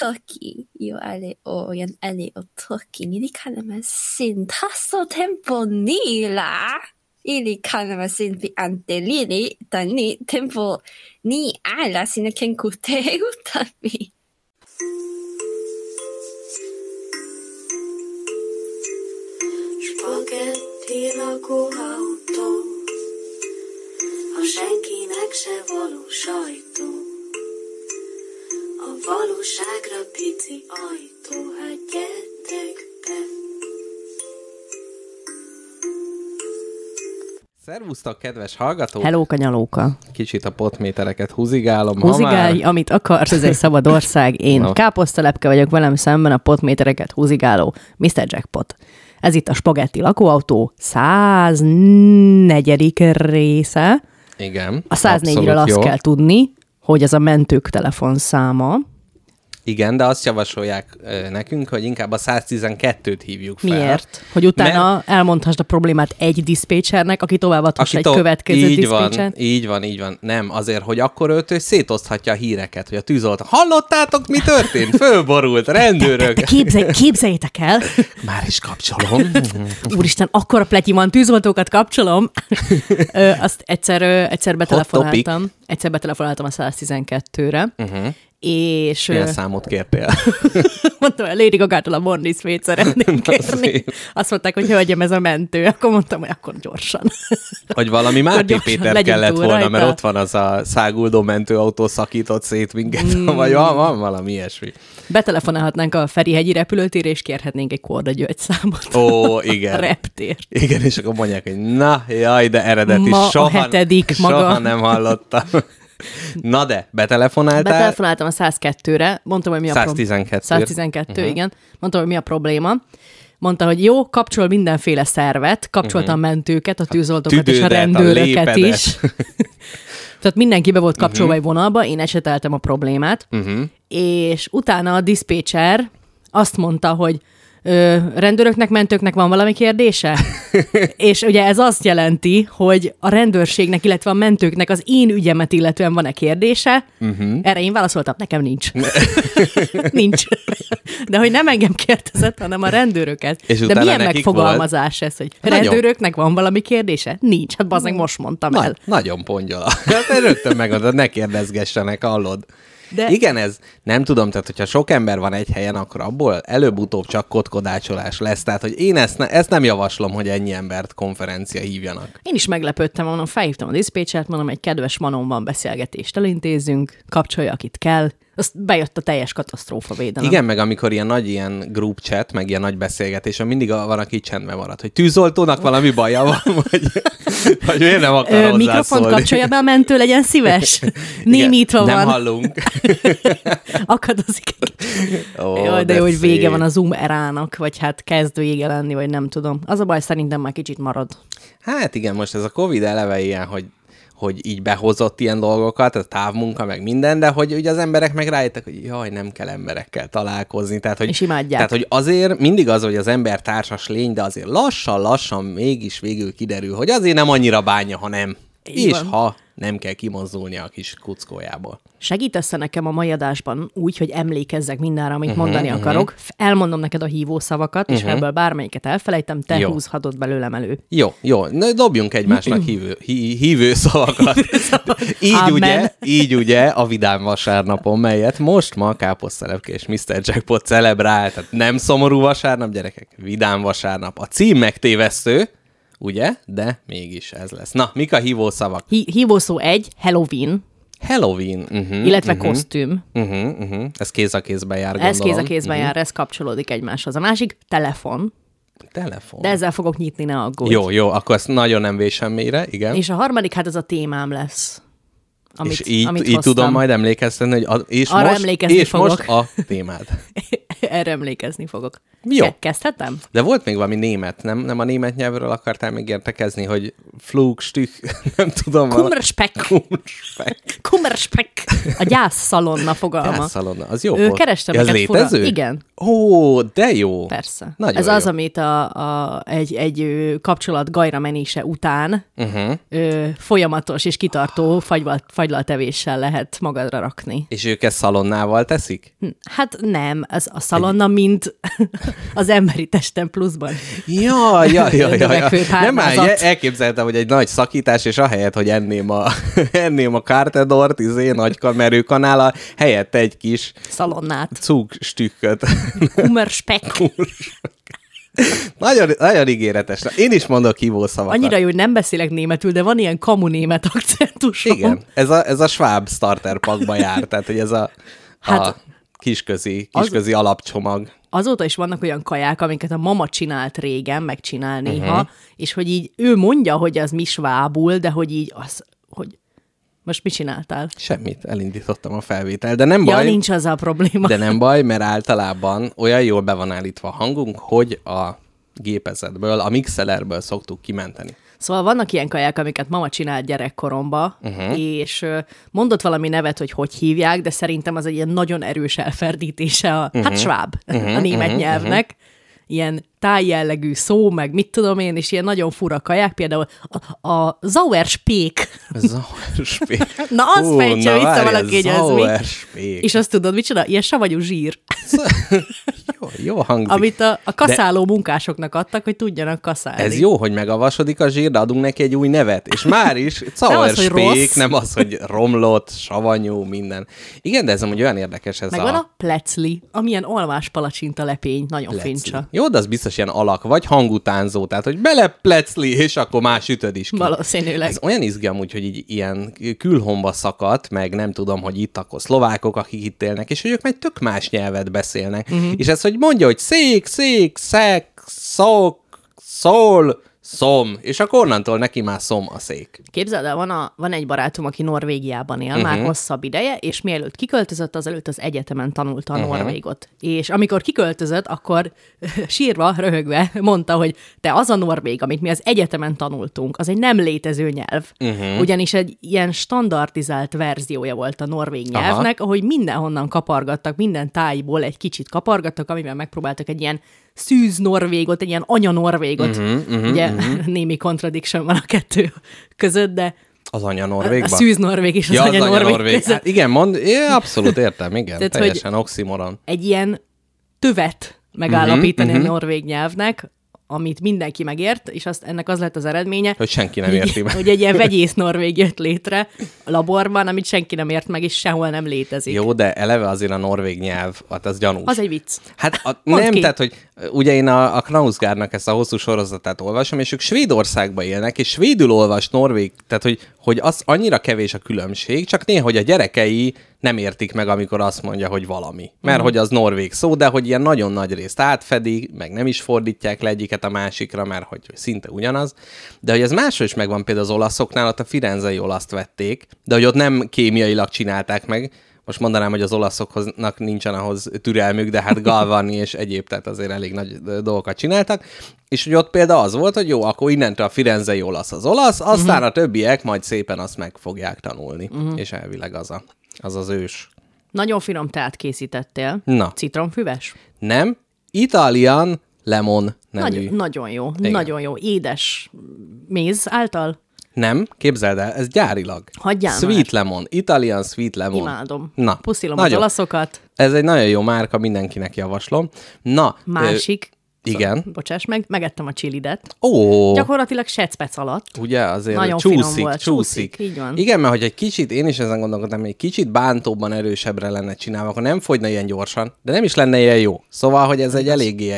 時要你我人你我時你看嘛先他所 tempo 你啦ili看嘛先比 ante li 但你 tempo 你愛啦先見くてうたび Spagetti lakóautó, a senkinek se való sajtó, a valóságra pici ajtó, hát gyertek be. Szervusztok, kedves hallgatók! Hellóka, nyalóka. Kicsit a potmétereket húzigálom. Húzigálj, amit akarsz, ez egy szabad ország. Én káposztalepke vagyok, velem szemben a potmétereket húzigáló Mr. Jackpot. Ez itt a Spagetti lakóautó 104. része. Igen. A 104-ről azt kell tudni, hogy ez a mentők telefonszáma. Igen, de azt javasolják nekünk, hogy inkább a 112-t hívjuk fel. Miért? Hogy utána elmondhassd a problémát egy diszpécsernek, aki továbbadhassa egy következő diszpécsert. Így van. Nem, azért, hogy akkor ő szétoszthatja a híreket, hogy a tűzoltó. Hallottátok, mi történt? Fölborult, rendőrök. Képzeljétek el. Már is kapcsolom. Úristen, akkora pletyi van, tűzoltókat kapcsolom. Azt egyszer betelefonáltam. Egyszer betelefonáltam a 112-re. És... Milyen számot kértél? Mondtam, hogy Lady Gagától a Mornisfét szeretném kérni. Azt mondták, hogy hölgyem, ez a mentő. Akkor mondtam, hogy akkor gyorsan. Hogy valami Máté Péter kellett volna, rajta. Mert ott van az a száguldó mentőautó szakított szét minket, vagy van valami ilyesmi. Betelefonálhatnánk a Ferihegyi repülőtérre, és kérhetnénk egy Korda György számot. Ó, igen. A reptér. Igen, és akkor mondják, hogy na, jaj, de eredeti soha nem hallottam. Na de, betelefonáltál? Betelefonáltam a 102-re, mondtam, hogy mi a 112, igen. Mondtam, hogy mi a probléma. Mondta, hogy jó, kapcsol mindenféle szervet, kapcsolta a mentőket, a tűzoltókat és a rendőröket is. Tehát mindenki be volt kapcsolva egy vonalba, én eseteltem a problémát, és utána a diszpécser azt mondta, hogy rendőröknek, mentőknek van valami kérdése? És ugye ez azt jelenti, hogy a rendőrségnek, illetve a mentőknek az én ügyemet illetően van-e kérdése? Erre én válaszoltam, nekem nincs. Nincs. De hogy nem engem kérdezett, hanem a rendőröket. De milyen megfogalmazás ez, hogy rendőröknek van valami kérdése? Nincs. Hát bazdmeg most mondtam el. Nagyon pongyola. Hát rögtön megmondod, ne kérdezgessenek, hallod. De... Igen, ez nem tudom, tehát hogyha sok ember van egy helyen, akkor abból előbb-utóbb csak kotkodácsolás lesz. Tehát, hogy én ezt nem javaslom, hogy ennyi embert konferencia hívjanak. Én is meglepődtem, mondom, felhívtam a diszpécsert, mondom, egy kedves manom van, beszélgetést elintézünk, kapcsolja, akit kell. Azt bejött a teljes katasztrófavédelem. Igen, meg amikor ilyen nagy ilyen group chat, meg ilyen nagy beszélgetés, mindig van, aki csendben marad, hogy tűzoltónak valami baja van, vagy miért nem akar hozzászólni. Mikrofont kapcsolja be a mentő, legyen szíves. Némítva van. Nem hallunk. Akadozik. Jaj, de jó, hogy vége van a Zoom erának, vagy hát kezd vége lenni, vagy nem tudom. Az a baj, szerintem már kicsit marad. Hát igen, most ez a Covid eleve ilyen, hogy így behozott ilyen dolgokat, a távmunka, meg minden, de hogy ugye az emberek meg rájöttek, hogy jaj, nem kell emberekkel találkozni. Tehát, hogy, és imádják. Tehát, hogy azért mindig az, hogy az ember társas lény, de azért lassan mégis végül kiderül, hogy azért nem annyira bánja, ha nem. Így és van. ha nem kell kimozdulnia a kis kuckójából. Segítesz nekem a mai adásban úgy, hogy emlékezzek mindenre, amit mondani akarok. Elmondom neked a hívószavakat, és ebből bármelyiket elfelejtem, te húzhatod belőlem elő. Jó. Dobjunk egymásnak hívő szavakat. így ugye a Vidám vasárnapon, melyet most ma Káposztelepke és Mr. Jackpot celebrál. Tehát nem szomorú vasárnap, gyerekek, Vidám vasárnap. A cím megtévesztő, ugye? De mégis ez lesz. Na, mik a hívószavak? Hívószó 1, Halloween. Illetve kosztüm. Ez kéz a kézben jár, gondolom. Ez kéz a kézben jár, ez kapcsolódik egymáshoz. A másik, telefon. De ezzel fogok nyitni, ne aggódj. Jó, akkor ezt nagyon nem vésem mélyre, igen. És a harmadik, hát ez a témám lesz. És így tudom majd emlékeztetni, hogy és most a témád. Erre emlékezni fogok. Jó. Kezdhetem? De volt még valami német, nem a német nyelvről akartál még értekezni, hogy Flug, Stück, nem tudom. Kummerspeck. Kummerspeck. A gyászszalonna fogalma. Gyászszalonna, az jó volt. Kerestem ez létező? Fura. Igen. Ó, de jó. Persze. Nagyon ez jó. az, amit egy kapcsolat gajra menése után folyamatos és kitartó fagylaltevéssel lehet magadra rakni. És ők ezt szalonnával teszik? Hát nem, az a szalonna, mint az emberi testen pluszban. Ja. Növekvő Nem már párnázat. elképzeltem, hogy egy nagy szakítás, és ahelyett, hogy enném a Cartedort, nagykamerő kanállal, helyett egy kis Szalonnát. Zugstücköt. Kummerspeck. Nagyon ígéretes. Én is mondok hívószavakat. Annyira jó, hogy nem beszélek németül, de van ilyen kamu-német akcentusom. Igen, ez a Schwab starter packba jár, tehát hogy ez a kisközi alapcsomag. Azóta is vannak olyan kaják, amiket a mama csinált régen, megcsinál néha, és hogy így ő mondja, hogy az mi svábul, de hogy így hogy most mit csináltál? Semmit, elindítottam a felvétel, de nem baj. Ja, nincs az a probléma. De nem baj, mert általában olyan jól be van állítva a hangunk, hogy a gépezetből, a mixelerből szoktuk kimenteni. Szóval vannak ilyen kaják, amiket mama csinált gyerekkoromba, és mondott valami nevet, hogy hívják, de szerintem az egy ilyen nagyon erős elferdítése hát Schwab a német nyelvnek. Ilyen tájjellegű szó, meg mit tudom én, és ilyen nagyon fura kaják, például a Sauerspék. Sauerspék. Na, azt fejtse vissza valaki, hogy az mi. Sauerspék. És azt tudod, mit csinál? Ilyen savanyú zsír. Jó hangzik. Amit a kaszáló munkásoknak adtak, hogy tudjanak kaszálni. Ez jó, hogy megavasodik a zsír, de adunk neki egy új nevet. És már is Sauerspék, nem az, hogy romlott, savanyú, minden. Igen, de ez amúgy olyan érdekes ez Megvan a plecli, amilyen almás palacsinta lepény, nagyon fincsa. Jó, de az biztos ilyen alak, vagy hangutánzó, tehát hogy beleplecli, és akkor már sütöd is ki. Valószínűleg. Ez olyan izgi amúgy, hogy így ilyen külhomba szakadt, meg nem tudom, hogy itt akkor szlovákok, akik itt élnek, és hogy ők meg tök más nyelvet beszélnek. És ez, hogy mondja, hogy szék, szek, szok, szól, szom, és akkor onnantól neki már szom a szék. Képzeld el, van egy barátom, aki Norvégiában él már hosszabb ideje, és mielőtt kiköltözött, azelőtt az egyetemen tanulta a norvégot. És amikor kiköltözött, akkor sírva, röhögve mondta, hogy te az a norvég, amit mi az egyetemen tanultunk, az egy nem létező nyelv. Ugyanis egy ilyen standardizált verziója volt a norvég nyelvnek, ahogy mindenhonnan kapargattak, minden tájból egy kicsit kapargattak, amivel megpróbáltak egy ilyen szűz norvégot, egy ilyen anya norvégot. Ugye némi contradiction van a kettő között, de az anya norvégban? A szűz norvég és az anya norvég között. Hát igen, abszolút értem, igen, tehát, teljesen oximoron. Egy ilyen tövet megállapítani a norvég nyelvnek, amit mindenki megért, és ennek az lett az eredménye, hogy senki nem érti meg. Hogy egy ilyen vegyész norvég jött létre a laborban, amit senki nem ért meg, és sehol nem létezik. Jó, de eleve azért a norvég nyelv, hát az gyanús. Az egy vicc. Hát nem, tehát, hogy ugye én a Knausgårdnak ezt a hosszú sorozatát olvasom, és ők Svédországban élnek, és svédül olvas norvég, tehát, hogy az annyira kevés a különbség, csak néha, hogy a gyerekei nem értik meg, amikor azt mondja, hogy valami. Mert hogy az norvég szó, de hogy ilyen nagyon nagy részt átfedi, meg nem is fordítják le egyiket a másikra, mert hogy szinte ugyanaz. De hogy ez máshol is megvan, például az olaszoknál, ott a firenzei olaszt vették, de hogy ott nem kémiailag csinálták meg. Most mondanám, hogy az olaszoknak nincsen ahhoz türelmük, de hát Galvani és egyéb, tehát azért elég nagy dolgokat csináltak. És hogy ott például az volt, hogy jó, akkor innentől a firenzei olasz az olasz, aztán a többiek majd szépen azt meg fogják tanulni. És elvileg az az ős. Nagyon finom teát készítettél. Na. Citromfüves? Nem. Italian lemon nevű. Nagyon jó. Igen. Nagyon jó. Édes méz által? Nem, képzeld el, ez gyárilag. Hagyjál Sweet már. lemon, Italian sweet lemon. Imádom. Na, puszilom az olaszokat. Ez egy nagyon jó márka, mindenkinek javaslom. Na. Másik. Igen. Szóval, bocsáss meg, megettem a csilidet. Ó. Gyakorlatilag secpec alatt. Ugye, azért nagyon finom volt. Csúszik. Így van. Igen, mert hogy egy kicsit, én is ezen gondolkodtam, hogy egy kicsit bántóbban erősebbre lenne csinálva, akkor nem fogyna ilyen gyorsan, de nem is lenne ilyen jó. Szóval, hogy ez egy eléggé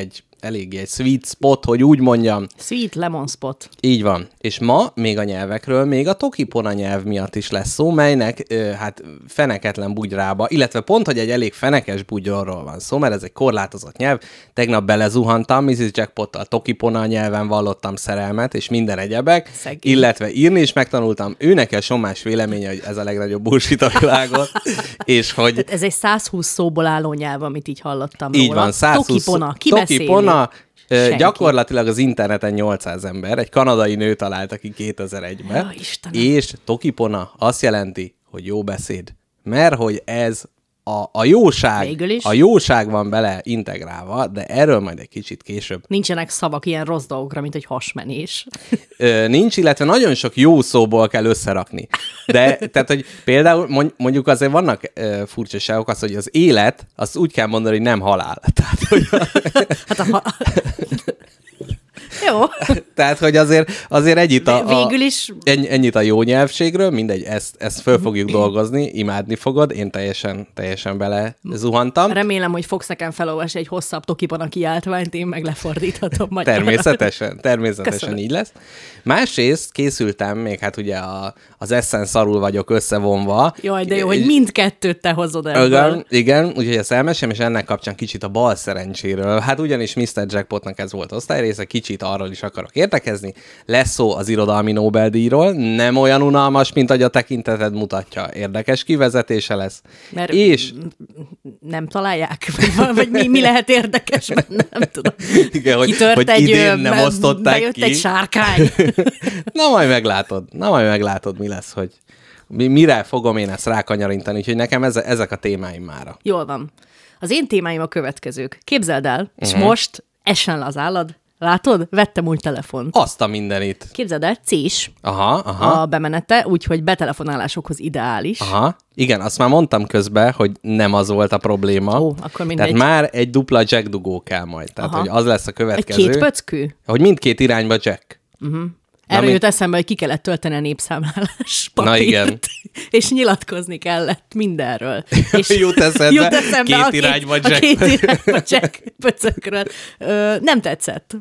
eléggé egy sweet spot, hogy úgy mondjam. Sweet lemon spot. Így van. És ma még a nyelvekről, még a Tokipona nyelv miatt is lesz szó, melynek hát feneketlen bugyrába, illetve pont, hogy egy elég fenekes bugyorról van szó, mert ez egy korlátozott nyelv. Tegnap belezuhantam, Mrs. Jackpottal Tokipona nyelven vallottam szerelmet, és minden egyebek, illetve írni is megtanultam. Ő neki a sommás véleménye, hogy ez a legnagyobb bullshit a világon, és hogy... Tehát ez egy 120 szóból álló nyelv, amit így hallottam így róla. Van, 120 Tokipona, ki Tokipona, beszéli? gyakorlatilag az interneten 800 ember, egy kanadai nő találta ki 2001-ben, és Tokipona azt jelenti, hogy jó beszéd. Mert hogy ez a jóság van bele integrálva, de erről majd egy kicsit később. Nincsenek szavak ilyen rossz dolgokra, mint egy hasmenés. Nincs, illetve nagyon sok jó szóból kell összerakni. De, tehát, hogy például mondjuk azért vannak furcsaságok, az, hogy az élet, azt úgy kell mondani, hogy nem halál. Tehát, hogy Jó. Tehát, hogy azért ennyit a jó nyelvségről, mindegy, ezt föl fogjuk dolgozni, imádni fogod, én teljesen bele zuhantam. Remélem, hogy fogsz nekem felolvasni egy hosszabb Tokipona kiáltványt, én meg lefordíthatom magyarra. Természetesen így lesz. Másrészt készültem, még hát ugye az Essen szarul vagyok összevonva. Jaj, de jó, hogy mindkettőt te hozod ebből. Igen, úgyhogy ezt elmesem, és ennek kapcsán kicsit a bal szerencséről. Hát ugyanis Mr. Jackpotnak ez volt osztályrésze, kicsit arról is akarok értekezni. Lesz szó az irodalmi Nobel-díjról, nem olyan unalmas, mint ahogy a tekinteted mutatja. Érdekes kivezetése lesz. Mert és nem találják? Vagy mi lehet érdekes benne? Nem tudom. Igen, hogy idén nem osztották bejött ki. Egy sárkány. Na majd meglátod, mi lesz, hogy mire fogom én ezt rákanyarintani, úgyhogy nekem ezek a témáim mára. Jól van. Az én témáim a következők. Képzeld el, és most essen le az állad. Látod? Vettem új telefont. Azt a mindenit. Képzeld el, C-s aha. a bemenete, úgyhogy betelefonálásokhoz ideális. Aha. Igen, azt már mondtam közben, hogy nem az volt a probléma. Ó, akkor mindegy. Tehát már egy dupla jack dugó kell majd. Tehát, hogy az lesz a következő. Egy 2 pöckű? Hogy mindkét irányba jack. Erről jut eszembe, hogy ki kellett tölteni a népszámlálás papírt. Na igen. És nyilatkozni kellett mindenről. És jut eszembe két irányba jack pöcökről. Nem tetszett.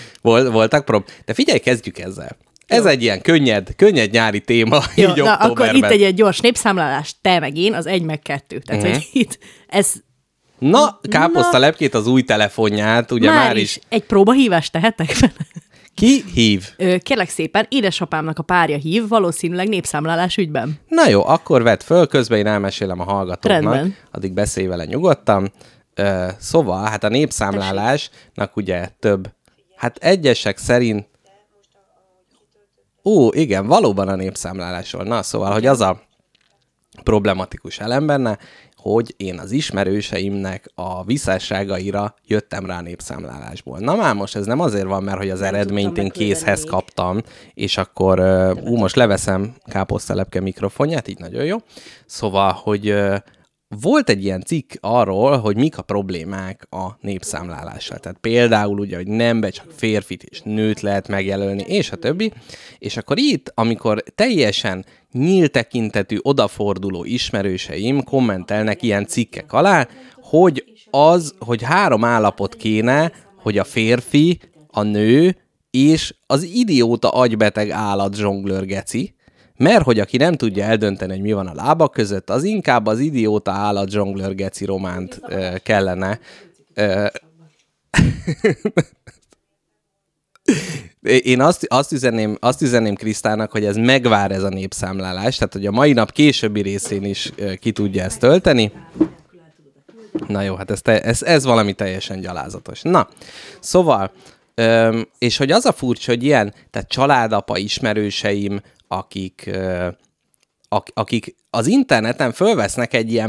Voltak de figyelj, kezdjük ezzel. Jó. Ez egy ilyen könnyed nyári téma. Jó, így na akkor itt egy gyors népszámlálás, te meg én, az 1 meg 2. Tehát, hogy itt ez... Na, káposzta lepkét az új telefonját, ugye már is. Egy próbahívást tehetek vele? Ki hív? Kérlek szépen, édesapámnak a párja hív, valószínűleg népszámlálás ügyben. Na jó, akkor vedd föl, közben én elmesélem a hallgatóknak. Rendben. Addig beszélj vele nyugodtan. Szóval, hát a népszámlálásnak ugye több, hát egyesek szerint... Igen, valóban a népszámlálásról. Na, szóval, hogy az a problematikus elem benne, hogy én az ismerőseimnek a visszásságaira jöttem rá népszámlálásból. Na már most ez nem azért van, mert hogy az eredményt én kézhez kaptam, és akkor most leveszem káposztalepke mikrofonját, így nagyon jó. Szóval, hogy volt egy ilyen cikk arról, hogy mik a problémák a népszámlálással. Tehát például ugye, hogy nembe csak férfit és nőt lehet megjelölni, és a többi. És akkor itt, amikor teljesen nyílt tekintetű, odaforduló ismerőseim kommentelnek ilyen cikkek alá, hogy 3 állapot kéne, hogy a férfi, a nő és az idióta agybeteg állat zsonglőr geci, mert hogy aki nem tudja eldönteni, hogy mi van a lábak között, az inkább az idióta állat zsonglőr geci románt kellene. Én azt üzenném Krisztának, hogy ez megvár ez a népszámlálás, tehát hogy a mai nap későbbi részén is ki tudja ezt tölteni. Na jó, hát ez valami teljesen gyalázatos. Na, szóval, és hogy az a furcsa, hogy ilyen, tehát családapa ismerőseim, akik az interneten fölvesznek egy ilyen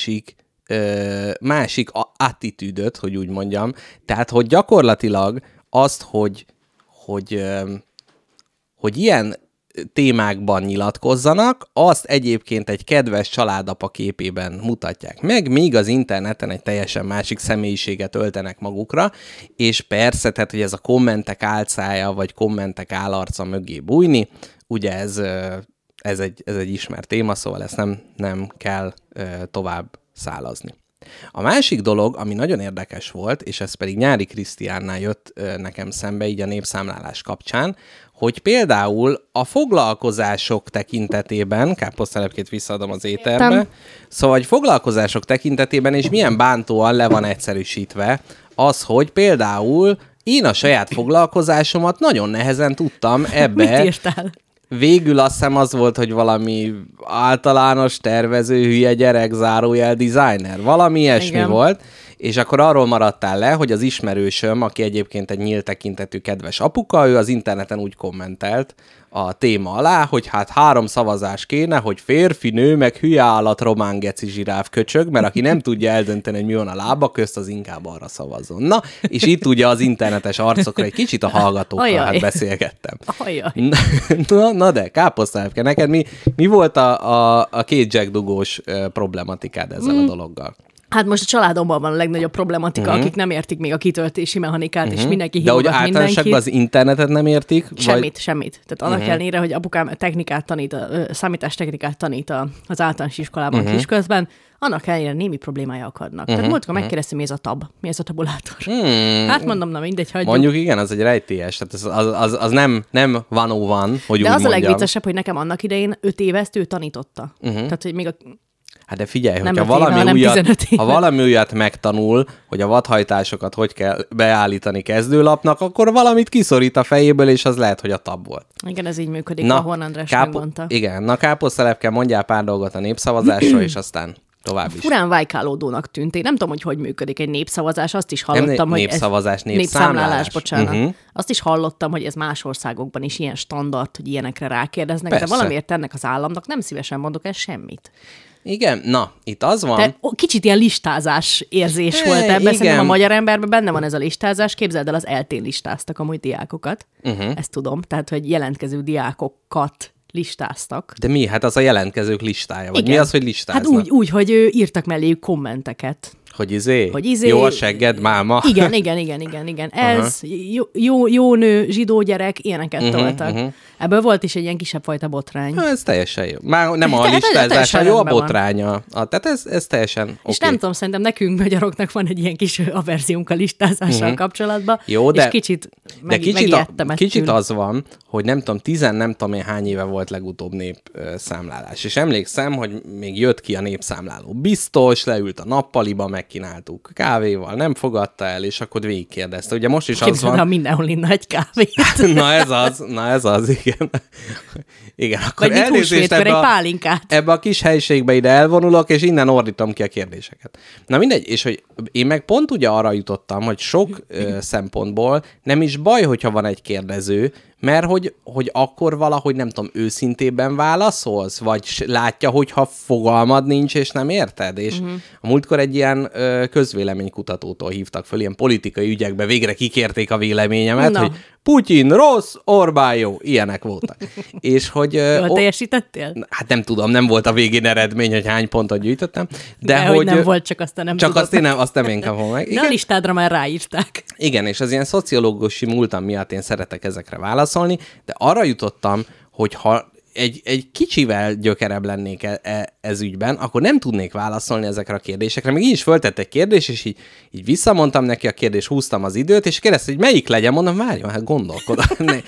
másik attitűdöt, hogy úgy mondjam, tehát hogy gyakorlatilag azt, hogy ilyen témákban nyilatkozzanak, azt egyébként egy kedves családapa képében mutatják meg, míg az interneten egy teljesen másik személyiséget öltenek magukra, és persze, tehát, hogy ez a kommentek álcája, vagy kommentek állarca mögé bújni, ugye ez egy ismert téma, szóval ezt nem kell tovább szálazni. A másik dolog, ami nagyon érdekes volt, és ez pedig Nyári Krisztiánnál jött nekem szembe így a népszámlálás kapcsán, hogy például a foglalkozások tekintetében, káposztelepkét visszaadom az éterbe, szóval hogy foglalkozások tekintetében és milyen bántóan le van egyszerűsítve az, hogy például én a saját foglalkozásomat nagyon nehezen tudtam ebbe... Mit írtál? Végül azt hiszem az volt, hogy valami általános tervező, hülye gyerek, zárójel designer. Valami ilyesmi volt. És akkor arról maradtál le, hogy az ismerősöm, aki egyébként egy nyílt tekintetű kedves apuka, ő az interneten úgy kommentelt a téma alá, hogy hát 3 szavazás kéne, hogy férfi, nő, meg hülye állat, román geci, zsiráf, köcsög, mert aki nem tudja eldönteni, hogy mi van a lába közt, az inkább arra szavazzon. Na, és itt ugye az internetes arcokra egy kicsit a hallgatókkal hát beszélgettem. Na de, káposztelepke, neked mi volt a két jackdugós problematikád ezzel a dologgal? Hát most a családomban van a legnagyobb problematika, akik nem értik még a kitöltési mechanikát, és mindenki hívogat mindenkit. De hogy általánosságban az internetet nem értik? Semmit. Tehát annak ellenére, hogy apukám számítástechnikát tanít az általános iskolában kisközben, annak ellenére némi problémája akadnak. Tehát múltkor megkérdeztem, mi ez a tab? Mi ez a tabulátor? Hát mondom, na mindegy, hagyjuk. Mondjuk igen, az egy rejtélyes. Tehát az nem van, hogy de úgy az mondjam. A legviccesebb, hogy nekem annak idején 5 éve ezt ő tanította. Tehát, hogy még Hát de figyelj, nem ha valami újat megtanul, hogy a vadhajtásokat hogy kell beállítani kezdőlapnak, akkor valamit kiszorít a fejéből, és az lehet, hogy a tab volt. Igen, ez így működik, a Horn András megmondta. Igen, na káposztelepke, mondjál pár dolgot a népszavazásról, és aztán tovább is. Furán vájkálódónak tűnt. Én nem tudom, hogy működik egy népszavazás, azt is hallottam, hogy népszámlálás, bocsánat. Azt is hallottam, hogy ez más országokban is ilyen standard, hogy ilyenekre rákérdeznek, persze. De valamiért ennek az államnak nem szívesen mondok el semmit. Igen, na, itt az van... Te, kicsit ilyen listázás érzés volt ebben, szerintem a magyar emberben benne van ez a listázás. Képzeld el, az eltén listáztak amúgy diákokat. Ezt tudom, tehát, hogy jelentkező diákokat listáztak. De mi? Hát az a jelentkezők listája, vagy mi az, hogy listáznak? Hát úgy, hogy írtak melléjük kommenteket. Hogy jó a segged, máma. Igen. Ez, jó nő, zsidó gyerek, ilyeneket toltak. Ebből volt is egy ilyen kisebb fajta botrány. Ez teljesen jó. Már nem a listázás, hanem jó a botránya. Tehát ez teljesen oké. És nem tudom, szerintem nekünk magyaroknak van egy ilyen kis averziónk a listázással kapcsolatban. Jó, de, és kicsit megijedtem kicsit az van, hogy nem tudom én hány éve volt legutóbb népszámlálás. És emlékszem, hogy még jött ki a népszámláló biztos, leült a nappaliba, megkínáltuk kávéval, nem fogadta el, és akkor végigkérdezte. Ugye most is az van... mindenhol inna egy kávét. Na ez az, igen. Igen, akkor vagy elnézést egy pálinkát. Ebbe a kis helyiségbe ide elvonulok, és innen ordítom ki a kérdéseket. Na mindegy, és hogy én meg pont ugye arra jutottam, hogy sok szempontból nem is baj, hogyha van egy kérdező, mert hogy akkor valahogy nem tudom, őszintében válaszolsz, vagy látja, hogyha fogalmad nincs, és nem érted? És a múltkor egy ilyen közvéleménykutatótól hívtak föl, ilyen politikai ügyekbe végre kikérték a véleményemet, hogy Putyin rossz, Orbán jó, ilyenek voltak. És hogy... Jól teljesítettél? Hát nem tudom, nem volt a végén eredmény, hogy hány pontot gyűjtöttem. De hogy nem volt, csak aztán nem csak azt én kapom meg. De a listádra már ráírták. Igen, és az ilyen szociológusi múltam miatt én szeretek ezekre válaszolni, de arra jutottam, hogy ha egy kicsivel gyökerebb lennék ez ügyben, akkor nem tudnék válaszolni ezekre a kérdésekre. Még így is föltett egy kérdés, és így visszamondtam neki a kérdést, húztam az időt, és kérdezte, hogy melyik legyen, mondom, várjon, hát gondolkodom.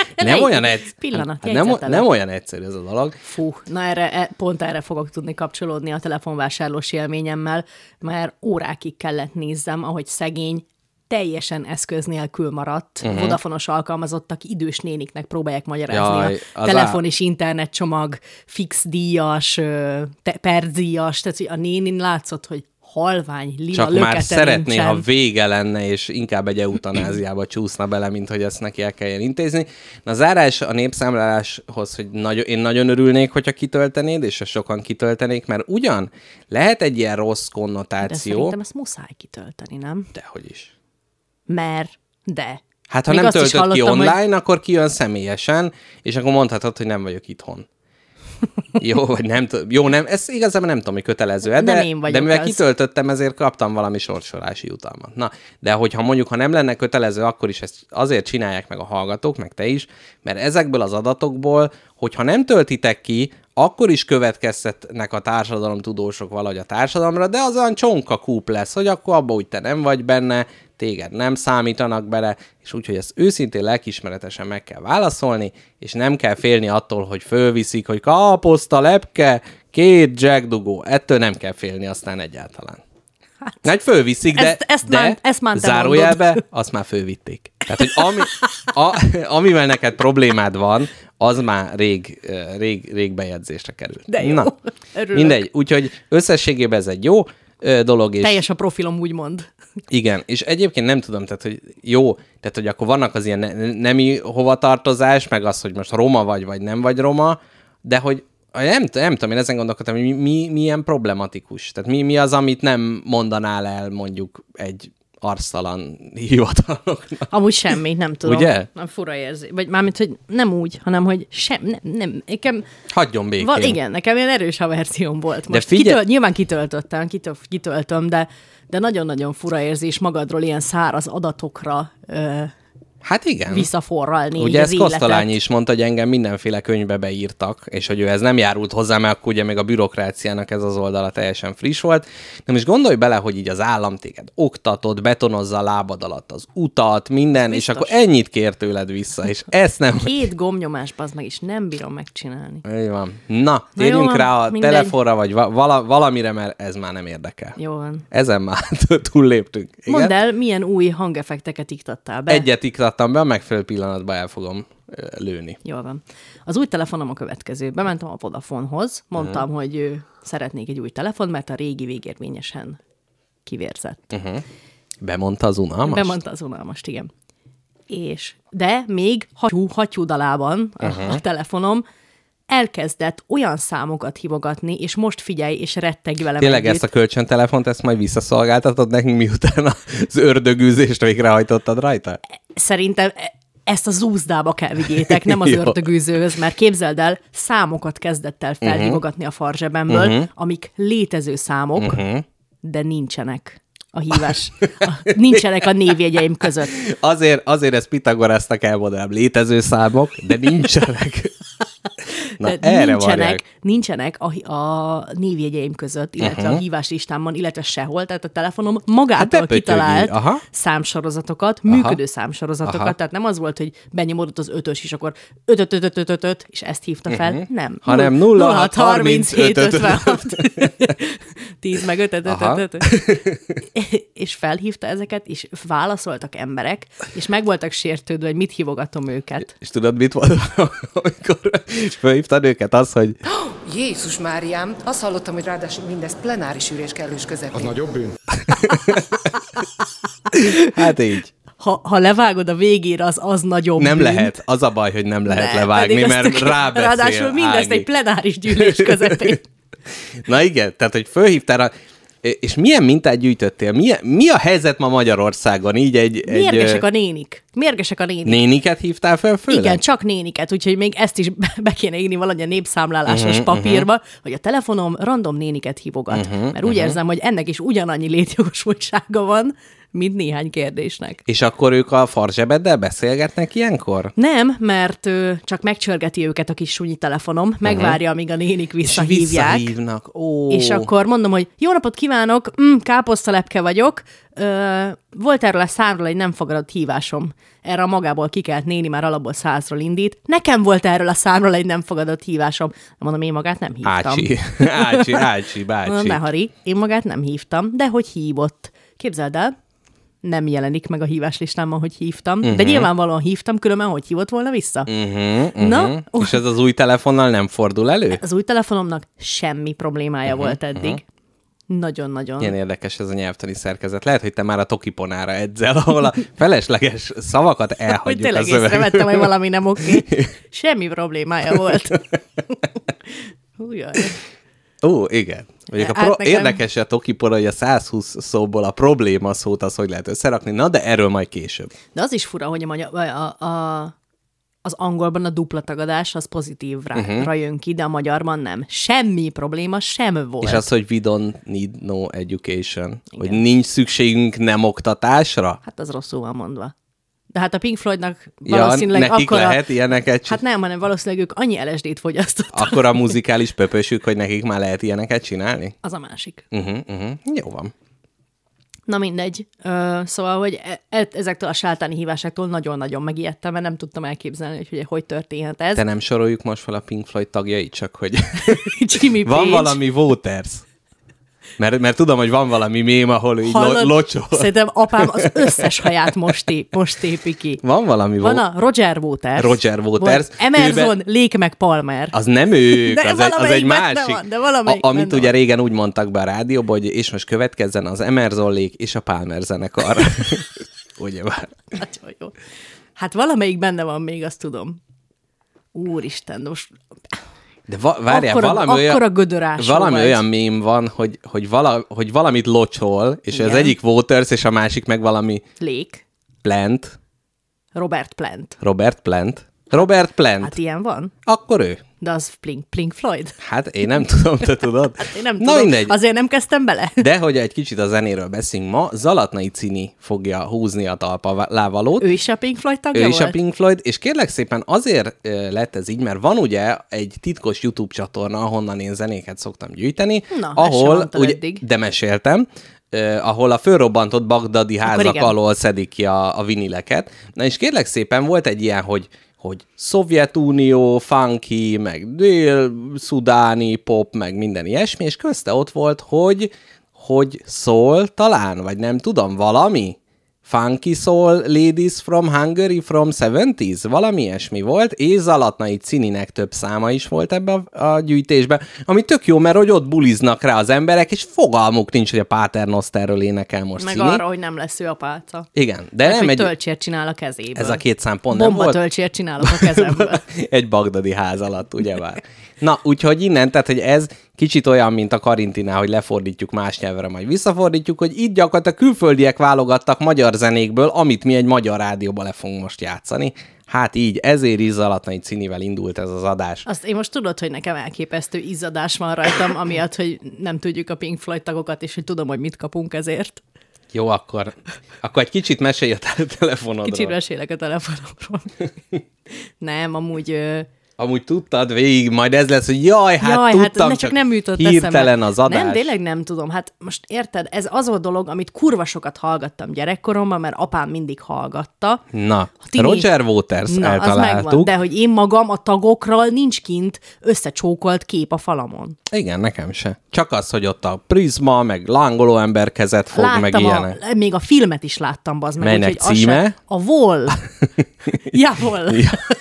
Nem olyan egyszerű ez a dolog. Fú, na pont erre fogok tudni kapcsolódni a telefonvásárlós élményemmel, mert órákig kellett nézzem, ahogy szegény teljesen eszköz nélkül maradt. Vodafonos alkalmazottak idős néniknek próbálják magyarázni a telefon és internetcsomag, fix díjas, percdíjas, tehát a nénin látszott, hogy halvány, lila csak lökete már szeretné, nincsen. ha vége lenne, és inkább egy eutanáziába csúszna bele, mint hogy ezt neki el kelljen intézni. Na zárás a népszámláláshoz, hogy én nagyon örülnék, hogyha kitöltenéd, és sokan kitöltenék, mert ugyan lehet egy ilyen rossz konnotáció. De szerintem ezt muszáj kitölteni, nem? Dehogy is. De. Hát ha még nem töltöd ki online, akkor kijön személyesen, és akkor mondhatod, hogy nem vagyok itthon. Jó, vagy nem tudom. Jó, nem, ez igazából nem tudom, hogy kötelező. De mivel kitöltöttem, ezért kaptam valami sorsolási jutalmat. Na, de hogyha mondjuk, ha nem lenne kötelező, akkor is ezt azért csinálják meg a hallgatók, meg te is, mert ezekből az adatokból, hogyha nem töltitek ki, akkor is következtetnek a társadalomtudósok valahogy a társadalomra, de az olyan csonka kúp lesz, hogy akkor abba úgy te nem vagy benne, téged nem számítanak bele, és úgyhogy ezt őszintén lelkiismeretesen meg kell válaszolni, és nem kell félni attól, hogy fölviszik, hogy káposzta, lepke, 2 jackdugó. Ettől nem kell félni aztán egyáltalán. Hát, fölviszik, de zárójelbe azt már fölvitték. Tehát, hogy amivel neked problémád van, az már rég bejegyzésre került. De jó, na, mindegy. Úgyhogy összességében ez egy jó dolog. És teljes a profilom, úgymond. Igen, és egyébként nem tudom, tehát, hogy jó, tehát, hogy akkor vannak az ilyen nemi hovatartozás, meg az, hogy most roma vagy nem vagy roma, de hogy nem tudom, én ezen gondolkodtam, hogy mi ilyen problematikus. Tehát mi az, amit nem mondanál el mondjuk egy arszalan hivatalnoknak. Amúgy semmi, nem tudom. Ugye? Nem fura érzi. Vagy mármint, hogy nem úgy, hanem, hogy nem. Nekem, hagyjon békén. Igen, nekem ilyen erős averzióm volt. Most nyilván kitöltöm, de nagyon-nagyon fura érzés magadról ilyen száraz adatokra hát igen. Visszaforralni. Ugye ezt Kosztolányi is mondta, hogy engem mindenféle könyvbe beírtak, és hogy ő ez nem járult hozzá, mert akkor ugye még a bürokráciának ez az oldala teljesen friss volt. De most gondolj bele, hogy így az állam téged oktatott, betonozza a lábad alatt az utat, minden, és akkor ennyit kér tőled vissza, és ezt nem... 2 gombnyomás, bazd meg, és nem bírom megcsinálni. Így van. Na, térjünk rá a telefonra, vagy valamire, mert ez már nem érdekel. Jó van. Ezen már túlléptünk. Igen? Mondd el, milyen új hangeffekteket iktattál be? Egyet iktattam be, a megfelelő pillanatban el fogom lőni. Jól van. Az új telefonom a következő. Bementem a Vodafonehoz, mondtam, hogy szeretnék egy új telefon, mert a régi végérvényesen kivérzett. Bemondta az unalmast? Bemondta az unalmast, igen. De még hattyúdalában a telefonom elkezdett olyan számokat hívogatni, és most figyelj, és retteg velem. Tényleg ezt a kölcsöntelefont, ezt majd visszaszolgáltatod nekünk, miután az ördögűzést végrehajtottad rajta? Szerintem ezt a zúzdába kell vigyétek, nem az ördögűzőhöz, mert képzeld el, számokat kezdett el felhívogatni a farzsebemből, amik létező számok, de nincsenek a hívás. Nincsenek a névjegyeim között. Azért ezt Pitagorasznak elmondanám, létező számok, de nincsenek. Na, nincsenek a névjegyeim között, illetve a híváslistámon, illetve sehol, tehát a telefonom magától kitalált számsorozatokat, működő számsorozatokat, tehát nem az volt, hogy benyomódott az 5-ös, és akkor 5, és ezt hívta fel, nem. Hanem 06 37 56 10 meg 5, és felhívta ezeket, és válaszoltak emberek, és meg voltak sértődve, hogy mit hívogatom őket. És tudod, mit volt, amikor felhívtad őket? Az, hogy... Jézus Máriám, azt hallottam, hogy ráadásul mindez plenáris ülés kellős közepén. Az nagyobb bűn. Hát így. Ha levágod a végére, az nagyobb nem bűn. lehet. Az a baj, hogy nem lehet levágni, mert rábeszél. Ráadásul mindezt egy plenáris gyűlés közepén. Na igen, tehát, hogy fölhívtál és milyen mintát gyűjtöttél? Mi a helyzet ma Magyarországon? Így Mérgesek a nénik. Néniket hívtál fel főleg? Igen, csak néniket, úgyhogy még ezt is be kéne írni valahogy a népszámlálásos papírba, hogy a telefonom random néniket hívogat. Mert úgy érzem, hogy ennek is ugyanannyi létjogosultsága van, mint néhány kérdésnek. És akkor ők a farzsebeddel beszélgetnek ilyenkor? Nem, mert csak megcsörgeti őket a kis sunyi telefonom, megvárja, amíg a nénik visszahívják. És visszahívnak. Ó. És akkor mondom, hogy jó napot kívánok, káposztalepke vagyok, volt erről a számról egy nem fogadott hívásom. Erre a magából kikelt néni már alapból 100-ról indít. Nekem volt erről a számról egy nem fogadott hívásom. Mondom, én magát nem hívtam. Ácsi, bácsi. Mondom, ne Hari, én magát nem hívtam, de hogy hívott. Képzeld el, nem jelenik meg a híváslistámon, hogy hívtam, de nyilvánvalóan hívtam, különben hogy hívott volna vissza. Na, és ez az új telefonnal nem fordul elő? Az új telefonomnak semmi problémája volt eddig. Nagyon-nagyon. Ilyen érdekes ez a nyelvtani szerkezet. Lehet, hogy te már a Tokiponára edzel, ahol a felesleges szavakat elhagyjuk hogy tényleg a szövegben. észrevettem, hogy valami nem oké. Semmi problémája volt. Hújjaj. Ó, igen. Érdekes a Tokipona, hogy a 120 szóból a probléma szót az hogy lehet összerakni, na de erről majd később. De az is fura, hogy a az angolban a dupla tagadás az pozitívra jön ki, de a magyarban nem. Semmi probléma sem volt. És az, hogy we don't need no education. Igen. Hogy nincs szükségünk nem oktatásra? Hát az rosszul van mondva. De hát a Pink Floydnak valószínűleg nekik lehet ilyeneket Hát nem, hanem valószínűleg ők annyi LSD-t fogyasztottak. Akkor a muzikális pöpösük, hogy nekik már lehet ilyeneket csinálni? Az a másik. Jó van. Na mindegy. Szóval, hogy ezektől a sáltáni hívásoktól nagyon-nagyon megijedtem, mert nem tudtam elképzelni, hogy történhet ez. Te nem soroljuk most fel a Pink Floyd tagjait, csak hogy Jimmy Page. Van valami Waters. Mert tudom, hogy van valami mém, ahol így locsol. Szerintem apám az összes haját most tépi ki. Van valami Van a Roger Waters. Emerson, Lake meg Palmer. Az nem ők, az egy másik. Van, de valamelyik amit ugye régen úgy mondtak be a rádióban, hogy és most következzen az Emerson, Lake és a Palmer zenekar. Ugye már. Nagyon jó. Hát valamelyik benne van még, azt tudom. Úristen, most... De várjál, valami olyan mém van, hogy valamit locsol, és igen. Az egyik Waters, és a másik meg valami... Lake. Plant. Robert Plant. Hát ilyen van. Akkor ő. De az Pink Floyd. Hát én nem tudom, te tudod. Hát én nem tudom. Mindegy. Azért nem kezdtem bele. De hogy egy kicsit a zenéről beszélünk ma, Zalatnai Cini fogja húzni a talpa lávalót. Ő is a Pink Floyd tagja volt? Ő is a Pink Floyd, és kérlek szépen azért lett ez így, mert van ugye egy titkos YouTube csatorna, ahonnan én zenéket szoktam gyűjteni, ahol, ugye, de meséltem, ahol a fölrobbantott bagdadi házak alól szedik ki a vinileket. Na és kérlek szépen volt egy ilyen, hogy Szovjetunió, funky, meg dél-szudáni pop, meg minden ilyesmi, és közte ott volt, hogy soul talán, vagy nem tudom, valami? Funky soul, ladies from Hungary from 70s, valami ilyesmi volt, és Zalatnai Cininek több száma is volt ebbe a gyűjtésbe, ami tök jó, mert hogy ott buliznak rá az emberek, és fogalmuk nincs, hogy a Pater Nosterről énekel most meg Cini. Arra, hogy nem lesz ő a pálca. Igen, de meg, nem hogy töltsért csinál a kezéből. Ez a két számpont nem volt. Bomba töltsért csinálok a kezemből. Egy bagdadi ház alatt, ugyebár. Na, úgyhogy innen, tehát, hogy ez kicsit olyan, mint a Karintinál, hogy lefordítjuk más nyelvre, majd visszafordítjuk, hogy itt gyakorlatilag külföldiek válogattak magyar zenékből, amit mi egy magyar rádióban le fogunk most játszani. Hát így, ezért is Zalatnai Cinivel indult ez az adás. Azt én most tudod, hogy nekem elképesztő izzadás van rajtam, amiatt, hogy nem tudjuk a Pink Floyd tagokat, és hogy tudom, hogy mit kapunk ezért. Jó, akkor egy kicsit mesélj a telefonodról. Kicsit mesélek a telefonomról. Nem, Amúgy tudtad végig, majd ez lesz, hogy jaj, tudtam, csak nem jutott hirtelen eszembe. az adás. Nem, tényleg nem tudom. Hát most érted, ez az a dolog, amit kurva sokat hallgattam gyerekkoromban, mert apám mindig hallgatta. Na, Roger Waters eltaláltuk. De hogy én magam a tagokról nincs kint összecsókolt kép a falamon. Igen, nekem se. Csak az, hogy ott a prizma, meg lángoló ember kezet fog, láttam meg ilyenek. Még a filmet is láttam, bazd meg. Melynek címe? A Wall. Ja, Wall.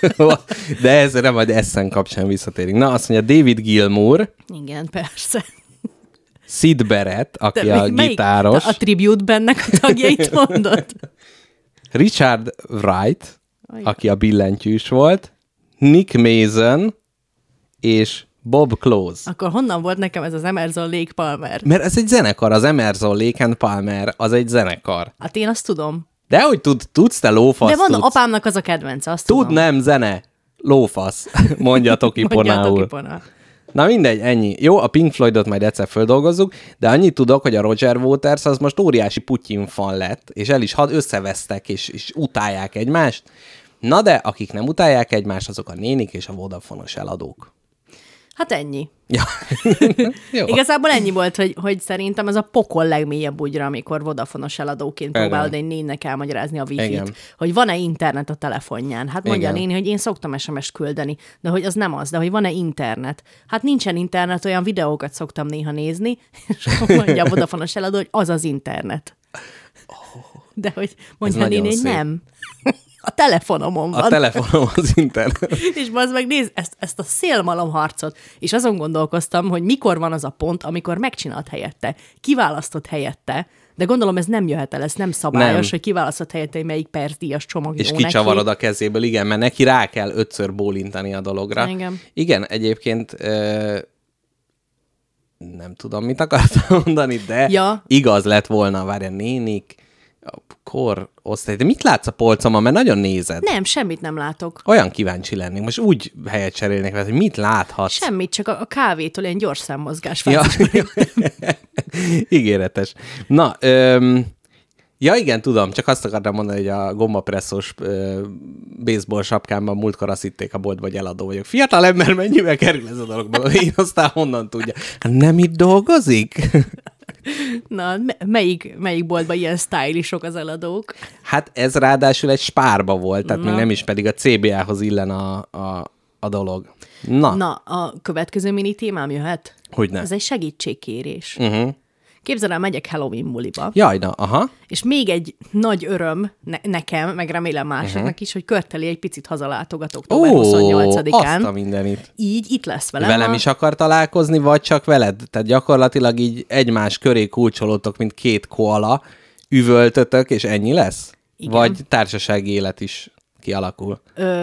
De ez nem, majd Essen kapcsán visszatérünk. Na, azt mondja David Gilmour. Igen, persze. Sid Barrett, aki a gitáros. A Tribute Bandnek a tagjait mondott. Richard Wright, aki a billentyűs volt. Nick Mason és Bob Close. Akkor honnan volt nekem ez az Emerson, Lake, Palmer? Mert ez egy zenekar, az Emerson, Lake and Palmer, az egy zenekar. Hát én azt tudom. De hogy tudsz te lófasz? De van, apámnak az a kedvence, azt tudom. Nem, zene. Lófasz, mondja Tokiponál. Na mindegy, ennyi. Jó, a Pink Floydot majd egyszer földolgozzuk, de annyit tudok, hogy a Roger Waters az most óriási Putyin fan lett, és el is összevesztek, és utálják egymást. Na de, akik nem utálják egymást, azok a nénik és a Vodafone-os eladók. Hát ennyi. Ja. Igazából ennyi volt, hogy szerintem ez a pokol legmélyebb bugyra, amikor Vodafone-os eladóként próbálod egy néninek elmagyarázni a wifi-t, hogy van-e internet a telefonján. Hát mondja a néni, hogy én szoktam SMS-t küldeni, de hogy az nem az, de hogy van-e internet. Hát nincsen internet, olyan videókat szoktam néha nézni, és akkor mondja a Vodafone-os eladó, hogy az az internet. De hogy mondja a néni, hogy nem. A telefonomon van. A telefonom az internet. És bazd meg, nézd ezt a szélmalom harcot. És azon gondolkoztam, hogy mikor van az a pont, amikor megcsinált helyette, kiválasztott helyette, de gondolom ez nem jöhet el, ez nem szabályos, hogy kiválasztott helyette, hogy melyik percdíjas csomag jó és kicsavarod a kezéből, igen, mert neki rá kell 5-ször bólintani a dologra. Igen, egyébként nem tudom, mit akartam mondani, de igaz lett volna, várja, nénik, korosztály. De mit látsz a polcomon, mert nagyon nézed? Nem, semmit nem látok. Olyan kíváncsi lennék. Most úgy helyet cserélnék veled, hogy mit láthatsz. Semmit, csak a kávétól ilyen gyors számmozgás. Ja. Ígéretes. Na, ja igen, tudom, csak azt akartam mondani, hogy a gombapresszós baseball sapkámban múltkor azt hitték a boltba, hogy eladó vagyok. Fiatal ember, mennyivel kerül ez a dologban? Én aztán honnan tudja? Hát nem itt dolgozik? Na, melyik boltban ilyen stylisok az eladók? Hát ez ráadásul egy Spárba volt, tehát még nem is pedig a CBA-hoz illen a dolog. Na, a következő mini témám jöhet? Hogyne? Ez egy segítségkérés. Képzeld el, megyek Halloween buliba. Jaj, na, aha. És még egy nagy öröm nekem, meg remélem másoknak is, hogy Körteli egy picit hazalátogatok október 28-án. Azt a mindenit. Így itt lesz velem. Velem is akar találkozni, vagy csak veled? Tehát gyakorlatilag így egymás köré kulcsolódtok, mint két koala, üvöltötök, és ennyi lesz? Igen. Vagy társasági élet is kialakul?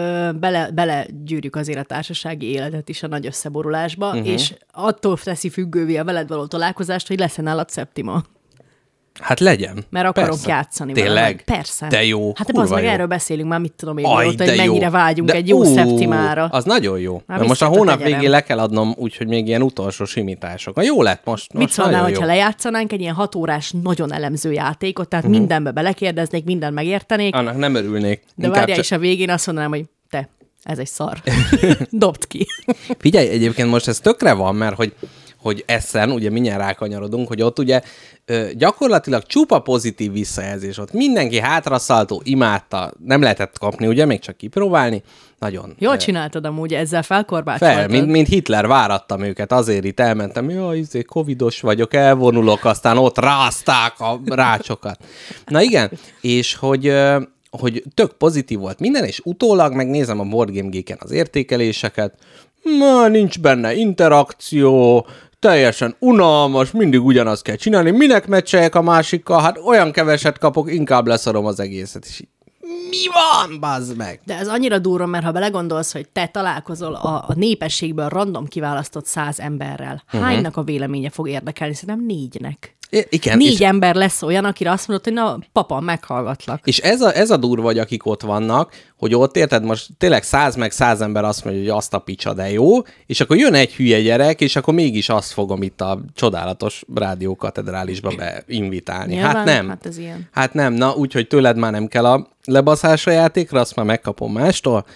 Belegyűrjük azért a társasági életet is a nagy összeborulásba, és attól teszi függővé a veled való találkozást, hogy lesz-e nálad Szeptima. Hát legyen. Mert akarok játszani. Tényleg? Persze. De jó. Hát de az meg erről beszélünk már, mit tudom én, hogy mennyire vágyunk egy jó Szeptimára. Az nagyon jó. Most a hónap végén le kell adnom, úgyhogy még ilyen utolsó simítások. Jó lett most. Mit szólnál, hogyha lejátszanánk egy ilyen 6 órás, nagyon elemző játékot, tehát mindenbe belekérdeznék, mindent megértenék. Annak nem örülnék. De várjál, és a végén azt mondanám, hogy te, ez egy szar. Dobd ki. Figyelj, egyébként most ez tökre van, mert hogy Essen, ugye mindjárt rákanyarodunk, hogy ott ugye gyakorlatilag csupa pozitív visszajelzés ott. Mindenki hátraszaltó, imádta, nem lehetett kapni, ugye, még csak kipróbálni. Nagyon. Jól csináltad amúgy, ezzel felkorbácsoltad. Mint Hitler, várattam őket, azért itt elmentem, covidos vagyok, elvonulok, aztán ott rázták a rácsokat. Na igen, és hogy tök pozitív volt minden, és utólag megnézem a Board Game Geek-en az értékeléseket, nincs benne interakció, teljesen unalmas, mindig ugyanazt kell csinálni, minek meccseljek a másikkal, hát olyan keveset kapok, inkább leszarom az egészet, és mi van, bazd meg? De ez annyira durva, mert ha belegondolsz, hogy te találkozol a népességből random kiválasztott 100 emberrel, hánynak a véleménye fog érdekelni? Szerintem 4-nek. Igen, 4 ember lesz olyan, akire azt mondod, hogy na, papa, meghallgatlak. És ez a durva, hogy akik ott vannak, hogy ott érted, most tényleg 100 meg 100 ember azt mondja, hogy azt a picsa, de jó, és akkor jön egy hülye gyerek, és akkor mégis azt fogom itt a csodálatos rádiókatedrálisba beinvitálni. Nyilván, hát nem. Hát ez ilyen. Hát nem, na úgyhogy tőled már nem kell a lebaszás a játékra, azt már megkapom mástól,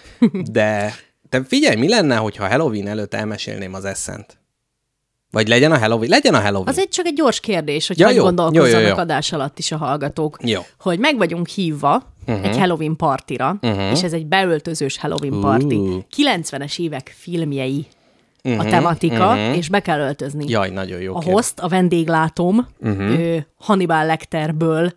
de te figyelj, mi lenne, hogyha Halloween előtt elmesélném az Essent? Vagy legyen a Halloween? Legyen a Halloween. Az csak egy gyors kérdés, hogy gondolkozzanak adás alatt is a hallgatók, hogy meg vagyunk hívva egy Halloween partira, és ez egy beöltözős Halloween party. 90-es évek filmjei a tematika, és be kell öltözni. Jaj, nagyon jó. A host, a vendéglátom, Hannibal Lecterből,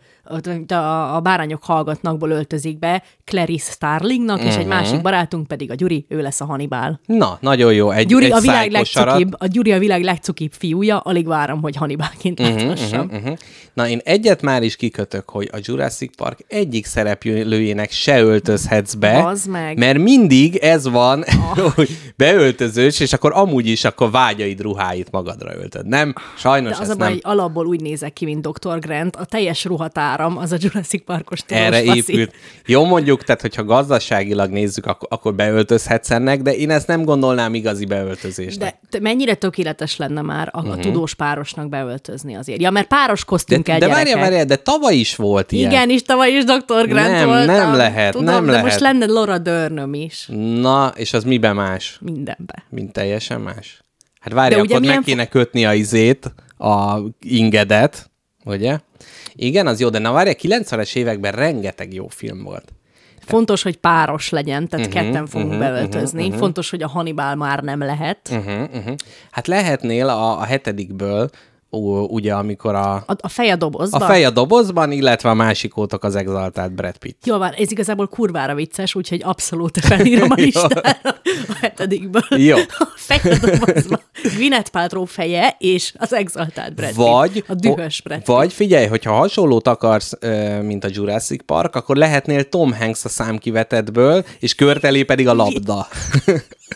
a Bárányok hallgatnakból öltözik be, Clarice Starlingnak, és egy másik barátunk pedig a Gyuri, ő lesz a Hannibal. Na, nagyon jó. Gyuri a Gyuri a világ legcukibb fiúja, alig várom, hogy Hannibalként láthassam. Na, én egyet már is kikötök, hogy a Jurassic Park egyik szereplőjének se öltözhetsz be, mert mindig ez van, hogy beöltözős, és akkor amúgy is akkor vágyaid, ruháit magadra öltöd. Nem? Sajnos de az ezt nem. Nem. Alapból úgy nézek ki, mint Dr. Grant, a teljes ruhatáram az a Jurassic Parkos tilos erre faszi. épült. Jó, mondjuk, tehát hogyha gazdaságilag nézzük, akkor beöltözhetsz ennek, de én ezt nem gondolnám igazi beöltözésnek. De mennyire tökéletes lenne már a tudós párosnak beöltözni azért. Ja, mert pároskoztunk el, gyerekek. De várjál, de tavaly is volt ilyen. Igen, és tavaly is Dr. Grant volt. Nem lehet, tudom, nem de lehet. most lenne Laura Dernöm is. Na, és az miben más? Mindenbe. Mint teljesen más. Hát várj, akkor meg kéne kötni a izét, a ingedet, ugye? Igen, az jó, de na várj, 90-es években rengeteg jó film volt. Fontos, hogy páros legyen, tehát ketten fogunk beöltözni. Fontos, hogy a Hannibal már nem lehet. Hát lehetnél a 7-ből, ugye, amikor a fej a dobozban? A fej a dobozban, illetve a másik ótok az exaltált Brad Pitt. Jó, van, ez igazából kurvára vicces, úgyhogy abszolút felírom a listára a 7-ből. Jó. A fej a dobozban. Gwyneth Paltrow feje és az exaltált Brad Pitt. A dühös Brad Pitt. Vagy figyelj, hogyha hasonlót akarsz, mint a Jurassic Park, akkor lehetnél Tom Hanks a számkivetetből, és Körtelé pedig a labda.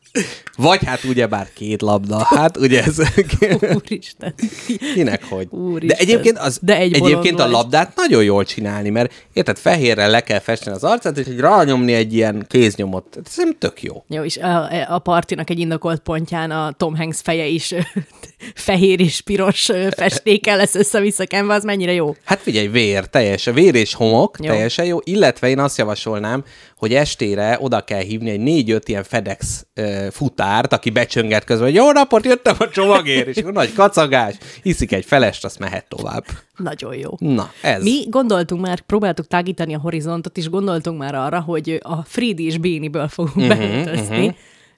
Vagy hát ugyebár 2 labda. Hát ugye ez... Úristen. Kinek hogy? Úristen. De egyébként a labdát nagyon jól csinálni, mert érted, fehérrel le kell festeni az arcát, és hogy rányomni egy ilyen kéznyomot. Ez nem tök jó. Jó, és a partinak egy indokolt pontján a Tom Hanks feje is fehér és piros festékkel lesz össze-vissza kenve, az mennyire jó. Hát figyelj, vér és homok, jó. Teljesen jó, illetve én azt javasolnám, hogy estére oda kell hívni egy 4-5 ilyen FedEx futárt, aki becsönget közben, hogy jó napot, jöttem a csomagért, és akkor nagy kacagás, hiszik egy felest, azt mehet tovább. Nagyon jó. Na, ez. Mi gondoltunk már, próbáltuk tágítani a horizontot, és gondoltunk már arra, hogy a Fridi és Béniből fogunk beöltözni.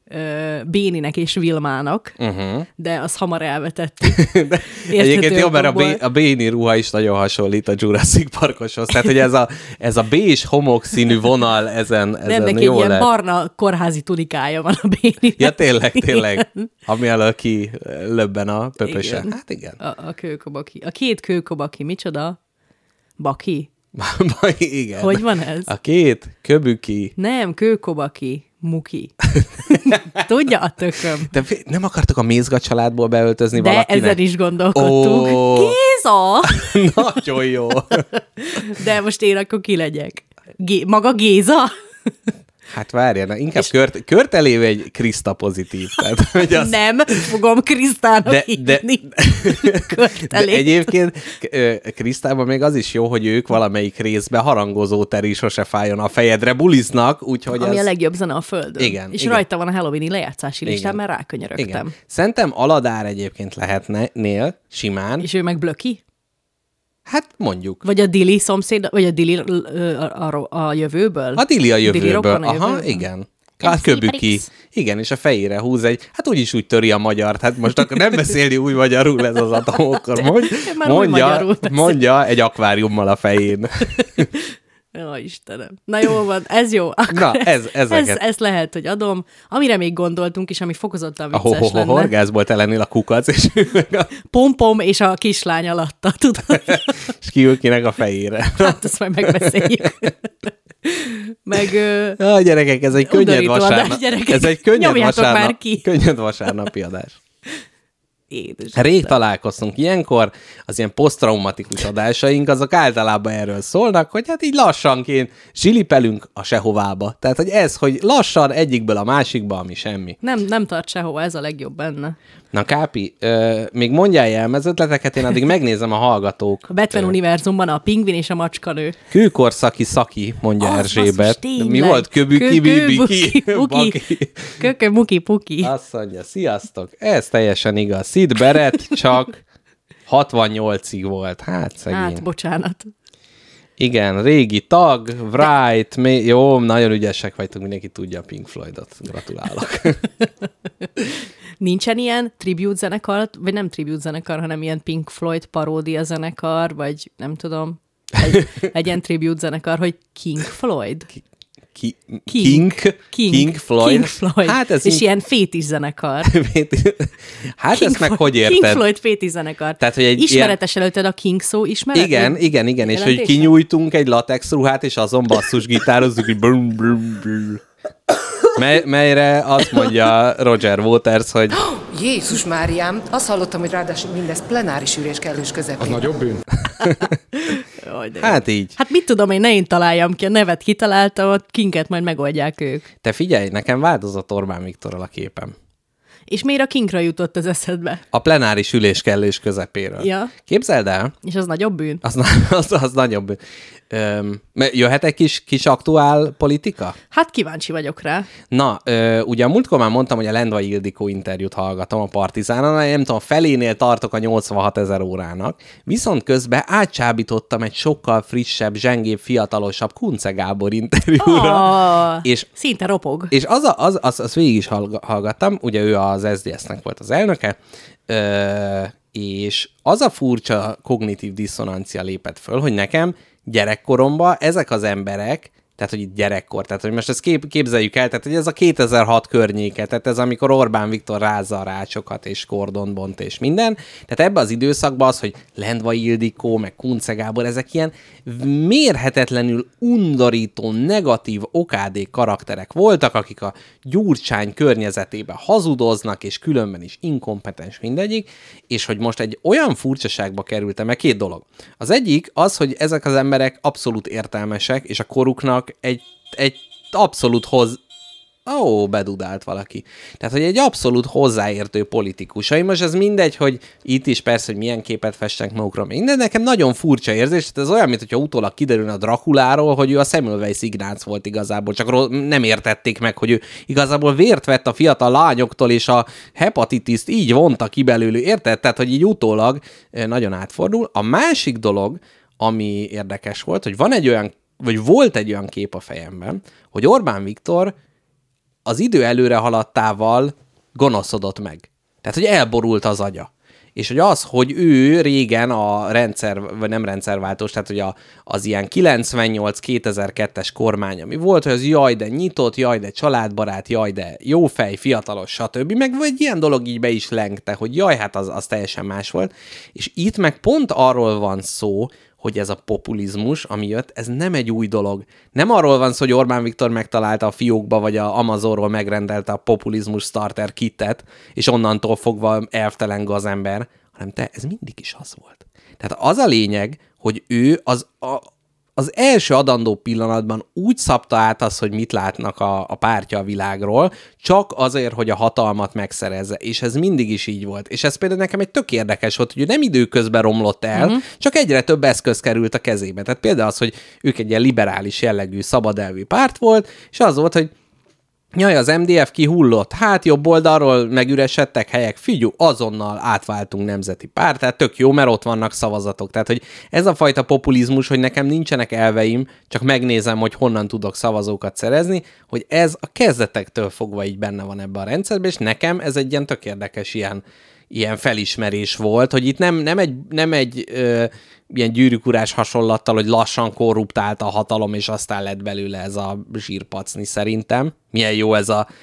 Béninek és Vilmának, de azt hamar elvetettük. Egyébként jó, mert a Béni ruha is nagyon hasonlít a Jurassic Parkoshoz, tehát hogy ez a bés homokszínű vonal ezen neki jó ilyen lett. barna kórházi tunikája van a Béninek. Ja, tényleg. Ami alól ki löbben a pöpöse. Igen. Hát igen. A kőkobaki. A 2 kőkobaki. Micsoda? Baki? Igen. Hogy van ez? A 2 köbüki. Nem, kőkobaki. Muki. Tudja a tököm. De nem akartok a Mézga családból beöltözni de valakinek? De ezen is gondolkodtunk. Géza! Nagyon jó. De most én akkor ki legyek? Maga Géza? Hát várjál, inkább kört eléve egy Kriszta pozitív. Tehát, hogy az... Nem fogom Krisztának hívni. De egyébként Krisztában még az is jó, hogy ők valamelyik részben harangozó teri sose fájjon a fejedre buliznak, úgyhogy ami a legjobb zene a földön. Igen. És rajta van a Halloweeni lejátszási listán, mert rákönyörögtem. Igen. Szerintem Aladár egyébként lehetnél simán. És ő meg Blöki? Hát mondjuk. Vagy a Dili szomszéd, vagy a Dili a jövőből? A Dili a jövőből. Dili aha, igen. Hát köbüki. Igen, és a fejére húz hát úgyis úgy töri a magyart. Hát most akkor nem beszélni új magyarul ez az atom, akkor mondja egy akváriummal a fején. Jó, Istenem. Na jó van, ez jó. Akkor na, ez lehet, hogy adom. Amire még gondoltunk, és ami fokozottan vicces lenne. A horgászból te lennél a kukac, és Pompom és a kislány alatta, tudod? És kiül kinek a fejére. Hát azt majd megbeszéljük. Meg... gyerekek, ez egy könnyed vasárnap. Ez egy könnyed vasárnapi adás. Rég találkoztunk ilyenkor, az ilyen posztraumatikus adásaink, azok általában erről szólnak, hogy hát így lassanként zsilipelünk a sehovába. Tehát, hogy ez, hogy lassan egyikből a másikba, ami semmi. Nem tart sehova, ez a legjobb benne. Na Kápi, még mondjál jelmezötleteket, én addig megnézem a hallgatók. A Batman univerzumban a pingvin és a macskanő. Kőkorszaki Szaki, mondja Erzsébet. Mi volt? Köbüki, bibiki, baki. Kökö, muki, puki. Azt mondja, sziasztok, ez teljesen igaz. Sid Barrett csak 68-ig volt. Hát szegény. Hát, bocsánat. Igen, régi tag, Wright, jó, nagyon ügyesek vagytok, mindenki tudja a Pink Floydot. Gratulálok. Nincsen ilyen tribute zenekar, vagy nem tribute zenekar, hanem ilyen Pink Floyd paródia zenekar, vagy nem tudom, egy ilyen tribute zenekar, hogy King Floyd. King Floyd. Hát ez és ilyen fétis zenekar. Hát King ezt meg hogy érted? King Floyd fétis zenekar. Tehát, hogy egy ismeretes ilyen... előtted a King szó ismeret? Igen, és hogy kinyújtunk egy latex ruhát, és azon basszusgitározzuk, hogy brum, brum, brum. Melyre azt mondja Roger Waters, hogy... Jézus Máriám, azt hallottam, hogy ráadásul mindez plenáris ülés kellős közepén. Az nagyobb bűn. Hát így. Hát mit tudom én, ne én találjam ki, a nevet kitaláltam, a Kinget majd megoldják ők. Te figyelj, nekem változott Orbán Viktorral a képem. És miért a Kingra jutott az eszedbe? A plenáris ülés kellős közepéről. Ja. Képzeld el. És az nagyobb bűn? Az nagyobb bűn. Jöhet egy kis aktuál politika? Hát kíváncsi vagyok rá. Na, ugye a múltkor már mondtam, hogy a Lendvai Ildikó interjút hallgatom a Partizánon, nem tudom, felénél tartok a 86 000 órának, viszont közben átcsábítottam egy sokkal frissebb, zsengébb, fiatalosabb Kunce Gábor interjúra. És szinte ropog. És az végig is hallgattam, ugye ő az SZDSZ-nek volt az elnöke, és az a furcsa kognitív diszonancia lépett föl, hogy nekem gyerekkoromban ezek az emberek, tehát hogy itt gyerekkor, tehát hogy most ezt képzeljük el, tehát hogy ez a 2006 környéke, tehát ez amikor Orbán Viktor rázza a rácsokat, és kordon bont, és minden, tehát ebbe az időszakban az, hogy Lendvai Ildikó, meg Kunce Gábor, ezek ilyen mérhetetlenül undorító, negatív okádék karakterek voltak, akik a Gyurcsány környezetében hazudoznak, és különben is inkompetens mindegyik, és hogy most egy olyan furcsaságba kerültem, meg két dolog. Az egyik az, hogy ezek az emberek abszolút értelmesek, és a koruknak egy abszolút bedudált valaki. Tehát, hogy egy abszolút hozzáértő politikus. Most ez mindegy, hogy itt is persze, hogy milyen képet festenek magukról. De nekem nagyon furcsa érzés, ez olyan, mintha utólag kiderülne a Drakuláról, hogy ő a Semmelweis Ignác volt igazából, csak nem értették meg, hogy ő igazából vért vett a fiatal lányoktól, és a hepatitiszt így vonta ki belőle, érted? Tehát, hogy így utólag nagyon átfordul. A másik dolog, ami érdekes volt, hogy volt egy olyan kép a fejemben, hogy Orbán Viktor az idő előre haladtával gonoszodott meg. Tehát, hogy elborult az agya. És hogy ő régen a rendszer, vagy nem rendszerváltós, tehát, hogy az ilyen 98-2002-es kormány, ami volt, hogy az jaj, de nyitott, jaj, de családbarát, jaj, de jófej, fiatalos, stb. Meg vagy ilyen dolog így be is lengte, hogy jaj, hát az teljesen más volt. És itt meg pont arról van szó, hogy ez a populizmus, ami jött, ez nem egy új dolog. Nem arról van szó, hogy Orbán Viktor megtalálta a fiókba, vagy a Amazonról megrendelte a populizmus starter kitet, és onnantól fogva elvtelen gazember, hanem ez mindig is az volt. Tehát az a lényeg, hogy ő az első adandó pillanatban úgy szabta át azt, hogy mit látnak a pártja a világról, csak azért, hogy a hatalmat megszerezze. És ez mindig is így volt. És ez például nekem egy tök érdekes volt, hogy ő nem időközben romlott el, csak egyre több eszköz került a kezébe. Tehát például az, hogy ők egy ilyen liberális jellegű, szabadelvű párt volt, és az volt, hogy jaj, az MDF kihullott, hát jobb oldalról megüresedtek helyek, figyelj, azonnal átváltunk nemzeti párt, tehát tök jó, mert ott vannak szavazatok. Tehát, hogy ez a fajta populizmus, hogy nekem nincsenek elveim, csak megnézem, hogy honnan tudok szavazókat szerezni, hogy ez a kezdetektől fogva így benne van ebben a rendszerben, és nekem ez egy ilyen tök érdekes ilyen felismerés volt, hogy itt nem egy ilyen gyűrűk-urás hasonlattal, hogy lassan korruptált a hatalom, és aztán lett belőle ez a zsírpacni szerintem. Milyen jó ez a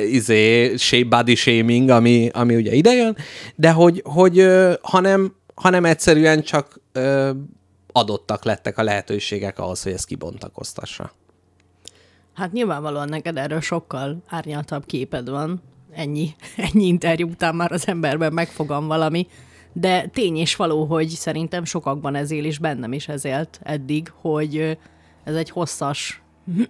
body shaming, ami ugye idejön, de hanem egyszerűen csak adottak lettek a lehetőségek ahhoz, hogy ezt kibontakoztassa. Hát nyilvánvalóan neked erről sokkal árnyaltabb képed van. Ennyi interjú után már az emberben megfogam valami, de tény és való, hogy szerintem sokakban ez él, és bennem is ez élt eddig, hogy ez egy hosszas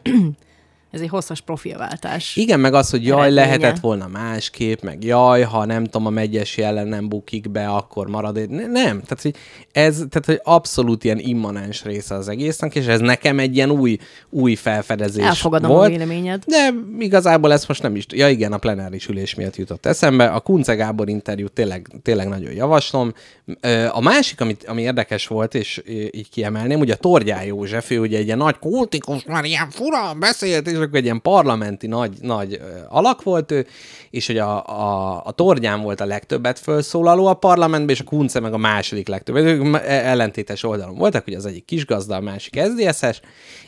profilváltás. Igen, meg az, hogy jaj, eredménye. Lehetett volna másképp, meg jaj, ha nem tudom, a Megyesi ellen nem bukik be, akkor marad. Nem, tehát hogy abszolút ilyen immanens része az egésznek, és ez nekem egy ilyen új felfedezés Elfogadom volt. A véleményed. De igazából ezt most nem is... Ja igen, a plenáris ülés miatt jutott eszembe. A Kunce Gábor interjút tényleg nagyon javaslom. A másik, ami érdekes volt, és így kiemelném, ugye a Tordján József, ő ugye egy ilyen nagy kultikus, már ilyen furán beszélt, és akkor egy ilyen parlamenti nagy alak volt ő, és hogy a Tordján volt a legtöbbet felszólaló a parlamentben, és a Kunce meg a második legtöbb. Ők ellentétes oldalon voltak, hogy az egyik kisgazda, a másik SZDSZ-es,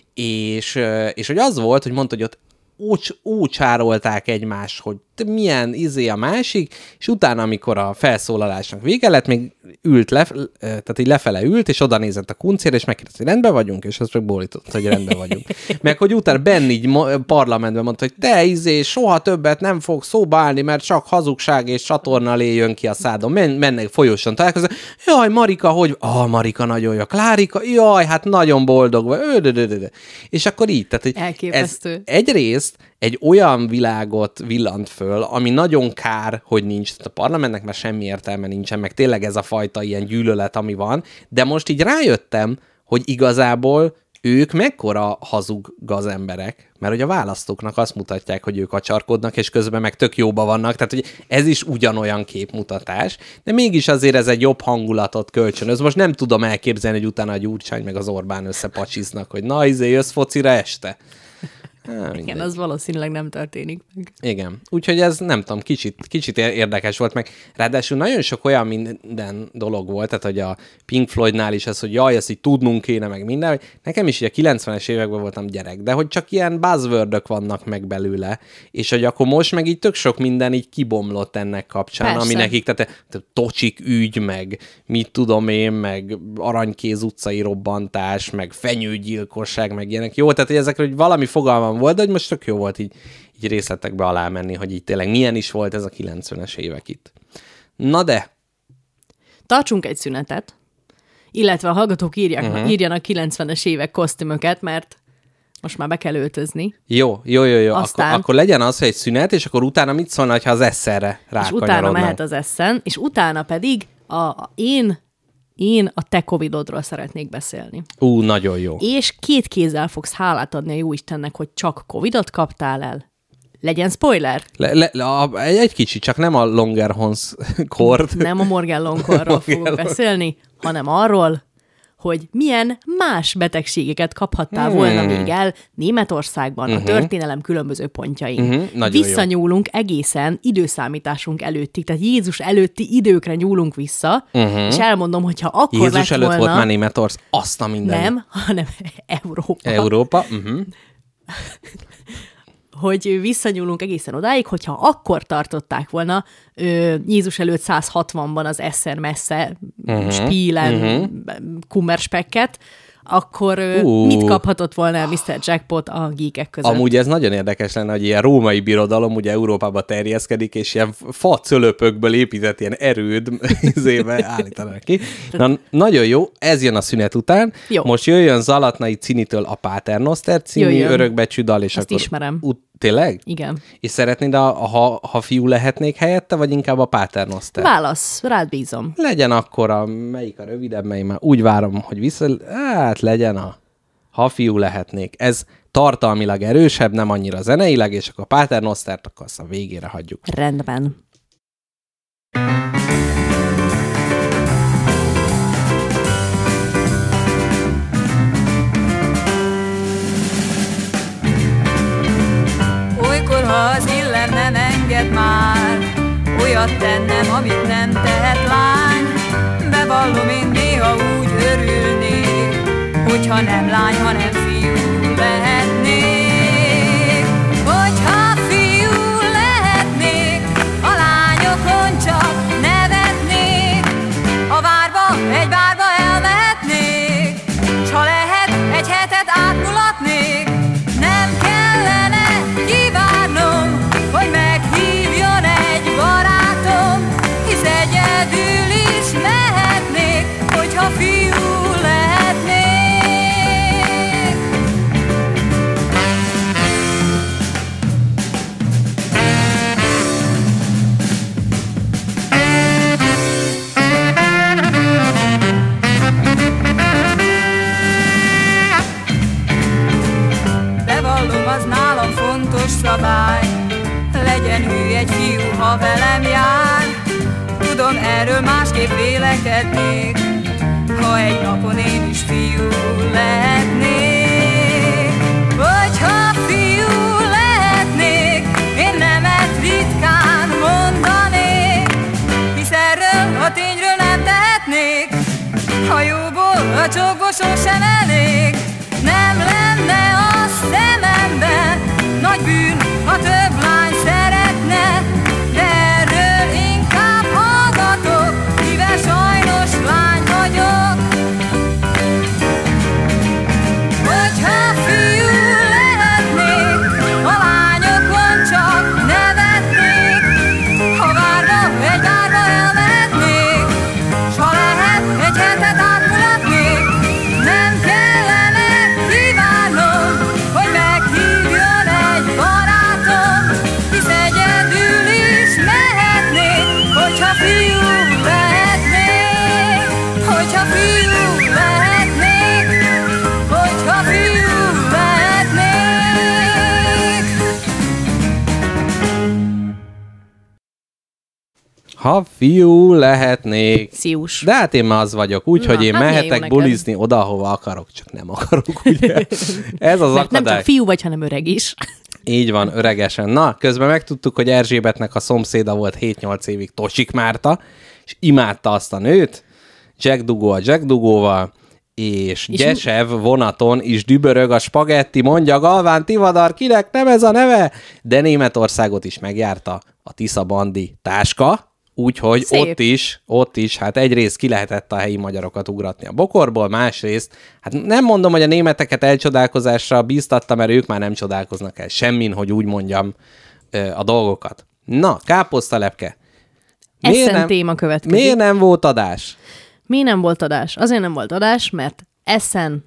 és hogy az volt, hogy mondta, hogy ott úgy csárolták egymást, hogy milyen a másik, és utána, amikor a felszólalásnak vége lett, még tehát így lefele ült, és oda nézett a Kuncére, és megkérdezte, hogy rendben vagyunk, és az csak bólított, hogy rendben vagyunk. Meg hogy utána Ben így parlamentben mondta, hogy te soha többet nem fog szóba állni, mert csak hazugság és csatornalé jön ki a szádon. Mennek folyósan találkozni. Jaj, Marika, hogy? Marika nagyon jó. Klárika, jaj, hát nagyon boldog vagy. És akkor így, tehát hogy elképesztő. Ez egyrészt egy olyan világot villant föl, ami nagyon kár, hogy nincs. Tehát a parlamentnek már semmi értelme nincsen, meg tényleg ez a fajta ilyen gyűlölet, ami van. De most így rájöttem, hogy igazából ők mekkora hazug gazemberek, mert hogy a választóknak azt mutatják, hogy ők acsarkodnak, és közben meg tök jóba vannak, tehát hogy ez is ugyanolyan képmutatás, de mégis azért ez egy jobb hangulatot kölcsönöz. Most nem tudom elképzelni, hogy utána a Gyurcsány meg az Orbán összepacsiznak, hogy na, jössz focira este. Igen, az valószínűleg nem történik meg. Igen. Úgyhogy ez nem tudom, kicsit érdekes volt meg. Ráadásul nagyon sok olyan minden dolog volt, tehát hogy a Pink Floydnál is ez, hogy jaj, ezt így tudnunk kéne meg minden, hogy nekem is így a 90-es években voltam gyerek, de hogy csak ilyen buzzwordök vannak meg belőle, és hogy akkor most meg így tök sok minden így kibomlott ennek kapcsán, persze. ami nekik, tehát tocsik ügy, meg mit tudom én, meg Aranykéz utcai robbantás, meg fenyőgyilkosság, meg ilyenek. Jó, tehát hogy ezekről hogy valami fogalmam volt, de hogy most tök jó volt így részletekbe alá menni, hogy így tényleg milyen is volt ez a 90-es évek itt. Na de! Tartsunk egy szünetet, illetve a hallgatók írjanak 90-es évek kosztümöket, mert most már be kell öltözni. Jó. Aztán... Akkor legyen az, hogy egy szünet, és akkor utána mit szólna, ha az esszerre rákanyarodnánk? És utána mehet az eszen, és utána pedig én a te Covidodról szeretnék beszélni. Nagyon jó. És 2 kézzel fogsz hálát adni a Jóistennek, hogy csak Covidot kaptál el. Legyen spoiler? Egy kicsi, csak nem a Longerhans kort. Nem a Morgellon-korról fogok beszélni, hanem arról, hogy milyen más betegségeket kaphattál volna még el Németországban a történelem különböző pontjain. Visszanyúlunk egészen időszámításunk előttig, tehát Jézus előtti időkre nyúlunk vissza, és elmondom, hogyha akkor Jézus lett előtt volna... volt már Németország, azt a minden. Nem, hanem Európa. Európa? Hogy visszanyúlunk egészen odáig, hogyha akkor tartották volna Jézus előtt 160-ban az Esser messze Spielen Kummerspekket, akkor mit kaphatott volna el Mr. Jackpot a geekek között? Amúgy ez nagyon érdekes lenne, hogy ilyen római birodalom ugye Európába terjeszkedik, és ilyen facölöpökből épített ilyen erőd állítanak ki. Na, nagyon jó, ez jön a szünet után. Jó. Most jöjjön Zalatnai Cinitől a Paternoster című örökbecsű dal, és azt akkor... ismerem. Tényleg? Igen. És szeretnéd, ha fiú lehetnék helyette, vagy inkább a Paternoster? Válasz, rád bízom. Legyen akkor melyik a rövidebb, mely már úgy várom, hogy legyen ha fiú lehetnék. Ez tartalmilag erősebb, nem annyira zeneileg, és akkor a Paternostert akkor azt a végére hagyjuk. Rendben. Olykor, ha az illem nem enged már, olyat tennem, amit nem tehet lány. Bevallom, én néha úgy örülnék, hogyha nem lány, hanem fiú lehetnék. Hogyha fiú lehetnék, a lányokon csak nevetnék. A várba, egy bárba elmehetnék, s ha lehet, egy hetet átmulatnék. Nem kellene kívánnom, hogy meghívjon egy barátom, hisz egyedül is mehetnék, hogyha fiú lehetnék. Bevallom, az nálam fontos szabály, legyen hű egy fiú, ha velem jár. Tudom, erről másképp vélekednék, ha egy napon én is fiú lehetnék. Hogyha fiú lehetnék, én nemet ritkán mondanék, hisz erről a tényről nem tehetnék, ha jóból a csókból sosem elég. Nem lenne a szememben nagy bűn, ha több lány szeretne, de erről inkább hallgatok, mivel sajnos lány vagyok. Hogyha fiú lehetnék, a lányokon csak nevetnék. Ha várva, egy várba elmehetnék, s ha lehet, egy hetet átmulatnék. Nem kell Ha fiú lehetnék. Szius. De hát én már az vagyok, úgyhogy én mehetek bulizni oda, ahova akarok, csak nem akarok, ugye? Ez az mert akadály. nem csak fiú vagy, hanem öreg is. Így van, öregesen. Na, közben megtudtuk, hogy Erzsébetnek a szomszéda volt 7-8 évig Tosik Márta, és imádta azt a nőt, Jack Dugó a Jack Dugóval, és Gyesev vonaton is dübörög a spagetti, mondja Galván Tivadar, kinek nem ez a neve? De Németországot is megjárta a Tisza Bandi táska, úgyhogy ott is, hát egyrészt ki lehetett a helyi magyarokat ugratni a bokorból, másrészt, hát nem mondom, hogy a németeket elcsodálkozásra bíztatta, mert ők már nem csodálkoznak el semmin, hogy úgy mondjam a dolgokat. Na, káposztalepke. Essen téma következik. Miért nem volt adás? Mi nem volt adás? Azért nem volt adás, mert Essen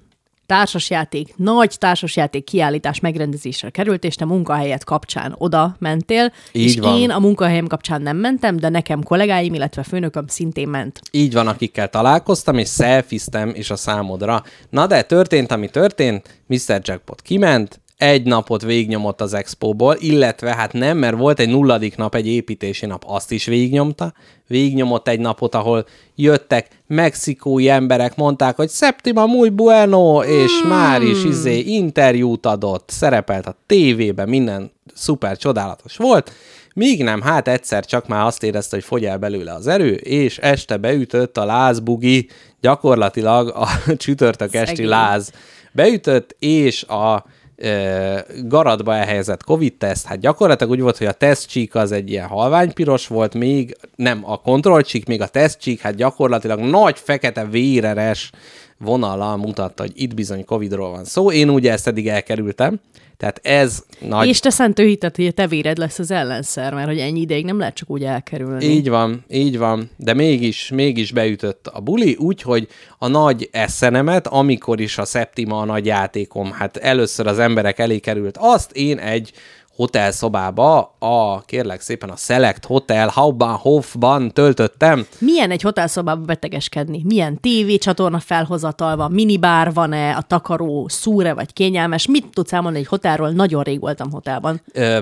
nagy társasjáték kiállítás megrendezésre került, és te munkahelyed kapcsán oda mentél, és én a munkahelyem kapcsán nem mentem, de nekem kollégáim, illetve főnököm szintén ment. Így van, akikkel találkoztam, és szelfiztem is a számodra. Na de történt, ami történt, Mr. Jackpot kiment, egy napot végignyomott az expóból, illetve hát nem, mert volt egy 0. nap, egy építési nap, azt is végignyomta. Végignyomott egy napot, ahol jöttek mexikói emberek, mondták, hogy Septima muy bueno, és már is interjút adott, szerepelt a tévében, minden szuper csodálatos volt. Míg nem, hát egyszer csak már azt érezte, hogy fogy el belőle az erő, és este beütött a lázbugi, gyakorlatilag a csütörtök esti láz beütött, és a garatba elhelyezett Covid-teszt, hát gyakorlatilag úgy volt, hogy a tesztcsík az egy ilyen halványpiros volt, még nem a kontrollcsík, még a tesztcsík, hát gyakorlatilag nagy fekete véreres vonallal mutatta, hogy itt bizony Covidról van szó. Én ugye ezt eddig elkerültem, tehát ez nagy... És te szentő hitet, hogy a te véred lesz az ellenszer, mert hogy ennyi ideig nem lehet csak úgy elkerülni. Így van, de mégis beütött a buli, úgyhogy a nagy eszenemet, amikor is a Septima a nagy játékom, hát először az emberek elé került, azt én egy hotelszobába, kérlek szépen a Select Hotel Hauptbahnhofban töltöttem. Milyen egy hotelszobába betegeskedni? Milyen tévécsatorna felhozatal van? Minibár van-e? A takaró szúr-e vagy kényelmes? Mit tudsz elmondani egy hotelról? Nagyon rég voltam hotelban.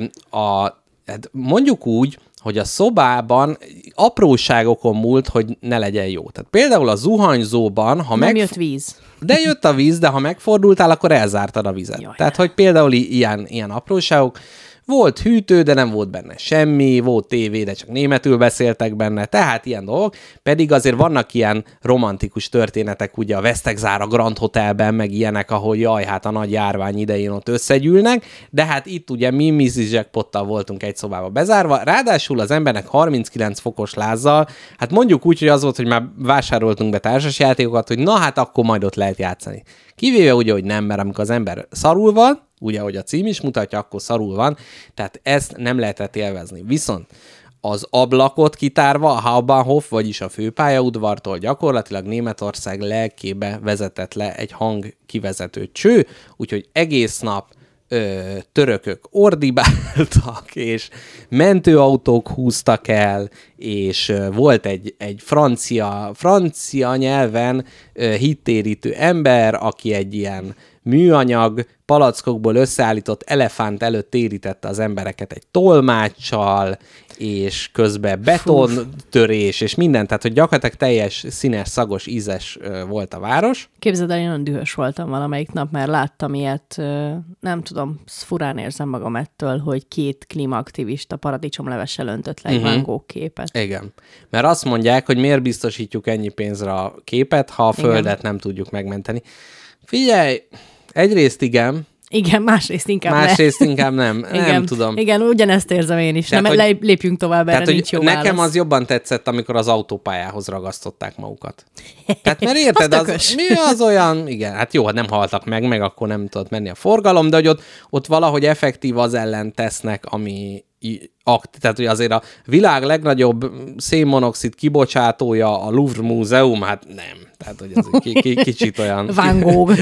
Hát mondjuk úgy, hogy a szobában apróságokon múlt, hogy ne legyen jó. Tehát például a zuhanyzóban, ha nem jött víz. De jött a víz, de ha megfordultál, akkor elzártad a vizet. Jaj, tehát, hogy például ilyen apróságok. Volt hűtő, de nem volt benne semmi, volt tévé, de csak németül beszéltek benne, tehát ilyen dolgok. Pedig azért vannak ilyen romantikus történetek, ugye a Vesztegzára Grand Hotelben, meg ilyenek, ahol jaj, hát a nagy járvány idején ott összegyűlnek, de hát itt ugye mi Mrs. Jackpottal voltunk egy szobába bezárva, ráadásul az embernek 39 fokos lázzal, hát mondjuk úgy, hogy az volt, hogy már vásároltunk be társasjátékokat, hogy na hát akkor majd ott lehet játszani. Kivéve ugye, hogy nem, mert amikor az ember szarul van, ugye, ahogy a cím is mutatja, akkor szarul van, tehát ezt nem lehetett élvezni. Viszont az ablakot kitárva a Hauptbahnhof, vagyis a főpályaudvartól gyakorlatilag Németország lelkébe vezetett le egy hangkivezető cső, úgyhogy egész nap törökök ordibáltak, és mentőautók húztak el, és volt egy francia nyelven hittérítő ember, aki egy ilyen műanyag palackokból összeállított elefánt előtt térítette az embereket egy tolmáccsal, és közben betontörés, és minden, tehát hogy gyakorlatilag teljes színes, szagos, ízes volt a város. Képzeld el, én nagyon dühös voltam valamelyik nap, mert láttam ilyet, nem tudom, furán érzem magam ettől, hogy 2 klímaaktivista paradicsomlevessel öntött le egy Van Gogh képet. Igen, mert azt mondják, hogy miért biztosítjuk ennyi pénzre a képet, ha a földet nem tudjuk megmenteni. Figyelj, egyrészt igen, másrészt inkább nem. Nem tudom. Igen, ugyanezt érzem én is. Tehát, nem, lépjünk tovább, erre nincs jó válasz. Nekem az jobban tetszett, amikor az autópályához ragasztották magukat. Tehát mert érted, mi az olyan, igen, hát jó, ha nem haltak meg akkor nem tudott menni a forgalom, de hogy ott valahogy effektív az ellen tesznek, ami tehát, hogy azért a világ legnagyobb szénmonoxid kibocsátója a Louvre Múzeum, hát nem. Tehát, hogy ez kicsit olyan... Van Gogh.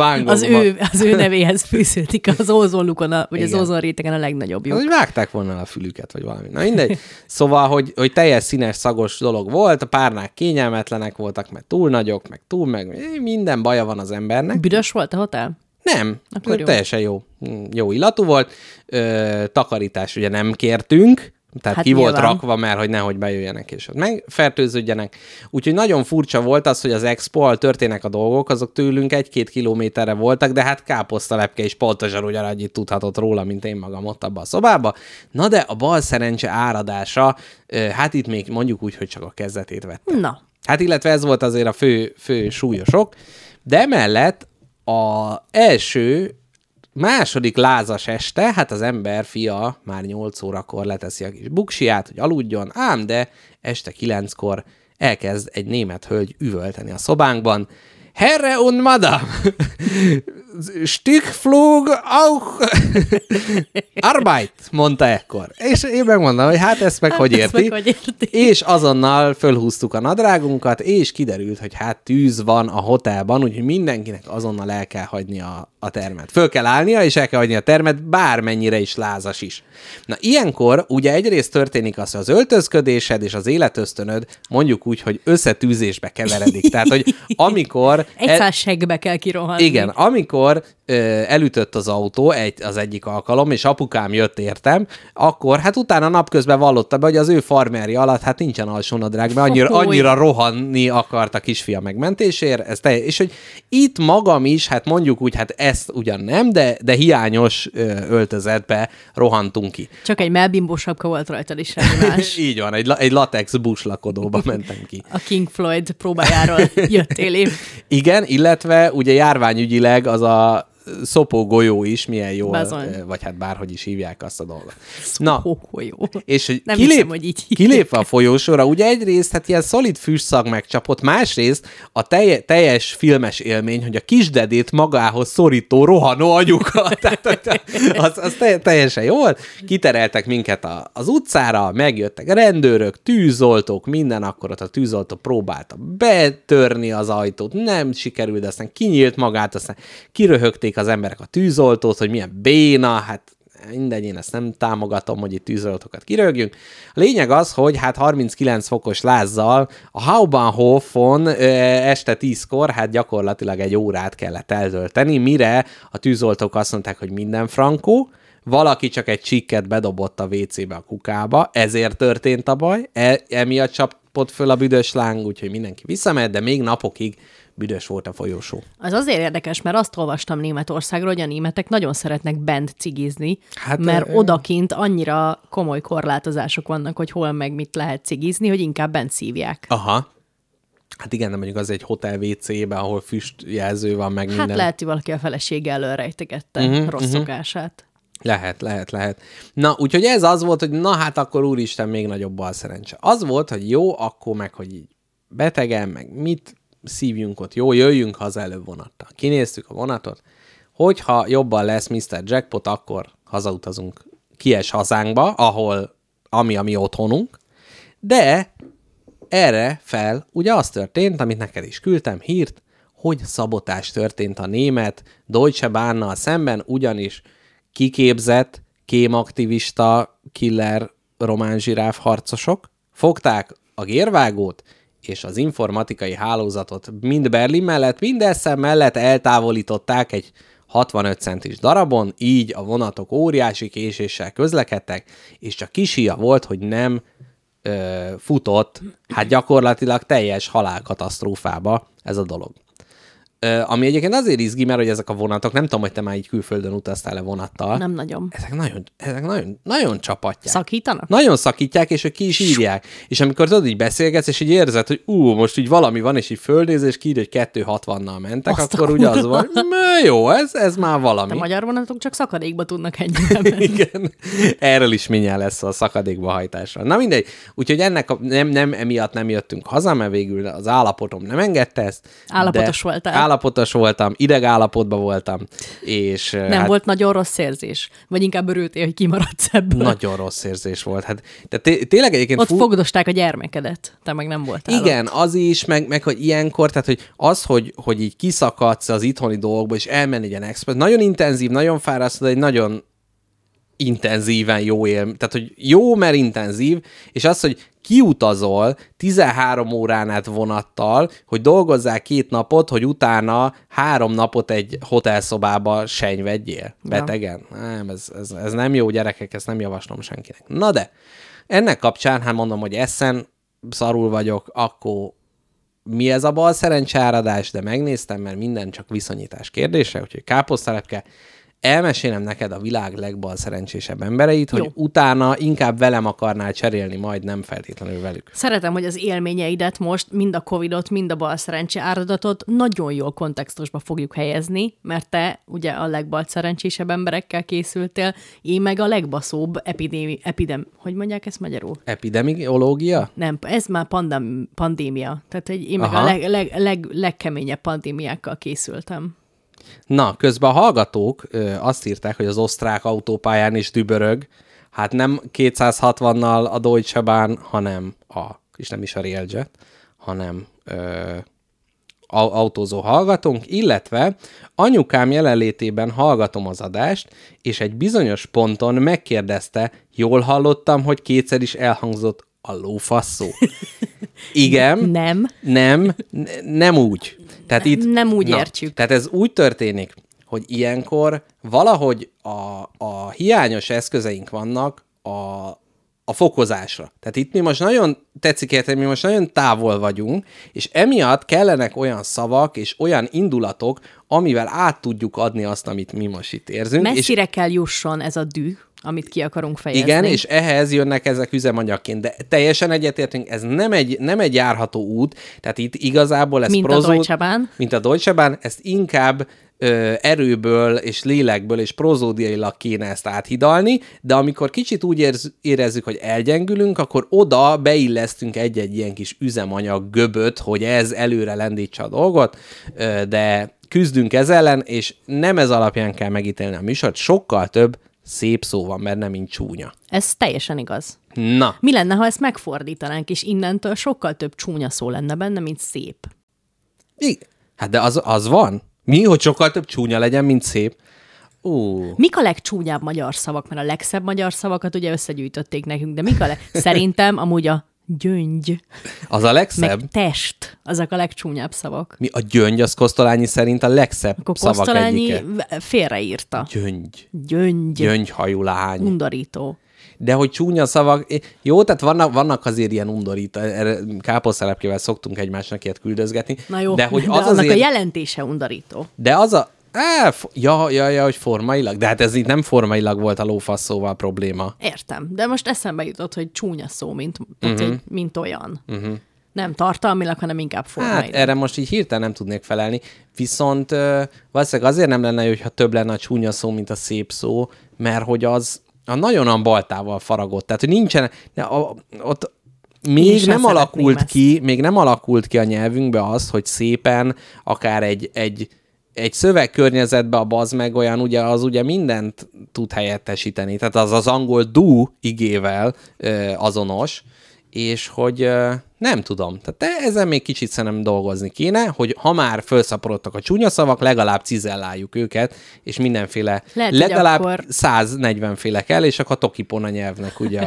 Az ő nevéhez fűződik az ózonlukon, vagy az ózonrétegen a legnagyobb lyuk. Hogy vágták volna a fülüket, vagy valami. Na mindegy. Szóval, hogy teljes színes, szagos dolog volt, a párnák kényelmetlenek voltak, meg túl nagyok, meg minden baja van az embernek. Büdös volt a hotel? Nem, teljesen jó illatú volt. Takarítás ugye nem kértünk, Tehát ki volt rakva, mert hogy nehogy bejöjjenek és megfertőződjenek. Úgyhogy nagyon furcsa volt az, hogy az expo, ahol történnek a dolgok, azok tőlünk 1-2 kilométerre voltak, de hát káposztalepke is pontosan ugyanannyit tudhatott róla, mint én magam ott abban a szobában. Na de a bal szerencse áradása, hát itt még mondjuk úgy, hogy csak a kezdetét vette. Na. Hát illetve ez volt azért a fő súlyosok, de emellett az második lázas este, hát az ember fia már 8 órakor leteszi a kis buksiját, hogy aludjon, ám de este 9-kor elkezd egy német hölgy üvölteni a szobánkban. Herre und Madame, Stückflug auch Arbeit, mondta ekkor. És én megmondom, hogy hát ezt meg hogy érti. És azonnal fölhúztuk a nadrágunkat, és kiderült, hogy hát tűz van a hotelban, úgyhogy mindenkinek azonnal el kell hagyni a termet. Föl kell állnia, és el kell hagyni a termet, bármennyire is lázas is. Na ilyenkor ugye egyrészt történik az, hogy az öltözködésed és az életösztönöd mondjuk úgy, hogy összetűzésbe keveredik. Tehát, hogy amikor... Egy seggbe kell kirohanni. Igen, amikor elütött az autó az egyik alkalom, és apukám jött értem, akkor hát utána napközben vallotta be, hogy az ő farmerje alatt hát nincsen alsónadrág, mert annyira rohanni akart a kisfia megmentésért, és hogy itt magam is, hát mondjuk úgy, hát ezt ugyan nem, de hiányos öltözetbe rohantunk ki. Csak egy melbimbó sapka volt rajtad is, más. Így van, egy latex buslakodóba mentem ki. A King Floyd próbájáról jöttél épp. Igen, illetve ugye járványügyileg az a szopógolyó is milyen jól, vagy hát bárhogy is hívják azt a dolgot. Szopógolyó. És hogy nem hiszem, hogy így kilépve a folyósóra, ugye egyrészt hát ilyen szolid füstszag megcsapott, másrészt a teljes filmes élmény, hogy a kisdedét magához szorító rohanó anyuka. Tehát az teljesen jó volt. Kitereltek minket az utcára, megjöttek rendőrök, tűzoltók, minden, akkor ott a tűzoltó próbálta betörni az ajtót, nem sikerült, aztán kinyílt magát, aztán kiröhögték az emberek a tűzoltót, hogy milyen béna, hát mindegy, én ezt nem támogatom, hogy itt tűzoltókat kirögjünk. A lényeg az, hogy hát 39 fokos lázzal a Hauptbahnhofon este 10-kor hát gyakorlatilag egy órát kellett eltölteni, mire a tűzoltók azt mondták, hogy minden frankó, valaki csak egy csikket bedobott a WC-be a kukába, ezért történt a baj, emiatt csapott föl a büdös láng, úgyhogy mindenki visszament, de még napokig büdös volt a folyósó. Az azért érdekes, mert azt olvastam Németországról, hogy a németek nagyon szeretnek bent cigizni, hát, mert odakint annyira komoly korlátozások vannak, hogy hol meg mit lehet cigizni, hogy inkább bent szívják. Aha. Hát igen, de mondjuk az egy hotel WC-ben, ahol füstjelző van, meg minden. Hát lehet, hogy valaki a felesége elől rejtegette rossz szokását. Lehet. Na, úgyhogy ez az volt, hogy na hát akkor úristen, még nagyobb bal szerencse. Az volt, hogy jó, akkor meg, hogy így betegen, meg mit szívjunk ott, jó, jöjjünk haza előbb vonattal. Kinéztük a vonatot, hogyha jobban lesz Mr. Jackpot, akkor hazautazunk kies hazánkba, ami a mi otthonunk, de erre fel ugye az történt, amit neked is küldtem hírt, hogy szabotás történt a német Deutsche Bahnnal szemben, ugyanis kiképzett, kémaktivista, killer román zsiráf harcosok fogták a gérvágót, és az informatikai hálózatot mind Berlin mellett, mind Essen mellett eltávolították egy 65 centis darabon, így a vonatok óriási késéssel közlekedtek, és csak kis volt, hogy nem futott, hát gyakorlatilag teljes halálkatasztrófába ez a dolog. Ami egyébként azért izgi, mert hogy ezek a vonatok, nem tudom, hogy te már így külföldön utaztál-e vonattal. Nem nagyon. Ezek nagyon csapatják. Szakítanak? Nagyon szakítják, és ők ki is írják. És amikor tudod, így beszélgetsz, és így érzed, hogy most így valami van, és így földnéz, és kiír, hogy 260-nal mentek, azt akkor ugye az van, jó, ez már valami. A magyar vonatok csak szakadékba tudnak ennyire menni. Igen. Erről is mindjárt lesz a szakadékba hajtásra. Na mindegy. Úgyhogy ennek nem emiatt nem jöttünk haza, mert végül az állapotom nem engedte ezt. Állapotos voltam, idegállapotban voltam, és... Nem volt nagyon rossz érzés? Vagy inkább örültél, hogy kimaradsz ebből? Nagyon rossz érzés volt. Hát, tényleg egyébként... Ott fogdosták a gyermekedet, te meg nem voltál. Igen, az is, meg hogy ilyenkor, tehát hogy az, hogy így kiszakadsz az itthoni dolgokból, és elmenni egy expert, nagyon intenzív, nagyon fárasztó, de egy nagyon intenzíven jó élmény. Tehát, hogy jó, mert intenzív, és az, hogy kiutazol 13 órán át vonattal, hogy dolgozzál 2 napot, hogy utána 3 napot egy hotelszobába senyvedjél betegen. Nem, ez nem jó, gyerekek, ezt nem javaslom senkinek. Na de, ennek kapcsán, hát mondom, hogy Essen szarul vagyok, akkor mi ez a bal szerencseáradás, de megnéztem, mert minden csak viszonyítás kérdése, úgyhogy káposztelepke, elmesélem neked a világ legbal szerencsésebb embereit, hogy utána inkább velem akarnál cserélni, majd nem feltétlenül velük. Szeretem, hogy az élményeidet most, mind a Covidot, mind a bal szerencsé áradatot nagyon jól kontextusba fogjuk helyezni, mert te ugye a legbal szerencsésebb emberekkel készültél, én meg a legbaszóbb hogy mondják ezt magyarul? Epidemiológia? Nem, ez már pandémia. Tehát én meg a legkeményebb pandémiákkal készültem. Na, közben a hallgatók azt írták, hogy az osztrák autópályán is dübörög, hát nem 260-nal a Deutsche Bahn, hanem és nem is a Railjet, hanem autózó hallgatónk, illetve anyukám jelenlétében hallgatom az adást, és egy bizonyos ponton megkérdezte, jól hallottam, hogy kétszer is elhangzott a lófasz szó. Igen. Nem úgy. Tehát itt, nem úgy értjük. Tehát ez úgy történik, hogy ilyenkor valahogy a hiányos eszközeink vannak a fokozásra. Tehát itt mi most nagyon, tetszik érteni, mi most nagyon távol vagyunk, és emiatt kellenek olyan szavak és olyan indulatok, amivel át tudjuk adni azt, amit mi most itt érzünk. Messzire kell jusson ez a düh, amit ki akarunk fejezni. Igen, és ehhez jönnek ezek üzemanyagként, de teljesen egyetértünk, ez nem egy járható út, tehát itt igazából ez mint a Deutsche Bahn, ezt inkább erőből és lélekből és prozódiailag kéne ezt áthidalni, de amikor kicsit úgy érezzük, hogy elgyengülünk, akkor oda beillesztünk egy-egy ilyen kis üzemanyag göböt, hogy ez előre lendítse a dolgot, de küzdünk ez ellen, és nem ez alapján kell megítélni a műsort, sokkal több szép szó van benne, mint csúnya. Ez teljesen igaz. Na. Mi lenne, ha ezt megfordítanánk, és innentől sokkal több csúnya szó lenne benne, mint szép? Igen. Hát de az van. Mi, hogy sokkal több csúnya legyen, mint szép? Mik a legcsúnyább magyar szavak? Mert a legszebb magyar szavakat ugye összegyűjtötték nekünk, de mik szerintem amúgy a gyöngy. Az a legszebb? Meg test. Azok a legcsúnyább szavak. Mi a gyöngy, az Kosztolányi szerint a legszebb akkor szavak egyike. félreírta. Gyöngy. Gyöngyhajú lány. Undorító. De hogy csúnya szavak, jó, tehát vannak azért ilyen undorító, káposztelepkével szoktunk egymásnak ilyet küldözgetni. Na jó, de hogy de az annak azért... a jelentése undorító. De az a... hogy formailag? De hát ez itt nem formailag volt a lófasz szóval probléma. Értem, de most eszembe jutott, hogy csúnya szó, mint olyan. Nem tartalmilag, hanem inkább formailag. Hát erre most így hirtelen nem tudnék felelni. Viszont valószínűleg azért nem lenne, hogyha több lenne a csúnya szó, mint a szép szó, mert hogy az nagyon a baltával faragott. Tehát, hogy nincsen... Ott még nem alakult ki a nyelvünkbe az, hogy szépen akár egy szövegkörnyezetben a bazd meg olyan, az ugye mindent tud helyettesíteni. Tehát az angol do igével azonos, és hogy nem tudom. Tehát ezen még kicsit szerintem dolgozni kéne, hogy ha már felszaporodtak a csúnya szavak, legalább cizelláljuk őket, és mindenféle, legalább akkor... 140 féle kell, és akkor a tokipona nyelvnek ugye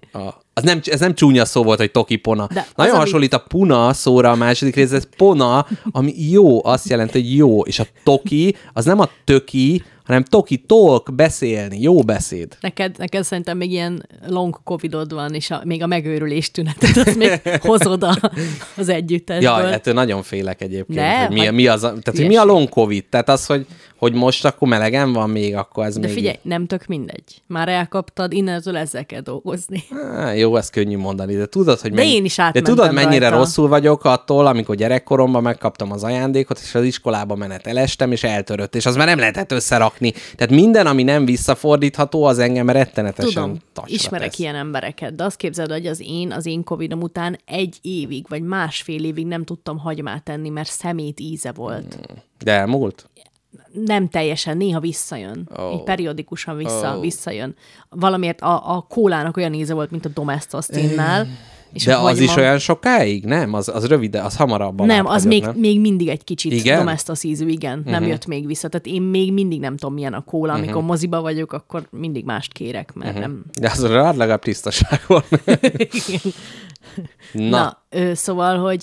ez nem csúnya szó volt, hogy tokipona. Nagyon hasonlít a puna szóra a második rész, ez pona, ami jó, azt jelenti, hogy jó, és a toki, az nem a töki, hanem talk, beszélni, jó beszéd. Neked szerintem még ilyen long covidod van, és még a megőrülés tünetet, azt még hozod az együttesből. Ja, hát nagyon félek egyébként, hogy mi a long covid. Tehát az, hogy most akkor melegen van még, akkor ez de még... De figyelj, nem tök mindegy. Már elkaptad, innentől ezzel kell dolgozni. Jó, ez könnyű mondani, de tudod, hogy én is de tudod, mennyire rosszul vagyok attól, amikor gyerekkoromban megkaptam az ajándékot, és az iskolába menet elestem, és eltörött, és az már nem lehetett összerakni. Tehát minden, ami nem visszafordítható, az engem rettenetesen tacsra ismerek tesz. ilyen embereket, de azt képzeld, hogy az én covidom után 1 évig, vagy 1,5 évig nem tudtam hagymát tenni, mert szemét íze volt. De elmúlt? Nem teljesen, néha visszajön. Így periódikusan visszajön. Valamiért a kólának olyan íze volt, mint a Domestos Cinnál. De az is olyan sokáig? Nem? Az rövid, az hamarabb. Nem, az még mindig egy kicsit Domestos ízű, igen. Nem jött még vissza. Tehát én még mindig nem tudom, milyen a kóla. Amikor moziba vagyok, akkor mindig mást kérek, mert nem... De az legalább tisztaság van. Na, szóval, hogy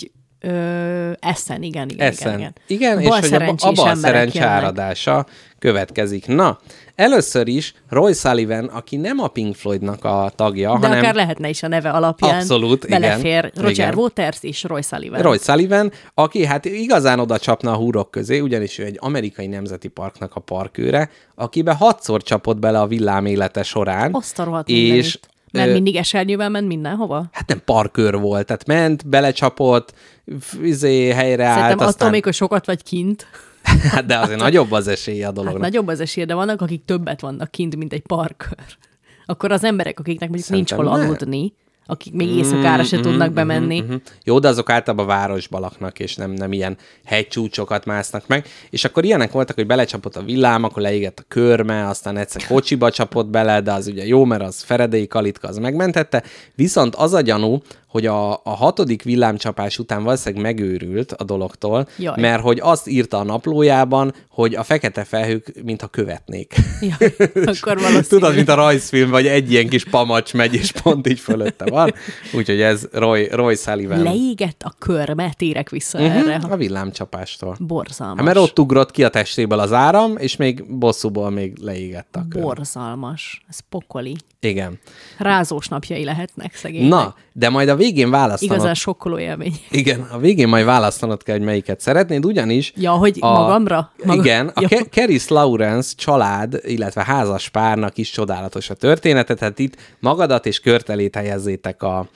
Essen, igen. Igen, és hogy a bal szerencse áradása következik. Na, először is Roy Sullivan, aki nem a Pink Floydnak a tagja, de hanem... akár lehetne is a neve alapján. Abszolút, belefér igen. Roger Waters és Roy Sullivan. Roy Sullivan, aki hát igazán oda csapna a húrok közé, ugyanis ő egy amerikai nemzeti parknak a parkőre, akibe 6-szor csapott bele a villám élete során. Azt a rohadt mindenit. Mert mindig esernyővel ment mindenhova? Hát nem parkőr volt, tehát ment, belecsapott, helyreállt. Szerintem attól még, hogy sokat vagy kint. De azért nagyobb az esélye a dolognak. Hát nagyobb az esélye, de vannak, akik többet vannak kint, mint egy parkőr. Akkor az emberek, akiknek mondjuk Szerintem nincs hol aludni, akik még éjszakára se tudnak bemenni. Jó, de azok általában városba laknak, és nem ilyen hegycsúcsokat másznak meg. És akkor ilyenek voltak, hogy belecsapott a villám, akkor leégett a körme, aztán egyszer kocsiba csapott bele, de az ugye jó, mert az Feredei kalitka, az megmentette. Viszont az a gyanú, hogy a 6. villámcsapás után valószínűleg megőrült a dologtól, Jaj. mert hogy azt írta a naplójában, hogy a fekete felhők mintha követnék. Jaj, akkor valószínű. Tudod, mint a rajzfilm, vagy egy ilyen kis pamacs megy, és pont így fölötte van. Úgyhogy ez Roy Sullivan. Leégett a körme, térek vissza erre. A villámcsapástól. Borzalmas. Hát, mert ott ugrott ki a testéből az áram, és még bosszúból még leégett a kör. Borzalmas. Ez pokoli. Igen. Rázós napjai lehetnek szegénynek. Na, de majd a végén választanod. Igazán sokkoló élmény. Igen, a végén majd választanod kell, hogy melyiket szeretnéd, ugyanis... Ja, hogy magamra? Igen, a Keris Lawrence család, illetve házas párnak is csodálatos a története, tehát itt magadat és körtelét helyezzétek a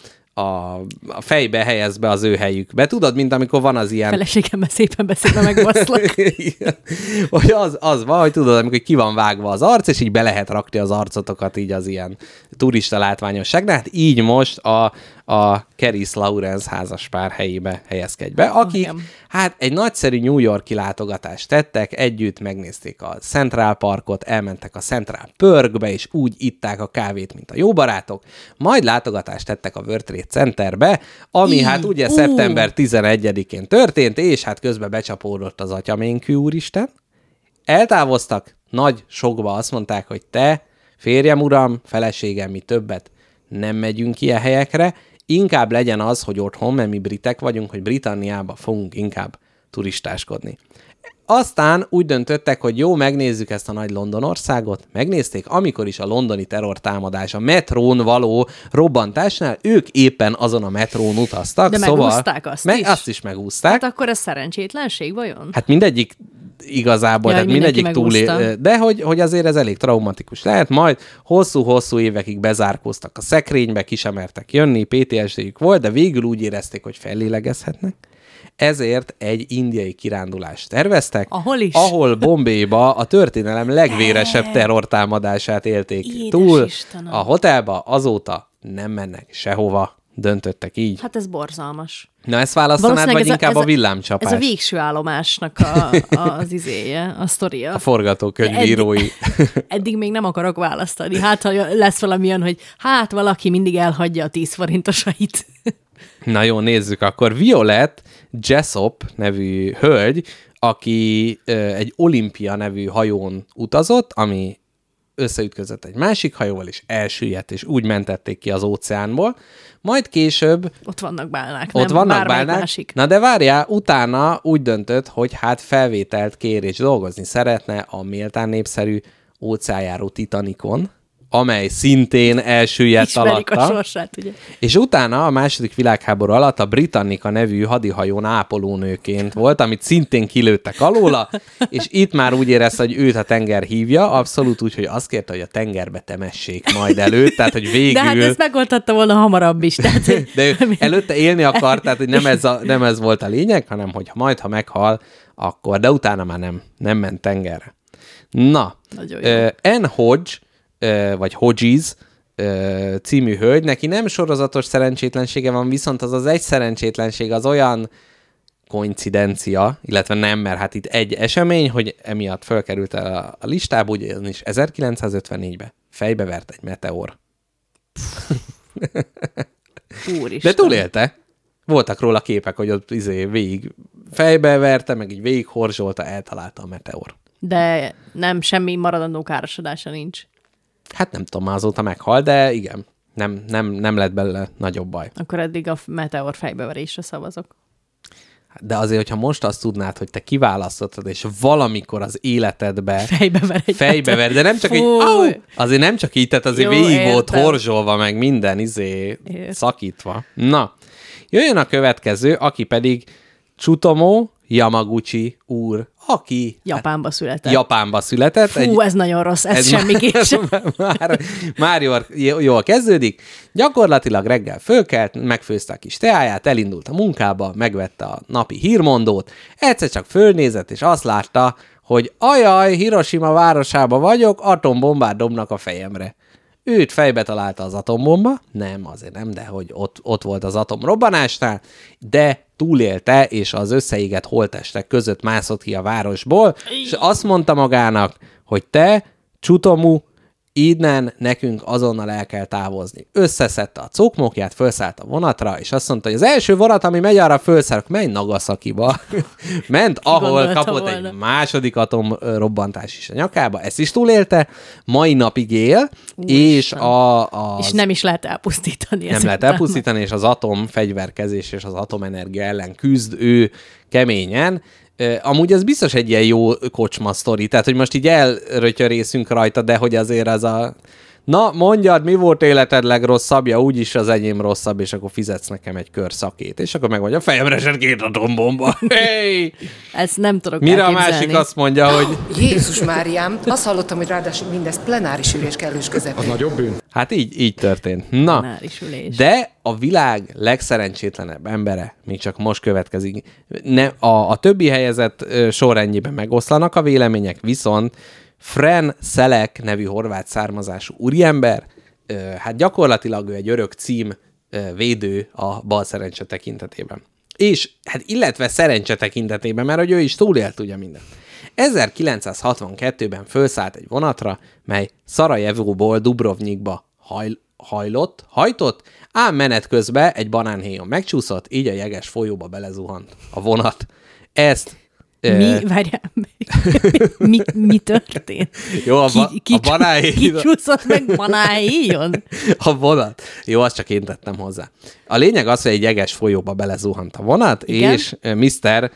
fejbe helyez be az ő helyükbe. Tudod, mint amikor van az ilyen... Feleségemmel szépen beszélve megbaszlak. Hogy az van, hogy tudod, amikor ki van vágva az arc, és így be lehet rakni az arcotokat így az ilyen turista látványosságnál. Hát így most a Keris Lawrence házaspár helyébe helyezkedj be, akik hát egy nagyszerű New York-i látogatást tettek, együtt megnézték a Central Parkot, elmentek a Central Perkbe, és úgy itták a kávét, mint a jó barátok, majd látogatást tettek a World Trade Centerbe, ami hát ugye szeptember 11-én történt, és hát közben becsapódott az atyaménkű úristen. Eltávoztak, nagy sokba azt mondták, hogy te, férjem, uram, feleségem, mi többet nem megyünk ilyen helyekre, inkább legyen az, hogy otthon, mert mi britek vagyunk, hogy Britanniába fogunk inkább turistáskodni. Aztán úgy döntöttek, hogy jó, megnézzük ezt a nagy Londonországot. Megnézték, amikor is a londoni terrortámadás, a metrón való robbantásnál, ők éppen azon a metrón utaztak. De megúszták azt is? Azt is megúszták. Hát akkor ez szerencsétlenség vajon? Hát mindegyik igazából, tehát mindegyik túlél, de hogy azért ez elég traumatikus lehet, majd hosszú-hosszú évekig bezárkóztak a szekrénybe, ki sem mertek jönni, PTSD-jük volt, de végül úgy érezték, hogy fellélegezhetnek. Ezért egy indiai kirándulást terveztek, ahol Bombayba a történelem legvéresebb terrortámadását élték túl. Istenem. A hotelba azóta nem mennek sehova, döntöttek így. Hát ez borzalmas. Na, ezt választanád, vagy inkább a villámcsapás? Ez a végső állomásnak az izéje, a sztoria. A forgatókönyvírói. Eddig még nem akarok választani. Hát, ha lesz valamilyen, hogy hát valaki mindig elhagyja a 10 forintosait. Na jó, nézzük akkor. Violet Jessop nevű hölgy, aki egy Olympia nevű hajón utazott, ami összeütközött egy másik hajóval, és elsüllyedt, és úgy mentették ki az óceánból. Majd később... Ott vannak bálnák, ott vannak bálnák. Másik. Na de várjál, utána úgy döntött, hogy hát felvételt kér és dolgozni szeretne a méltán népszerű óceánjáró Titanicon, amely szintén elsüllyedt alatta. A sorsát, ugye? És utána a második világháború alatt a Britannica nevű hadihajón ápolónőként volt, amit szintén kilőttek alóla, és itt már úgy érezte, hogy őt a tenger hívja, abszolút úgy, hogy azt kérte, hogy a tengerbe temessék majd előtt, tehát hogy végül... De hát ezt megoldhatta volna hamarabb is. Tehát... De ő előtte élni akart, tehát hogy nem ez volt a lényeg, hanem hogy ha meghal, akkor, de utána már nem ment tengerre. Na, Anne Hodge, vagy Hodges című hölgy, neki nem sorozatos szerencsétlensége van, viszont az egy szerencsétlenség az olyan koincidencia, illetve nem, mert hát itt egy esemény, hogy emiatt fölkerült el a listába, ugyanis 1954-ben fejbe vert egy meteor. Úristen. De túlélte. Voltak róla képek, hogy ott végig fejbe verte, meg így végig horzsolta, eltalálta a meteor. De nem, semmi maradandó károsodása nincs. Hát nem tudom, azóta meghal, de igen, nem lett belőle nagyobb baj. Akkor eddig a meteor fejbeverésre szavazok. De azért, hogyha most azt tudnád, hogy te kiválasztottad, és valamikor az életedbe fejbever, de nem csak így, azért nem csak így, tehát azért végig volt horzsolva, meg minden szakítva. Na, jöjjön a következő, aki pedig Tsutomu Yamaguchi úr, aki Japánba született. Fú, ez nagyon rossz, ez semmiképp sem. Már jól kezdődik. Gyakorlatilag reggel fölkelt, megfőzte a kis teáját, elindult a munkába, megvette a napi hírmondót, egyszer csak fölnézett, és azt látta, hogy ajaj, Hiroshima városába vagyok, atombombát dobnak a fejemre. Őt fejbe találta az atombomba, nem, azért nem, de hogy ott volt az atomrobbanásnál, de túlélte, és az összeégett holttestek között mászott ki a városból, és azt mondta magának, hogy te, Tsutomu, innen nekünk azonnal el kell távozni. Összeszedte a cokmokját, felszállt a vonatra, és azt mondta, hogy az első vonat, ami megy arra, felszállok, menj Nagasakiba. Ment, ahol kapott egy második atomrobbantás is a nyakába, ezt is túlélte, mai napig él, és és nem is lehet elpusztítani. Nem lehet elpusztítani, és az atomfegyverkezés és az atomenergia ellen küzd ő keményen. Amúgy ez biztos egy ilyen jó kocsma sztori, tehát hogy most így elrötyörészünk rajta, de hogy azért az a... Na, mondjad, mi volt életed legrosszabbja, úgyis az enyém rosszabb, és akkor fizetsz nekem egy kör szakét. És akkor megmondja, a fejemre esett 2 atombomba. Hey! Ezt nem tudok Mire elképzelni. A másik azt mondja, hogy... Jézus Máriám, azt hallottam, hogy ráadásul mindez plenáris ülés kellős közepén. Az nagyobb bűn. Hát így történt. Na, de a világ legszerencsétlenebb embere még csak most következik. A többi helyezett sorrendjében megoszlanak a vélemények, viszont Fren Selek nevű horvát származású úriember, hát gyakorlatilag ő egy örök cím védő a bal szerencse tekintetében. És hát illetve szerencse tekintetében, mert hogy ő is túlélt ugye minden. 1962-ben fölszállt egy vonatra, mely Szarajevóból Dubrovnikba hajtott, ám menet közben egy banánhéjon megcsúszott, így a jeges folyóba belezuhant a vonat. Ezt Várjál, mi történt? Jó, a banánhéjon. Kicsúszott meg banánhéjon? A vonat. Jó, azt csak én tettem hozzá. A lényeg az, hogy egy jeges folyóba belezuhant a vonat, igen? És Mr.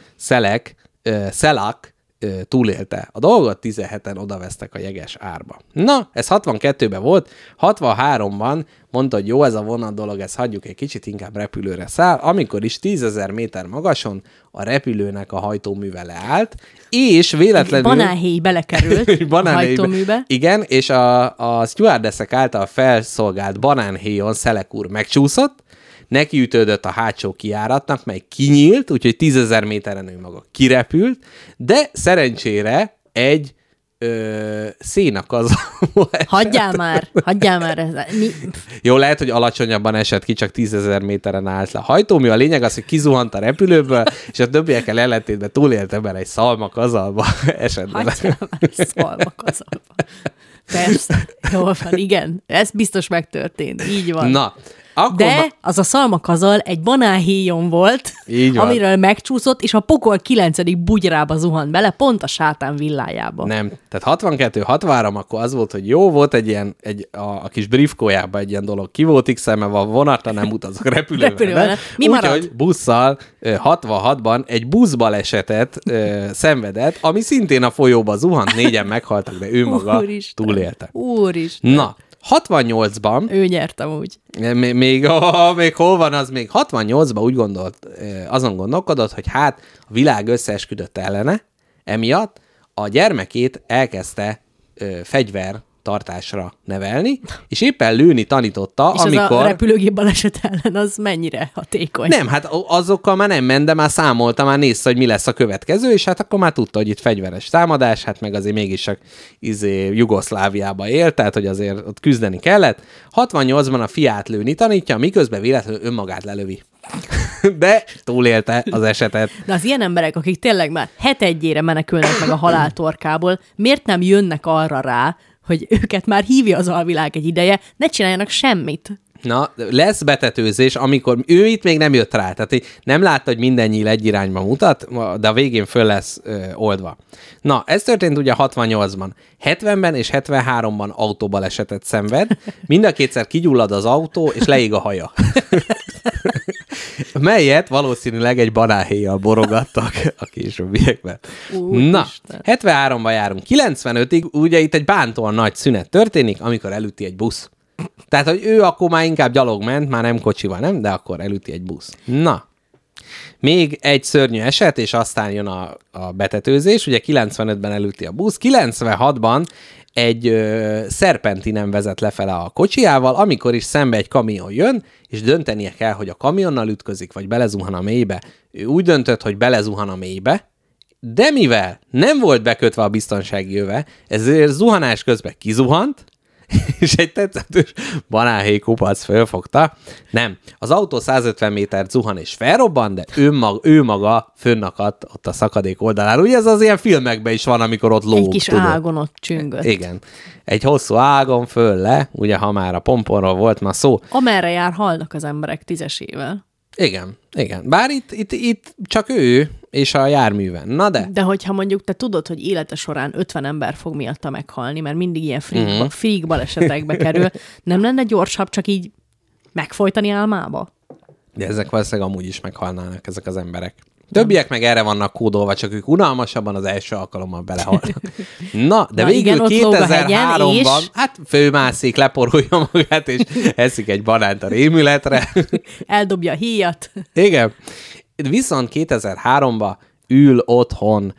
Selak túlélte a dolgot, 17-en odavesztek a jeges árba. Na, ez 62-ben volt, 63-ban mondta, hogy jó, ez a vonat dolog, ezt hagyjuk egy kicsit, inkább repülőre száll, amikor is 10 000 méter magason a repülőnek a hajtóműve leállt, és véletlenül... Banánhéj belekerült a hajtóműbe. Igen, és a stewardessek által felszolgált banánhéjon Selek úr megcsúszott, nekiütődött a hátsó kijáratnak, mely kinyílt, úgyhogy 10 000 méteren ő maga kirepült, de szerencsére egy szénakazalba esett. Hagyjál már. Jó, lehet, hogy alacsonyabban esett ki, csak 10 000 méteren állt le a hajtómű. A lényeg az, hogy kizuhant a repülőből, és a többiekkel ellentétben túlélte bele egy szalmakazalba esett bele. Hagyjál már szalmakazalba. Persze, jól van, igen. Ez biztos megtörtént, így van. Na, de az a szalmakazal egy banánhéjon volt, amiről megcsúszott, és a pokol 9. bugyrába zuhant bele, pont a sátán villájába. Nem. Tehát 62-63, akkor az volt, hogy jó, volt egy ilyen, a kis briefkójában egy ilyen dolog. Ki volt x-elve a vonatra, nem utazok repülővel. Mi maradt? Úgyhogy busszal 66-ban egy buszbalesetet szenvedett, ami szintén a folyóba zuhant, 4-en meghaltak, de ő maga túlélte. Úristen. Na, 68-ban... Ő nyert amúgy. Még hol van az? Még 68-ban azon gondolkodott, hogy hát a világ összeesküdött ellene, emiatt a gyermekét elkezdte fegyvertartásra nevelni, és éppen lőni tanította, és amikor... az a repülőgép baleset ellen az mennyire hatékony? Nem, hát azokkal már nem ment, de már számolta, már nézte, hogy mi lesz a következő, és hát akkor már tudta, hogy itt fegyveres támadás, hát meg azért mégis csak Jugoszláviába élt, tehát hogy azért ott küzdeni kellett. 68-ban a fiát lőni tanítja, miközben véletlenül önmagát lelövi. De túlélte az esetet. De az ilyen emberek, akik tényleg már hetedjére menekülnek meg a halál torkából, miért nem jönnek arra rá, hogy őket már hívja az alvilág egy ideje, ne csináljanak semmit? Na, lesz betetőzés, amikor ő itt még nem jött rá, tehát nem látta, hogy minden nyíl egy irányba mutat, de a végén föl lesz oldva. Na, ez történt ugye 68-ban. 70-ben és 73-ban autóbalesetet szenved, mind a kétszer kigyullad az autó, és leég a haja. melyet valószínűleg egy banánhéjjal borogattak a későbbiekben. Na, 73-ban járunk. 95-ig ugye itt egy bántóan nagy szünet történik, amikor elüti egy busz. Tehát, hogy ő akkor már inkább gyalog ment, már nem kocsival, nem? De akkor elüti egy busz. Na, még egy szörnyű eset, és aztán jön a betetőzés. Ugye 95-ben elüti a busz, 96-ban egy szerpentinen vezet lefele a kocsiával, amikor is szembe egy kamion jön, és döntenie kell, hogy a kamionnal ütközik, vagy belezuhan a mélybe. Ő úgy döntött, hogy belezuhan a mélybe, de mivel nem volt bekötve a biztonsági jöve, ezért zuhanás közben kizuhant, és egy tetszetős banánhéj kupac fölfogta. Nem, az autó 150 métert zuhan és felrobban, de ő maga fönnakadt ott a szakadék oldalán. Ugye ez az ilyen filmekben is van, amikor ott lóg. Egy kis ágon ott csüngött. Igen. Egy hosszú ágon föl le, ugye ha már a pomponról volt ma szó. Amerre jár, halnak az emberek 10-esével. Igen. Bár itt csak ő és a járműven. Na de. De hogyha mondjuk te tudod, hogy élete során 50 ember fog miatta meghalni, mert mindig ilyen freak balesetekbe kerül, nem lenne gyorsabb csak így megfojtani álmába? De ezek valószínűleg amúgy is meghalnának ezek az emberek. Többiek meg erre vannak kódolva, csak ők unalmasabban az első alkalommal belehalnak. Na, de végül 2003-ban, hát főmászik, leporolja magát, és eszik egy banánt a rémületre. Eldobja a híjat. Igen. Viszont 2003-ban ül otthon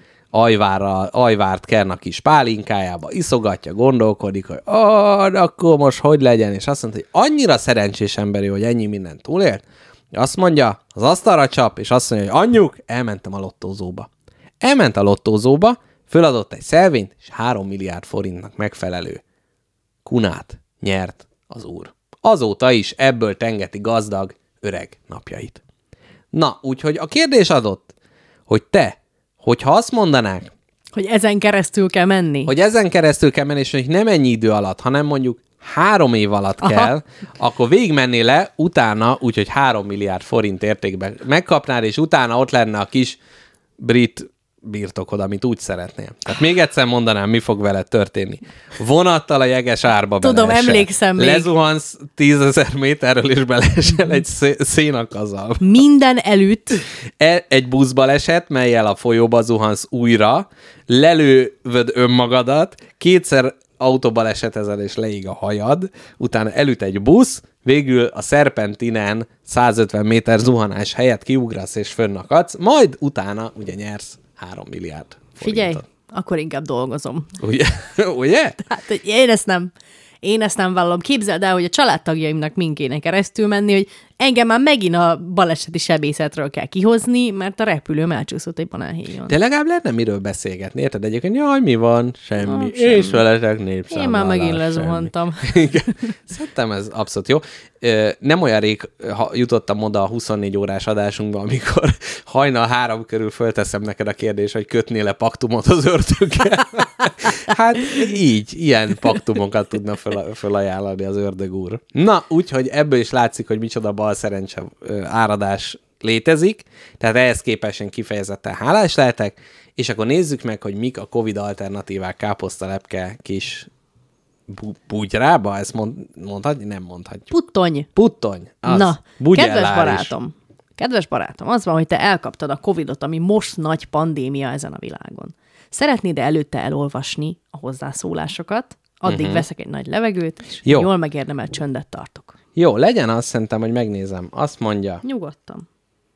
ajvárt ker a kis pálinkájába, iszogatja, gondolkodik, hogy akkor most hogy legyen, és azt mondta, hogy annyira szerencsés emberi, hogy ennyi mindent túlélt. Azt mondja, az asztalra csap, és azt mondja, hogy anyjuk, elmentem a lottózóba. Elment a lottózóba, föladott egy szelvényt, és 3 milliárd forintnak megfelelő kunát nyert az úr. Azóta is ebből tengeti gazdag, öreg napjait. Na, úgyhogy a kérdés adott, hogy te, hogyha azt mondanák, hogy ezen keresztül kell menni. És hogy nem ennyi idő alatt, hanem mondjuk 3 év alatt kell, akkor végigmennél le, utána, úgyhogy 3 milliárd forint értékben megkapnád, és utána ott lenne a kis brit birtokod, amit úgy szeretnél. Tehát még egyszer mondanám, mi fog veled történni. Vonattal a jeges árba Tudom, emlékszem még. Lezuhansz 10 000 méterről, és beleesel egy szénakazal. Minden előtt. Egy buszbaleset, mellyel a folyóba zuhansz újra, lelővöd önmagadat, 2-szer autóbalesetezel és leég a hajad, utána elüt egy busz, végül a szerpentinen 150 méter zuhanás helyett kiugrasz és fönnakadsz, majd utána ugye nyersz 3 milliárd forintot. Figyelj, akkor inkább dolgozom. Ugye? Tehát, én ezt nem vállalom. Képzeld el, hogy a családtagjaimnak mind kéne keresztül menni, hogy engem már megint a baleseti sebészetről kell kihozni, mert a repülőm elcsúszott egy banánhéjon. De legalább lehetne miről beszélgetni, érted? Egyébként, jaj, mi van? Semmi. És veletek népszámlálás. Én már megint lezuhantam. Szerintem ez abszolút jó. Nem olyan rég jutottam oda a 24 órás adásunkba, amikor hajnal 3 körül fölteszem neked a kérdés, hogy kötnél-e paktumot az ördöggel. Hát így, ilyen paktumokat tudna fölajánlani az ördög úr. Na, úgyhogy ebből is látszik, hogy micsoda balszerencse áradás létezik, tehát ehhez képesen kifejezetten hálás lehetek, és akkor nézzük meg, hogy mik a Covid alternatívák káposztalepke kis bugyrába, ezt mondhatni? Nem mondhatjuk. Puttony. Az. Na, kedves barátom, az van, hogy te elkaptad a Covidot, ami most nagy pandémia ezen a világon. Szeretnéd előtte elolvasni a hozzászólásokat, addig veszek egy nagy levegőt, és jól megérdemelt csöndet tartok. Jó, legyen, azt szerintem, hogy megnézem. Azt mondja. Nyugodtan.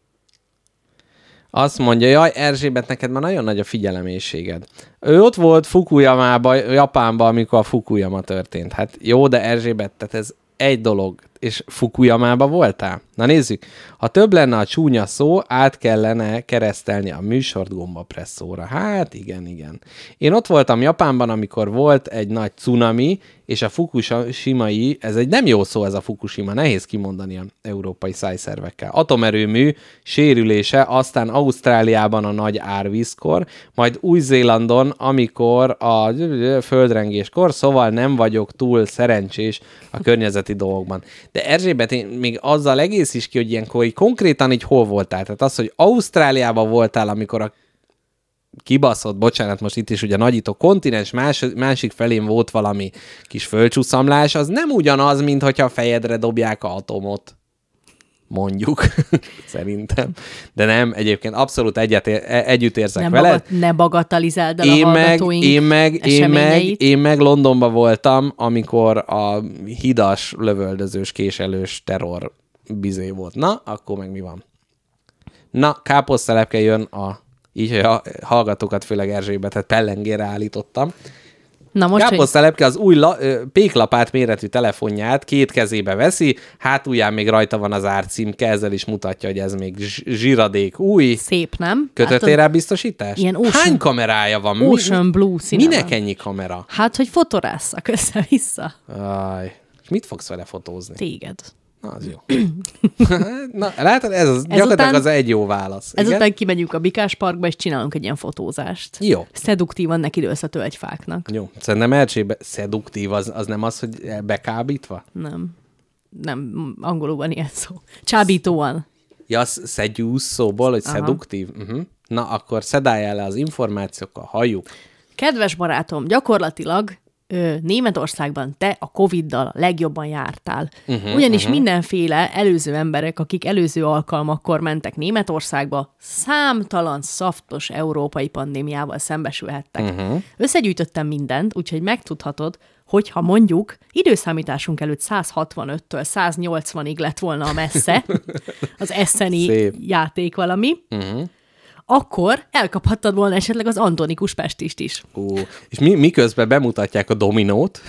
Azt mondja, jaj, Erzsébet, neked már nagyon nagy a figyelemészséged. Ő ott volt Fukuyamában, Japánban, amikor a Fukuyama történt. Hát jó, de Erzsébet, tehát ez egy dolog. És Fukuyamában voltál? Na nézzük. Ha több lenne a csúnya szó, át kellene keresztelni a műsort gombapresszóra. Hát igen. Én ott voltam Japánban, amikor volt egy nagy cunami, és a fukushimai, ez egy nem jó szó ez a Fukushima, nehéz kimondani a európai szájszervekkel. Atomerőmű sérülése, aztán Ausztráliában a nagy árvízkor, majd Új-Zélandon, amikor a földrengéskor, szóval nem vagyok túl szerencsés a környezeti dolgokban. De Erzsébet, én még azzal egész is ki, hogy ilyenkor így konkrétan így hol voltál? Tehát az, hogy Ausztráliában voltál, amikor a kibaszott, bocsánat, most itt is ugye nagyító kontinens másik felén volt valami kis földcsúszamlás, az nem ugyanaz, mint hogyha a fejedre dobják a atomot. mondjuk, szerintem. De nem, egyébként abszolút együtt érzek veled. Ne bagatalizáld el a hallgatóink én meg Londonban voltam, amikor a hidas, lövöldözős, késelős terror bizé volt. Na, akkor meg mi van? Na, káposztelepke jön így a hallgatókat főleg Erzsébetet pellengére állítottam. Káposztelepke az új péklapát méretű telefonját 2 kezébe veszi, hátulján még rajta van az árcímke, ezzel is mutatja, hogy ez még zsiradék új. Szép, nem? Kötöttél rá biztosítást? Hány kamerája van? Ocean Blue színe. Minek ennyi kamera? Hát, hogy fotorásszak össze-vissza. És mit fogsz vele fotózni? Téged. Na, az jó. Na, látod, gyakorlatilag az egy jó válasz. Ezután kimegyünk a Bikás Parkba, és csinálunk egy ilyen fotózást. Jó. Szeduktívan nekidőlsz a tölgyfáknak. Jó. Szerintem Erzsébe szeduktív, az nem az, hogy bekábítva? Nem, angolul van ilyen szó. Csábítóan. Ja, seduce szóból, hogy szeduktív. Na, akkor szedáljál le az információkkal, halljuk. Kedves barátom, gyakorlatilag Németországban te a Covid-dal a legjobban jártál. Ugyanis mindenféle előző emberek, akik előző alkalmakkor mentek Németországba, számtalan szaftos európai pandémiával szembesülhettek. Összegyűjtöttem mindent, úgyhogy megtudhatod, hogyha mondjuk időszámításunk előtt 165-től 180-ig lett volna a messze, az eszeni játék valami, akkor elkaphattad volna esetleg az antonikus pestist is. És miközben bemutatják a dominót,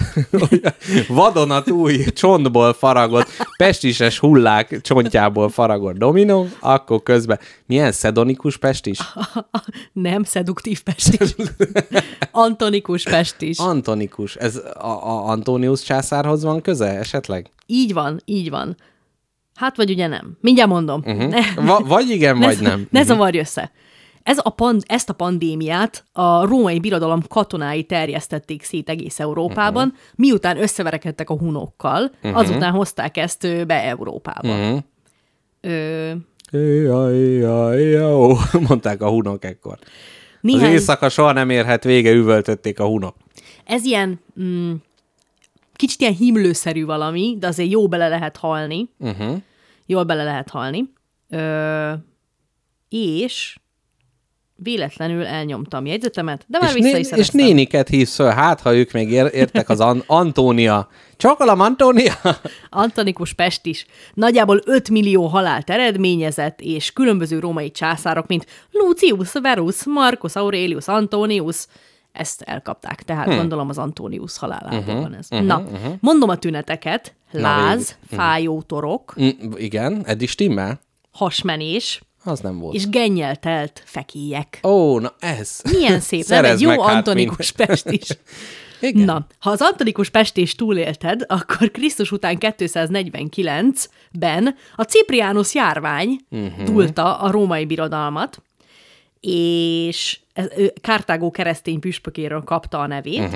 vadonatúj csontból faragott, pestises hullák csontjából faragott dominó, akkor közben milyen szedonikus pestis? Nem, szeduktív pestis. Antonikus pestis. Antonikus. Ez a Antonius császárhoz van köze esetleg? Így van. Hát vagy ugye nem. Mindjárt mondom. Vagy igen, vagy nem. Ne zavarj össze. Ezt a pandémiát a római birodalom katonái terjesztették szét egész Európában, miután összeverekedtek a hunokkal, azután hozták ezt be Európába. Mondták a hunok ekkor. Az éjszaka soha nem érhet vége, üvöltötték a hunok. Ez ilyen kicsit ilyen himlőszerű valami, de azért jó bele lehet halni. Jól bele lehet halni. És véletlenül elnyomtam jegyzetemet, de már vissza is szereztem. És néniket hívsz föl, hát ha ők még értek az Antónia. Csokolom, Antónia! Antonikus pestis. Nagyjából 5 millió halált eredményezett, és különböző római császárok, mint Lucius Verus, Marcus Aurelius, Antonius, ezt elkapták. Tehát gondolom az Antonius halálából van ez. Mondom a tüneteket. Láz, fájó torok. Igen, eddig stimmel. Hasmenés. Az nem volt. És gennyel telt fekélyek. Na ez. Milyen szép, nem egy jó antonikus pestis. Igen. Na, ha az antonikus pestést túlélted, akkor Krisztus után 249-ben a Ciprianus járvány túlta a római birodalmat, és Kartágó keresztény püspökéről kapta a nevét,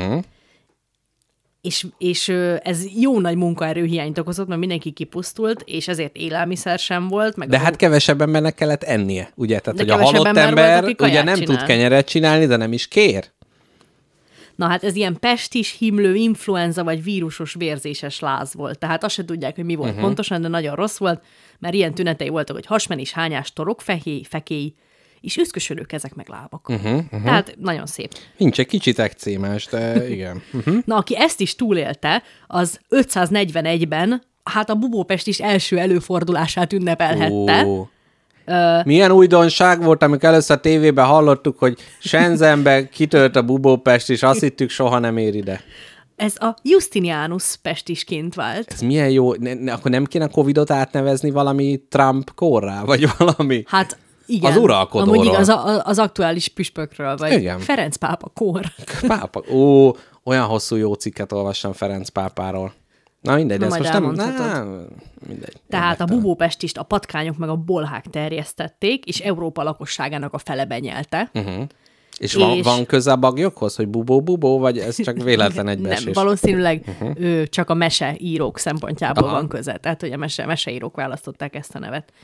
és ez jó nagy munkaerőhiányt okozott, mert mindenki kipusztult, és ezért élelmiszer sem volt. De hát kevesebb embernek kellett ennie, ugye? Tehát, hogy a halott ember ugye nem tud kenyeret csinálni, de nem is kér. Na hát ez ilyen pestis, himlő, influenza vagy vírusos vérzéses láz volt. Tehát azt se tudják, hogy mi volt pontosan, de nagyon rossz volt, mert ilyen tünetei voltak, hogy hasmenés, hányás, torok, fekély, és üszkösödő kezek meg lábak. Tehát nagyon szép. Nincs egy kicsit ekcémás, de igen. Na, aki ezt is túlélte, az 541-ben hát a bubópest is első előfordulását ünnepelhette. Milyen újdonság volt, amikor először a tévében hallottuk, hogy Shenzhenbe kitört a bubópest, és azt hittük, soha nem ér ide. Ez a Justinianus pestisként vált. Ez milyen jó. Akkor nem kéne a Covidot átnevezni valami Trump korrá, vagy valami? Hát igen. Az uralkodóról. Amúgy az aktuális püspökről, vagy igen. Ferenc pápa kor. Pápa. Olyan hosszú jó cikket olvassam Ferenc pápáról. Na mindegy, na, ezt most nem... mindegy. Tehát a bubópestist a patkányok meg a bolhák terjesztették, és Európa lakosságának a fele benyelte. És van köze a bagyokhoz, hogy bubó, vagy ez csak véletlen egybeesés? Nem, valószínűleg csak a meseírók szempontjából van köze. Tehát, hogy a meseírók választották ezt a nevet.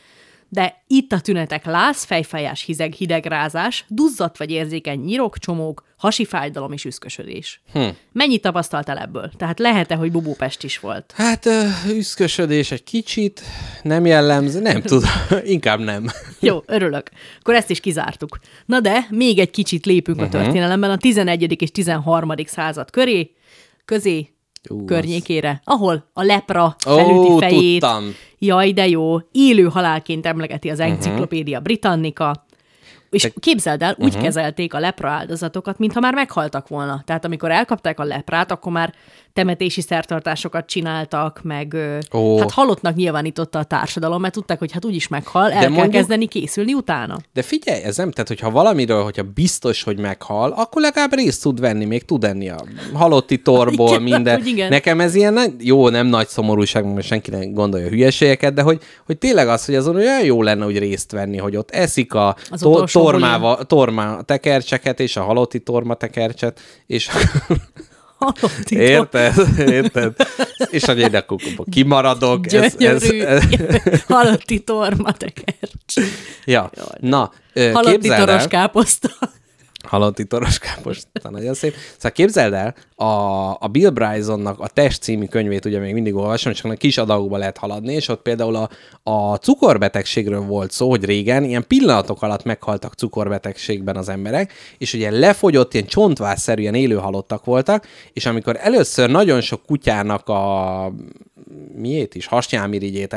de itt a tünetek láz, fejfájás, hizeg, hidegrázás, duzzadt vagy érzékeny nyirokcsomók, hasi fájdalom és üszkösödés. Mennyit tapasztaltál ebből? Tehát lehet-e, hogy bubópest is volt? Hát üszkösödés egy kicsit, nem jellemző, nem tudom, inkább nem. Jó, örülök. Akkor ezt is kizártuk. Na de, még egy kicsit lépünk a történelemben a 11. és 13. század közé, környékére, ahol a lepra felüti fejét. Tudtam. Jaj, de jó. Élő halálként emlegeti az Encyclopedia Britannica. És képzeld el, úgy kezelték a lepra áldozatokat, mintha már meghaltak volna. Tehát amikor elkapták a leprát, akkor már temetési szertartásokat csináltak, meg hát halottnak nyilvánította a társadalom, mert tudták, hogy hát úgyis meghal, kell kezdeni készülni utána. De figyelj, ez nem, tehát hogyha valamiről, hogyha biztos, hogy meghal, akkor legalább részt tud venni, még tud enni a halotti torból, minden. Nekem ez ilyen, jó, nem nagy szomorúság, mert senki nem gondolja hülyeségeket, de hogy tényleg az, hogy azon olyan jó lenne úgy részt venni, hogy ott eszik a torma tekercseket, és a halotti torma tekercset, és... Érted? És a gyédekukba kimaradok. Gyönyörű. Halotti torma tekercs. Ja, na, halotti toros káposzta. Halotti toros káposzta, nagyon szép. Szóval képzeld el, a Bill Brysonnak a Test című könyvét ugye még mindig olvasom, csak kis adagokba lehet haladni, és ott például a cukorbetegségről volt szó, hogy régen ilyen pillanatok alatt meghaltak cukorbetegségben az emberek, és ugye lefogyott, ilyen csontvázszerűen élő halottak voltak, és amikor először nagyon sok kutyának hasnyálmirigyét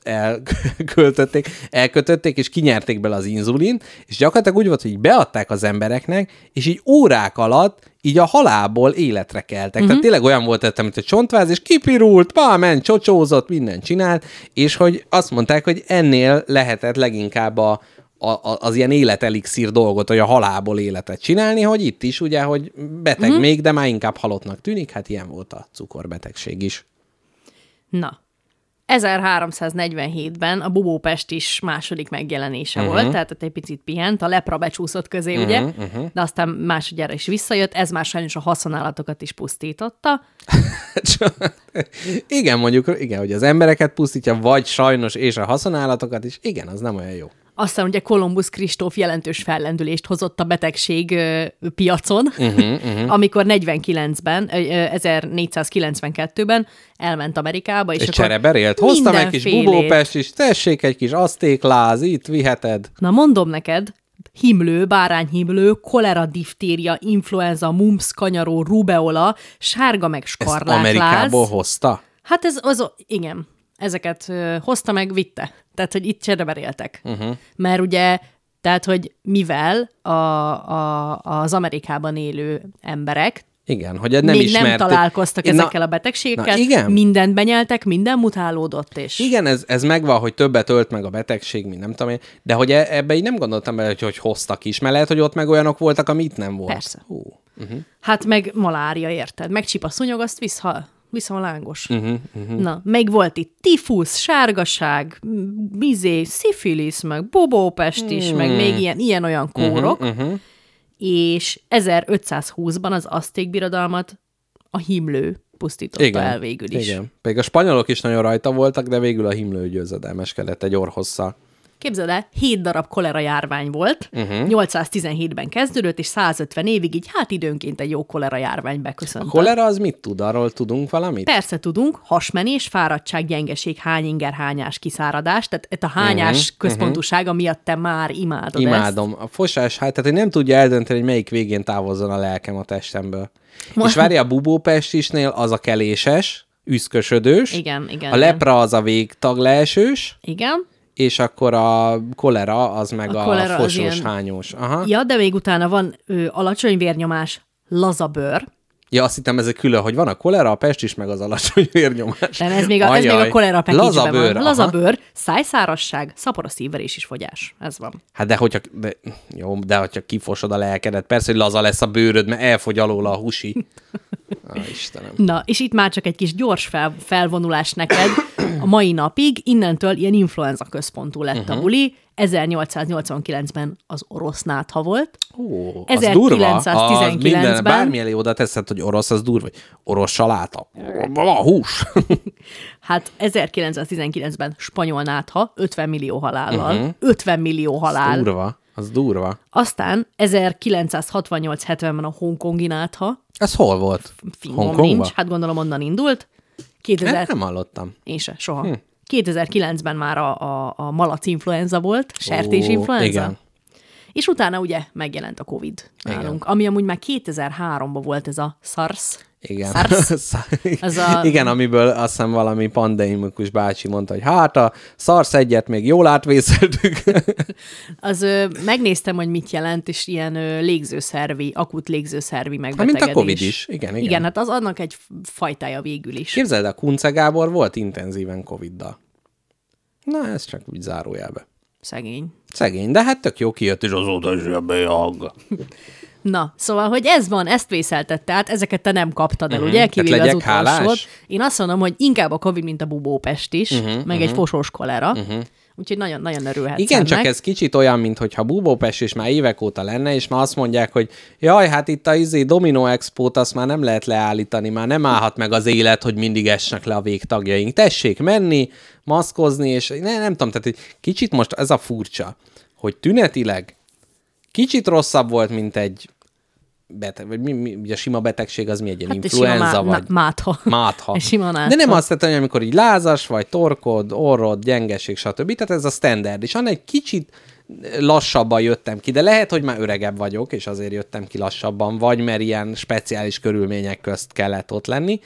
elkötötték, és kinyerték bele az inzulint, és gyakorlatilag úgy volt, hogy így beadták az embereknek, és így órák alatt így a halálból életre keltek. Tehát tényleg olyan volt, mint a csontváz, és kipirult, ment, csocsózott, mindent csinált, és hogy azt mondták, hogy ennél lehetett leginkább az ilyen életelixír dolgot, hogy a halálból életet csinálni, hogy itt is ugye, hogy beteg még, de már inkább halottnak tűnik, hát ilyen volt a cukorbetegség is. Na, 1347-ben a bubópest is második megjelenése volt, tehát ott egy picit pihent, a lepra becsúszott közé, ugye, de aztán másodjára is visszajött, ez már sajnos a haszonállatokat is pusztította. Igen, hogy az embereket pusztítja, vagy sajnos, és a haszonállatokat is, igen, az nem olyan jó. Aztán ugye Kolumbusz Kristóf jelentős fellendülést hozott a betegség piacon, amikor 1492-ben elment Amerikába. És csereberélt. Hoztam egy kis bubópest is, tessék egy kis asztékláz, itt viheted. Na mondom neked, himlő, bárányhimlő, kolera, diftéria, influenza, mumps, kanyaró, rubeola, sárga meg skarlátláz. Ezt Amerikából hozta? Hát igen. Ezeket hozta meg, vitte. Tehát, hogy itt csereberéltek. Mert ugye, tehát, hogy mivel az Amerikában élő emberek igen, hogy nem még ismerték. Nem találkoztak ezekkel a betegségekkel, mindent benyeltek, minden mutálódott, és... Igen, ez megvan, hogy többet ölt meg a betegség, mint nem tudom én, de hogy ebbe így nem gondoltam bele, hogy hoztak is, mert lehet, hogy ott meg olyanok voltak, ami itt nem volt. Persze. Hát meg malária, érted? Megcsip a szúnyog, azt viszont lángos. Na, meg volt itt tifusz, sárgaság, szifilisz, meg bobópest is, meg még ilyen-olyan kórok. És 1520-ban az azték birodalmat a himlő pusztította el végül is. Igen. Pedig a spanyolok is nagyon rajta voltak, de végül a himlő győzedelmeskedett egy orrhosszal. Képzeld el, 7 darab kolera járvány volt, 817-ben kezdődött, és 150 évig így időnként egy jó kolera járvány beköszöntött. A kolera az mit tud? Arról tudunk valamit? Persze tudunk. Hasmenés, fáradtság, gyengeség, hányinger, hányás, kiszáradás, tehát a hányás központúsága miatt te már imádod Imádom. ezt. A fosás, tehát hogy nem tudja eldönteni, hogy melyik végén távozzon a lelkem a testemből. És várja, a bubópestisnél az a keléses, üszkösödős. Igen. A lepra az a végtagleesős. Igen. És akkor a kolera, az meg a fosós, hányós. Aha. Ja, de még utána van alacsony vérnyomás, laza bőr. Ja, azt hittem ezek külön, hogy van a kolera, a pestis, meg az alacsony vérnyomás. Nem, ez még a kolera package-ben van. Laza bőr, szájszárasság, szaporos szívverés és fogyás. Ez van. Hát de hogyha kifosod a lelkedet, persze, hogy laza lesz a bőröd, mert elfogy alóla a husi. Istenem. Na, és itt már csak egy kis gyors felvonulás neked. A mai napig innentől ilyen influenza központú lett a buli. 1889-ben az orosz nátha volt. Ó, az durva. 1919-ben... Bármi elé oda teszed, hogy orosz, az durva. Orosz saláta. A hús. Hát 1919-ben spanyol nátha, 50 millió halállal. 50 millió halál. Az durva. Aztán 1968-70-ben a hongkongi nátha. Ez hol volt? Hongkongban? Nincs, hát gondolom onnan indult. Nem hallottam. Én se, soha. 2009-ben már a malac influenza volt, sertés influenza. Igen. És utána ugye megjelent a Covid nálunk, ami amúgy már 2003-ban volt ez a SARS. Igen. SARS. Igen, amiből azt hiszem valami pandémikus bácsi mondta, hogy hát a SARS egyet még jól átvészeltük. Megnéztem, hogy mit jelent, és ilyen akut légzőszervi megbetegedés. Mint a Covid is. Igen. Igen, hát az annak egy fajtája végül is. Képzeld, a Kunce Gábor volt intenzíven Coviddal. Na, ez csak úgy zárójelbe. Szegény, de hát tök jó kijött, és azóta is hang. Na, szóval, hogy ez van, ezt vészeltette át, ezeket te nem kaptad el, ugye? Kivéve az utolsót. Én azt mondom, hogy inkább a Covid, mint a bubópest is, meg egy fosós kolera. Úgyhogy nagyon-nagyon örülhetsz. Igen, ennek. Csak ez kicsit olyan, mintha bubópest is már évek óta lenne, és már azt mondják, hogy jaj, hát itt a Domino Expót azt már nem lehet leállítani, már nem állhat meg az élet, hogy mindig esnek le a végtagjaink. Tessék menni, maszkozni, és nem tudom, tehát egy kicsit most ez a furcsa, hogy tünetileg kicsit rosszabb volt, mint egy beteg, vagy mi a sima betegség, az mi egy ilyen influenza, vagy... Mátha. De nem azt tettem, hogy amikor így lázas, vagy torkod, orrod, gyengeség, stb. Tehát ez a standard. És annál egy kicsit lassabban jöttem ki, de lehet, hogy már öregebb vagyok, és azért jöttem ki lassabban, vagy mert ilyen speciális körülmények közt kellett ott lenni.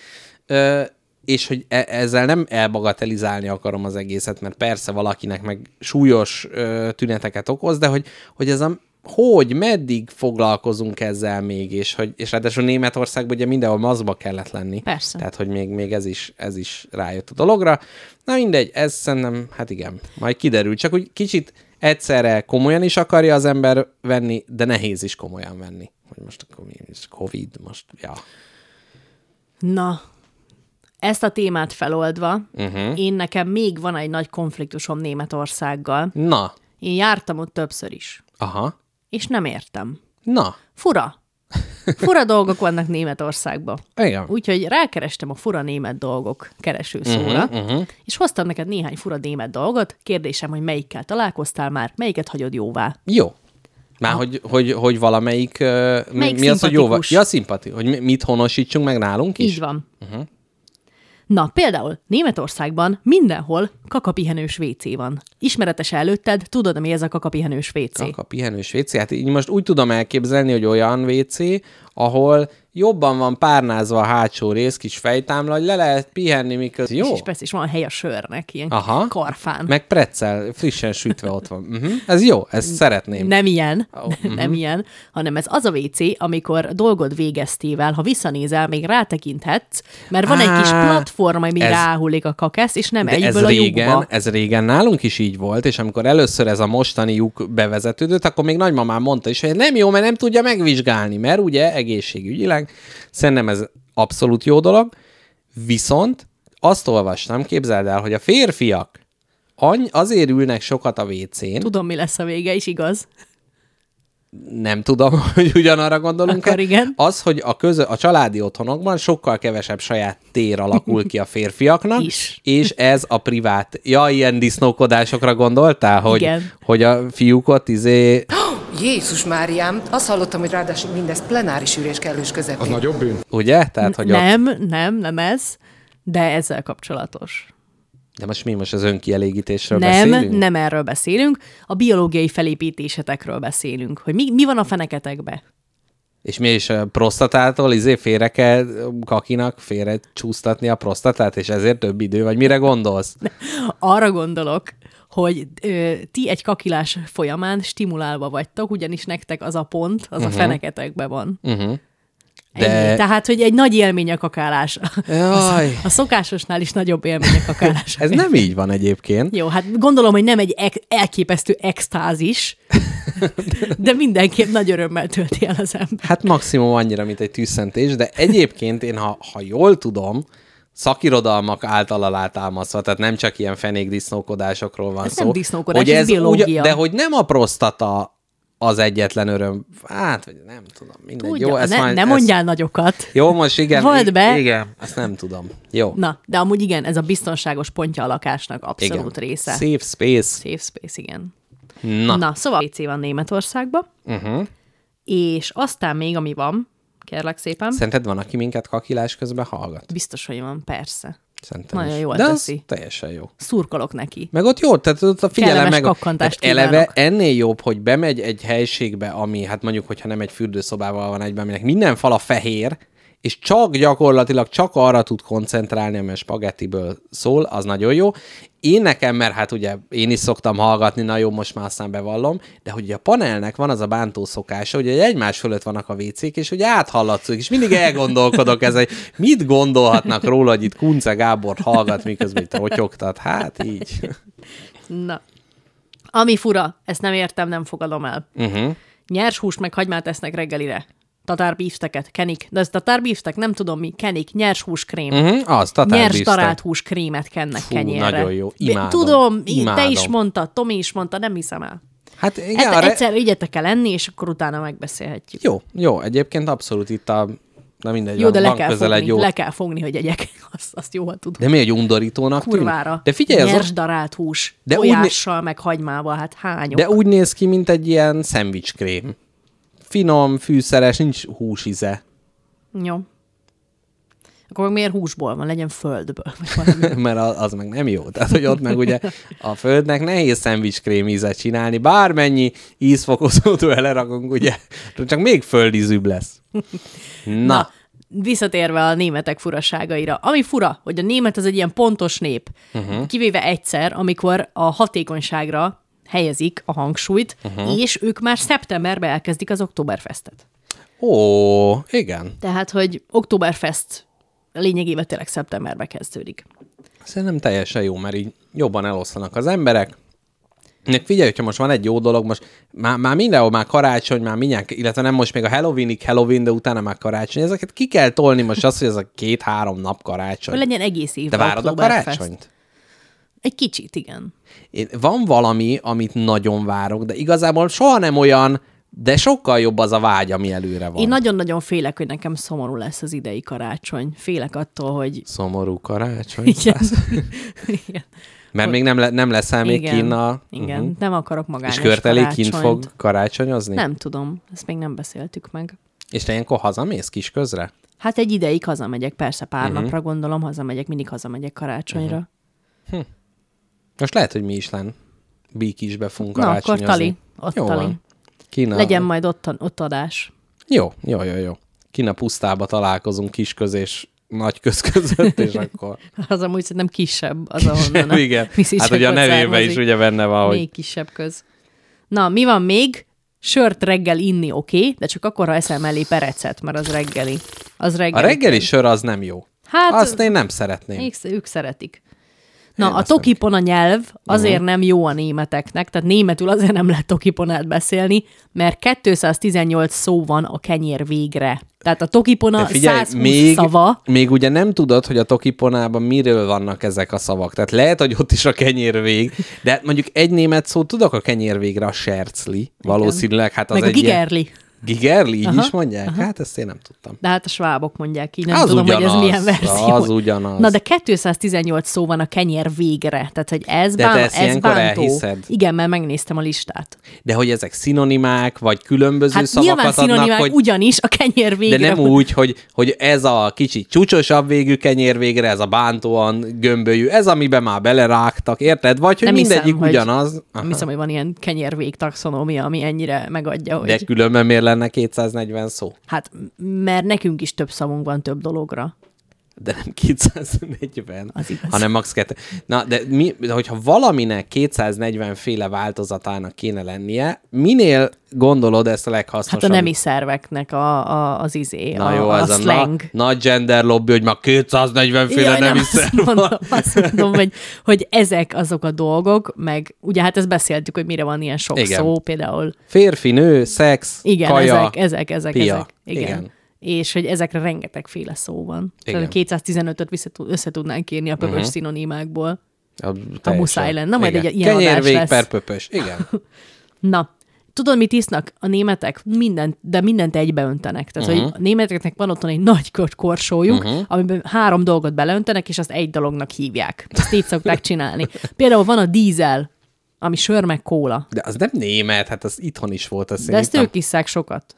És hogy ezzel nem elbagatelizálni akarom az egészet, mert persze valakinek meg súlyos tüneteket okoz, de hogy ez meddig foglalkozunk ezzel még, és ráadásul Németországban ugye mindenhol maszkba kellett lenni. Persze. Tehát, hogy még ez is rájött a dologra. Na mindegy, ez szerintem, hát igen, majd kiderül. Csak úgy kicsit egyszerre komolyan is akarja az ember venni, de nehéz is komolyan venni. Hogy most akkor mi is Covid, most, ja. Na, ezt a témát feloldva, én nekem még van egy nagy konfliktusom Németországgal. Na. Én jártam ott többször is. Aha. És nem értem. Na. Fura dolgok vannak Németországban. Igen. Úgyhogy rákerestem a fura német dolgok keresőszóra, és hoztam neked néhány fura német dolgot. Kérdésem, hogy melyikkel találkoztál már, melyiket hagyod jóvá? Jó. Már hogy valamelyik... mi az, hogy jóvá? Ja, szimpatikus. Hogy mit honosítsunk meg nálunk is? Így van. Na, például Németországban mindenhol kakapihenős WC van. Ismeretes előtted, tudod, mi ez a kakapihenős WC? Kakapihenős WC? Hát így most úgy tudom elképzelni, hogy olyan WC, ahol jobban van párnázva a hátsó rész, kis fejtámla, hogy le lehet pihenni, miközben jó. És persze is van hely a sörnek, ilyen karfán. Meg preccel, frissen sütve ott van. Ez jó, ezt szeretném. Nem ilyen, nem ilyen, hanem ez az a WC, amikor dolgod végeztével, ha visszanézel, még rátekinthetsz, mert van egy kis platform, ami ráhullik a kakesz, és nem egyből a lyukba. Ez régen nálunk is így volt, és amikor először ez a mostani lyuk bevezetődött, akkor még nagymamám mondta is, hogy nem jó, mert nem tudja megvizsgálni, mert ugye egészségügyileg szerintem ez abszolút jó dolog, viszont azt olvastam, képzeld el, hogy a férfiak azért ülnek sokat a WC-n. Tudom, mi lesz a vége is, igaz? Nem tudom, hogy ugyanarra gondolunk. Akkor igen. Az, hogy a családi otthonokban sokkal kevesebb saját tér alakul ki a férfiaknak, és ez a privát... Ja, ilyen disznókodásokra gondoltál, hogy a fiúk ott Jézus Máriám, azt hallottam, hogy ráadásul mindez plenáris ülés kellős közepén. Az nagyobb bűn. Ugye? Tehát, hogy nem ez, de ezzel kapcsolatos. De most mi az önkielégítésről beszélünk? Nem erről beszélünk, a biológiai felépítésetekről beszélünk, hogy mi van a feneketekbe. És mi is a prostatától félre kell kakinak félre csúsztatni a prostatát, és ezért több idő, vagy mire gondolsz? Arra gondolok, hogy ti egy kakilás folyamán stimulálva vagytok, ugyanis nektek az a pont, az a feneketekben van. De... Tehát, hogy egy nagy élmény a kakálás. A szokásosnál is nagyobb élmény a kakálás. Ez nem így van egyébként. Jó, hát gondolom, hogy nem egy elképesztő extázis, de mindenképp nagy örömmel tölti el az ember. Hát maximum annyira, mint egy tűzszentés, de egyébként én, ha jól tudom, szakirodalmak által alátámasztva, tehát nem csak ilyen fenékdisznókodásokról van ez szó. Nem disznókodás, ez biológia. De hogy nem a prostata az egyetlen öröm. Hát, vagy nem tudom, mindegy. Tudja, jó, ne mondjál nagyokat. Jó, most igen. Vald be. Igen, ezt nem tudom. Jó. Na, de amúgy igen, ez a biztonságos pontja a lakásnak abszolút Igen. része. Safe space. Safe space, igen. Na. Szóval WC van Németországban, és aztán még, ami van, kérlek szépen. Szerinted van, aki minket kakilás közben hallgat? Biztos, hogy van, persze. Szerintem Nagyon is. jól De teszi. az teljesen jó. Szurkolok neki. Meg ott jó, tehát ott a figyelem Kellemes meg... kakkantást tehát eleve kívánok. ennél jobb, hogy bemegy egy helységbe, ami, hát mondjuk, hogyha nem egy fürdőszobával van egyben, aminek minden fala fehér, és gyakorlatilag csak arra tud koncentrálni, ami a spagettiből szól, az nagyon jó. Én nekem, mert hát ugye én is szoktam hallgatni, na jó, most már aztán bevallom, de hogy a panelnek van az a bántó szokása, hogy egymás fölött vannak a WC-k, és ugye áthallatszunk, és mindig elgondolkodok ezen, hogy mit gondolhatnak róla, hogy itt Kunce Gábor hallgat, miközben itt rotyogtat. Hát így. Na. Ami fura, ezt nem értem, nem fogadom el. Nyers húst meg hagymát esznek reggelire. Tatárbífteket kenik. De ez tatárbíftek, nem tudom mi, kenik, nyers húskrém. Az, tatárbíftek. Nyers darált húskrémet kennek kenyérre. Nagyon jó. Imádom. Tudom, Imádom. te is mondtad, Tomi is mondta, nem hiszem el. Hát igen, Egyszer igyetek el enni, és akkor utána megbeszélhetjük. Jó, egyébként abszolút itt a... Na mindegy, Jó, de van közel egy jó... le kell fogni, hogy egyek. Azt jól tudom. De mi egy undorítónak tűnik? Kurvára. De figyelj, nyers darált hús, de tojással, meg hagymával, hát hányok. De úgy néz ki, mint egy ilyen szendvicskrém. Finom, fűszeres, nincs húsize. Jó. Akkor meg miért húsból van? Legyen földből. Mert az meg nem jó. Tehát, hogy ott meg ugye a földnek nehéz szendvicskrém ízet csinálni. Bármennyi ízfokozót elerakunk, ugye, csak még földízűbb lesz. Na. Visszatérve a németek furaságaira. Ami fura, hogy a német az egy ilyen pontos nép. Kivéve egyszer, amikor a hatékonyságra helyezik a hangsúlyt, és ők már szeptemberben elkezdik az Oktoberfestet. Ó, igen. Tehát, hogy Oktoberfest lényegében tényleg szeptemberben kezdődik. Szerintem teljesen jó, mert így jobban eloszlanak az emberek. Nek figyelj, hogyha most van egy jó dolog, most már mindenhol már karácsony, már mindjárt, illetve nem most még a Halloween, de utána már karácsony. Ezeket ki kell tolni most azt, hogy ez a 2-3 nap karácsony. Hogy legyen egész évben De várod a karácsonyt? Egy kicsit, igen. Van valami, amit nagyon várok, de igazából soha nem olyan, de sokkal jobb az a vágy, ami előre van. Én nagyon-nagyon félek, hogy nekem szomorú lesz az idei karácsony. Félek attól, hogy... Szomorú karácsony? Igen. Igen. Mert még nem leszel még kinn a... Igen, nem akarok magányos És Körteli karácsonyt. kint fog karácsonyozni? Nem tudom, ezt még nem beszéltük meg. És te ilyenkor hazamész Kisközre? Hát egy ideig hazamegyek, persze pár napra gondolom, mindig hazamegyek karácsonyra. Most lehet, hogy mi is lenne. Bíkisbe fogunk Na, akkor karácsonyozni. Tali, ott Jó Tali. van. Kína... Legyen majd ott adás. Jó. Kína pusztába találkozunk Kisköz és Nagyköz között, és akkor... Az amúgy szerintem kisebb, az ahonnan igen. Hát ugye a nevében is ugye benne van, hogy... Még kisebb köz. Na, mi van még? Sört reggel inni oké, de csak akkor, ha eszel mellé perecet, mert az reggeli. A reggeli sör az nem jó. Hát, azt én nem szeretném. Ők szeretik. Na, a tokipona nyelv azért nem jó a németeknek, tehát németül azért nem lehet tokiponát beszélni, mert 218 szó van a kenyér végre. Tehát a tokipona 120 szava. Még ugye nem tudod, hogy a tokiponában miről vannak ezek a szavak. Tehát lehet, hogy ott is a kenyér vég, de mondjuk egy német szót tudok a kenyér végre, a sercli. Valószínűleg, hát az meg egy a gigerli. Gigerli, így is mondják? Hát ezt én nem tudtam. De hát a svábok mondják így, nem az tudom, ugyanaz, hogy ez milyen verzió. Az ugyanaz. Na, de 218 szó van a kenyér végre, tehát hogy ez, de te ezt ez bántó. Elhiszed? Igen, mert megnéztem a listát. De hogy ezek szinonimák, vagy különböző hát szavakat adnak, szinonimák hogy... ugyanis a kenyér végre. De nem úgy, hogy ez a kicsit csúcsosabb végű kenyér végre, ez a bántóan gömbölyű, ez amiben már belerágtak, érted? Vagy hogy nem mindegyik hiszem, ugyanaz. Nem hiszem, hogy van ilyen kenyér vég taxonómia, ami ennyire megadja, hogy... De különben miért lenne 240 szó? Hát, mert nekünk is több szavunk van több dologra. De nem 240, az igaz. hanem max. 2. Na, de hogyha valaminek 240 féle változatának kéne lennie, minél gondolod ezt a leghasznosabb? Hát a nemi szerveknek az izé, na jó, a ez slang. Nagy gender lobby, hogy már 240 féle nemi szerv van. Azt mondom, hogy ezek azok a dolgok, meg ugye hát ezt beszéltük, hogy mire van ilyen sok szó, például. Férfi, nő, szex, igen, kaja, ezek. pia. Igen. és hogy ezekre rengetegféle szó van. Tehát 215-öt össze tudnánk írni a pöpös szinonimákból. A muszáj lenne. Na, majd egy ilyen adás lesz. Kenyérvég per pöpös. Igen. Na, tudod, mit isznak a németek? Mindent egybeöntenek. Tehát, hogy a németeknek van otthon egy nagy korsójuk, amiben 3 dolgot beleöntenek, és azt egy dolognak hívják. Ezt így szokták csinálni. Például van a dízel, ami sör meg kóla. De az nem német, hát az itthon is volt. De ezt ők isszák sokat.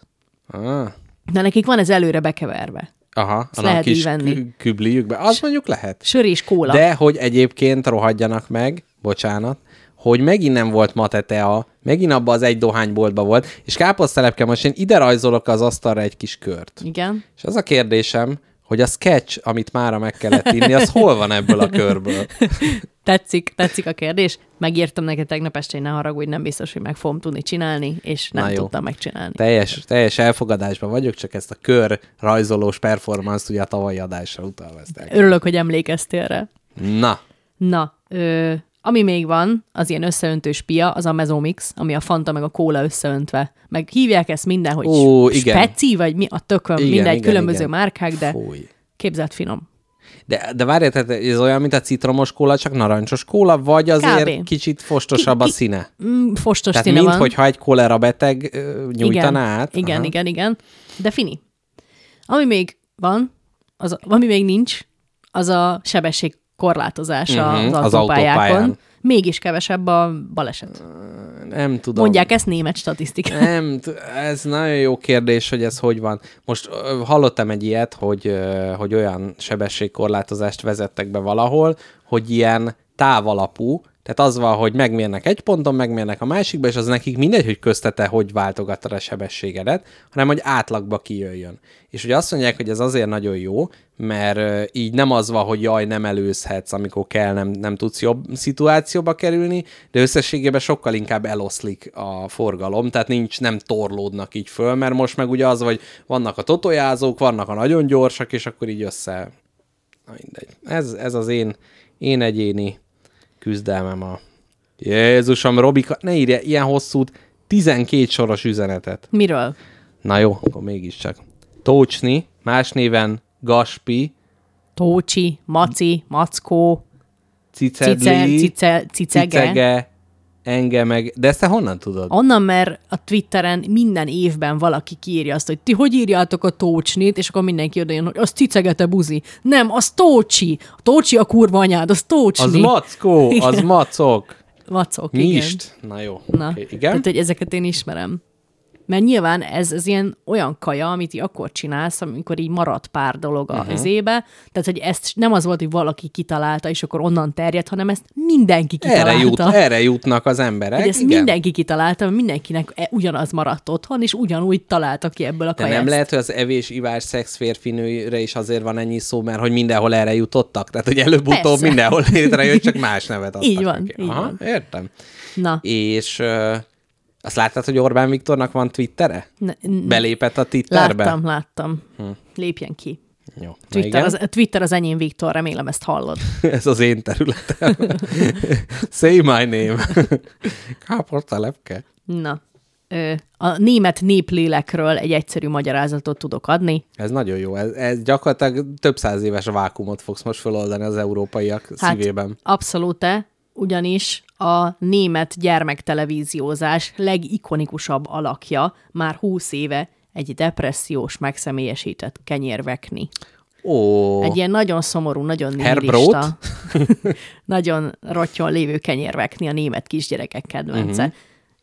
De nekik van ez előre bekeverve. Aha, a kis kübliükbe. Az mondjuk lehet. Sör és kóla. De hogy egyébként rohadjanak meg, bocsánat, hogy megint nem volt Matetea, megint abban az egy dohányboltban volt, és káposztelepke, most én ide rajzolok az asztalra egy kis kört. Igen. És az a kérdésem, hogy a sketch, amit mára meg kellett inni, az hol van ebből a körből? Tetszik a kérdés. Megírtam neked tegnap este, hogy ne haragudj, nem biztos, hogy meg fogom tudni csinálni, és nem tudtam megcsinálni. Teljes elfogadásban vagyok, csak ezt a kör rajzolós performance-t ugye a tavalyi adásra utalvazták. Örülök, hogy emlékeztél rá. Na, ami még van, az ilyen összeöntős pia, az a Mezomix, ami a Fanta meg a kóla összeöntve. Meg hívják ezt mindenhogy speci, vagy mi a tököm, mindegy, különböző márkák, de képzelt finom. De várjál, tehát ez olyan, mint a citromos kóla, csak narancsos kóla, vagy azért kicsit fostosabb a színe? Fostos tehát színe van. Tehát minthogyha egy kólera beteg nyújtaná át? Igen. De fini. Ami még van, ami még nincs, az a sebességkorlátozás az autópályákon. Mégis kevesebb a baleset. Nem tudom. Mondják ezt német statisztikát. Ez nagyon jó kérdés, hogy ez hogy van. Most hallottam egy ilyet, hogy olyan sebességkorlátozást vezettek be valahol, hogy ilyen távalapú, tehát az van, hogy megmérnek egy ponton, megmérnek a másikba, és az nekik mindegy, hogy köztete hogy váltogatod a sebességedet, hanem hogy átlagba kijöjjön. És ugye azt mondják, hogy ez azért nagyon jó, mert így nem az van, hogy jaj, nem előzhetsz, amikor kell, nem tudsz jobb szituációba kerülni, de összességében sokkal inkább eloszlik a forgalom, tehát nem torlódnak így föl, mert most meg ugye az, hogy vannak a totojázók, vannak a nagyon gyorsak, és akkor így össze... Na mindegy. Ez az én egyéni küzdelmem a... Jézusom, Robika, ne írja ilyen hosszút, 12 soros üzenetet. Miről? Na jó, akkor mégiscsak. Tócsni, más néven Gaspi. Tócsi, Maci, Mackó. Cicedli. Cicege. Engem meg... De ezt te honnan tudod? Onnan, mert a Twitteren minden évben valaki kiírja azt, hogy ti hogy írjátok a Tócsnit, és akkor mindenki odajön, hogy az cicegete buzi. Nem, az Tócsi. A Tócsi a kurva anyád, az Tócsni. Az Mackó, az Macok. Macok, Nyist. Na jó. Na, okay, igen. Tehát, hogy ezeket én ismerem. Mert nyilván ez ilyen olyan kaja, amit így akkor csinálsz, amikor így marad pár dolog az ébe. Tehát, hogy ezt nem az volt, hogy valaki kitalálta, és akkor onnan terjed, hanem ezt mindenki kitalálta. Erre jutnak az emberek. Hogy ezt mindenki kitalálta, mindenkinek ugyanaz maradt otthon, és ugyanúgy találta ki ebből a kaját. De nem lehet, hogy az evés, ivás, szex férfinőre is azért van ennyi szó, mert hogy mindenhol erre jutottak? Tehát, hogy előbb-utóbb mindenhol létrejött, csak más nevet adtak. Így van, így van. Értem. Na. És... azt láttad, hogy Orbán Viktornak van Twittere? Belépett a Twitterbe? Láttam. Lépjen ki. Jó. Twitter az enyém, Viktor, remélem ezt hallod. Ez az én területem. Say my name. Káposztelepke. Na. A német néplélekről egy egyszerű magyarázatot tudok adni. Ez nagyon jó. Ez gyakorlatilag több 100 éves vákumot fogsz most feloldani az európaiak szívében. Abszolút, ugyanis a német gyermektelevíziózás legikonikusabb alakja már 20 éve egy depressziós, megszemélyesített kenyérvekni. Egy ilyen nagyon szomorú, nagyon nihilista, nagyon rottyon lévő kenyérvekni a német kisgyerekek kedvence.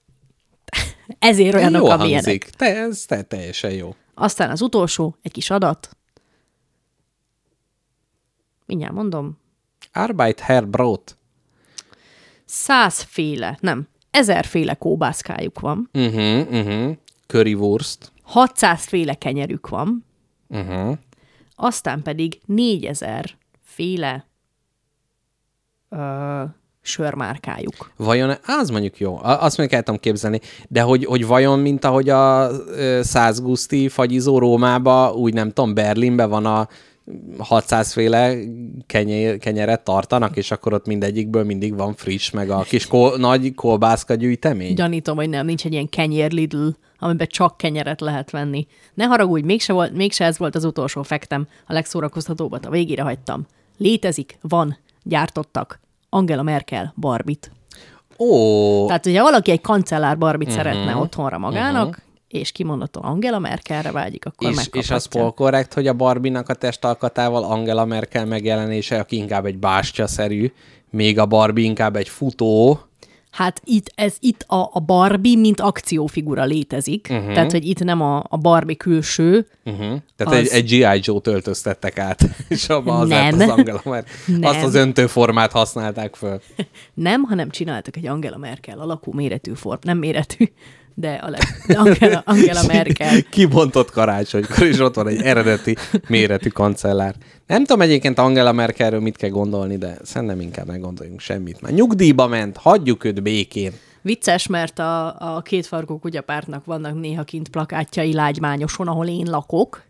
Ezért olyanok, amilyenek. Ez teljesen jó. Aztán az utolsó, egy kis adat. Mindjárt mondom. Arbeit Herr Brot. 1000 féle kóbászkájuk van. Currywurst. 600 féle kenyerük van. Aztán pedig 4000 féle sörmárkájuk. Vajon, az mondjuk jó, azt mondjuk el tudom képzelni, de hogy vajon, mint ahogy a 100 guszti fagyizó Rómába, úgy nem tudom, Berlinben van a 600 féle kenyeret tartanak, és akkor ott mindegyikből mindig van friss, meg a kis nagy kolbászka gyűjtemény. Gyanítom, hogy nem, nincs egy ilyen kenyér Lidl, amiben csak kenyeret lehet venni. Ne haragudj, mégse ez volt az utolsó fektem, a legszórakoztatóbbat a végére hagytam. Létezik, van, gyártottak Angela Merkel Barbit. Ó. Tehát, hogyha valaki egy kancellár Barbit szeretne otthonra magának, és kimondottan Angela Merkelre vágyik, akkor megkaphatja. És az korrekt, hogy a Barbie-nak a testalkatával Angela Merkel megjelenése, aki inkább egy bástya-szerű, még a Barbie inkább egy futó. Hát itt a Barbie, mint akciófigura létezik. Tehát, hogy itt nem a Barbie külső. Tehát egy G.I. Joe töltöztettek át, és abban az Angela Merkel. Azt az öntőformát használták föl. Nem, hanem csináltak egy Angela Merkel alakú méretű nem méretű, de Angela Merkel. Kibontott karácsonykor, és ott van egy eredeti méretű kancellár. Nem tudom egyébként Angela Merkelről mit kell gondolni, de szerintem inkább ne gondoljunk semmit. Már nyugdíjba ment, hagyjuk őt békén. Vicces, mert a kétfarkú kutyapártnak vannak néha kint plakátjai Lágymányoson, ahol én lakok,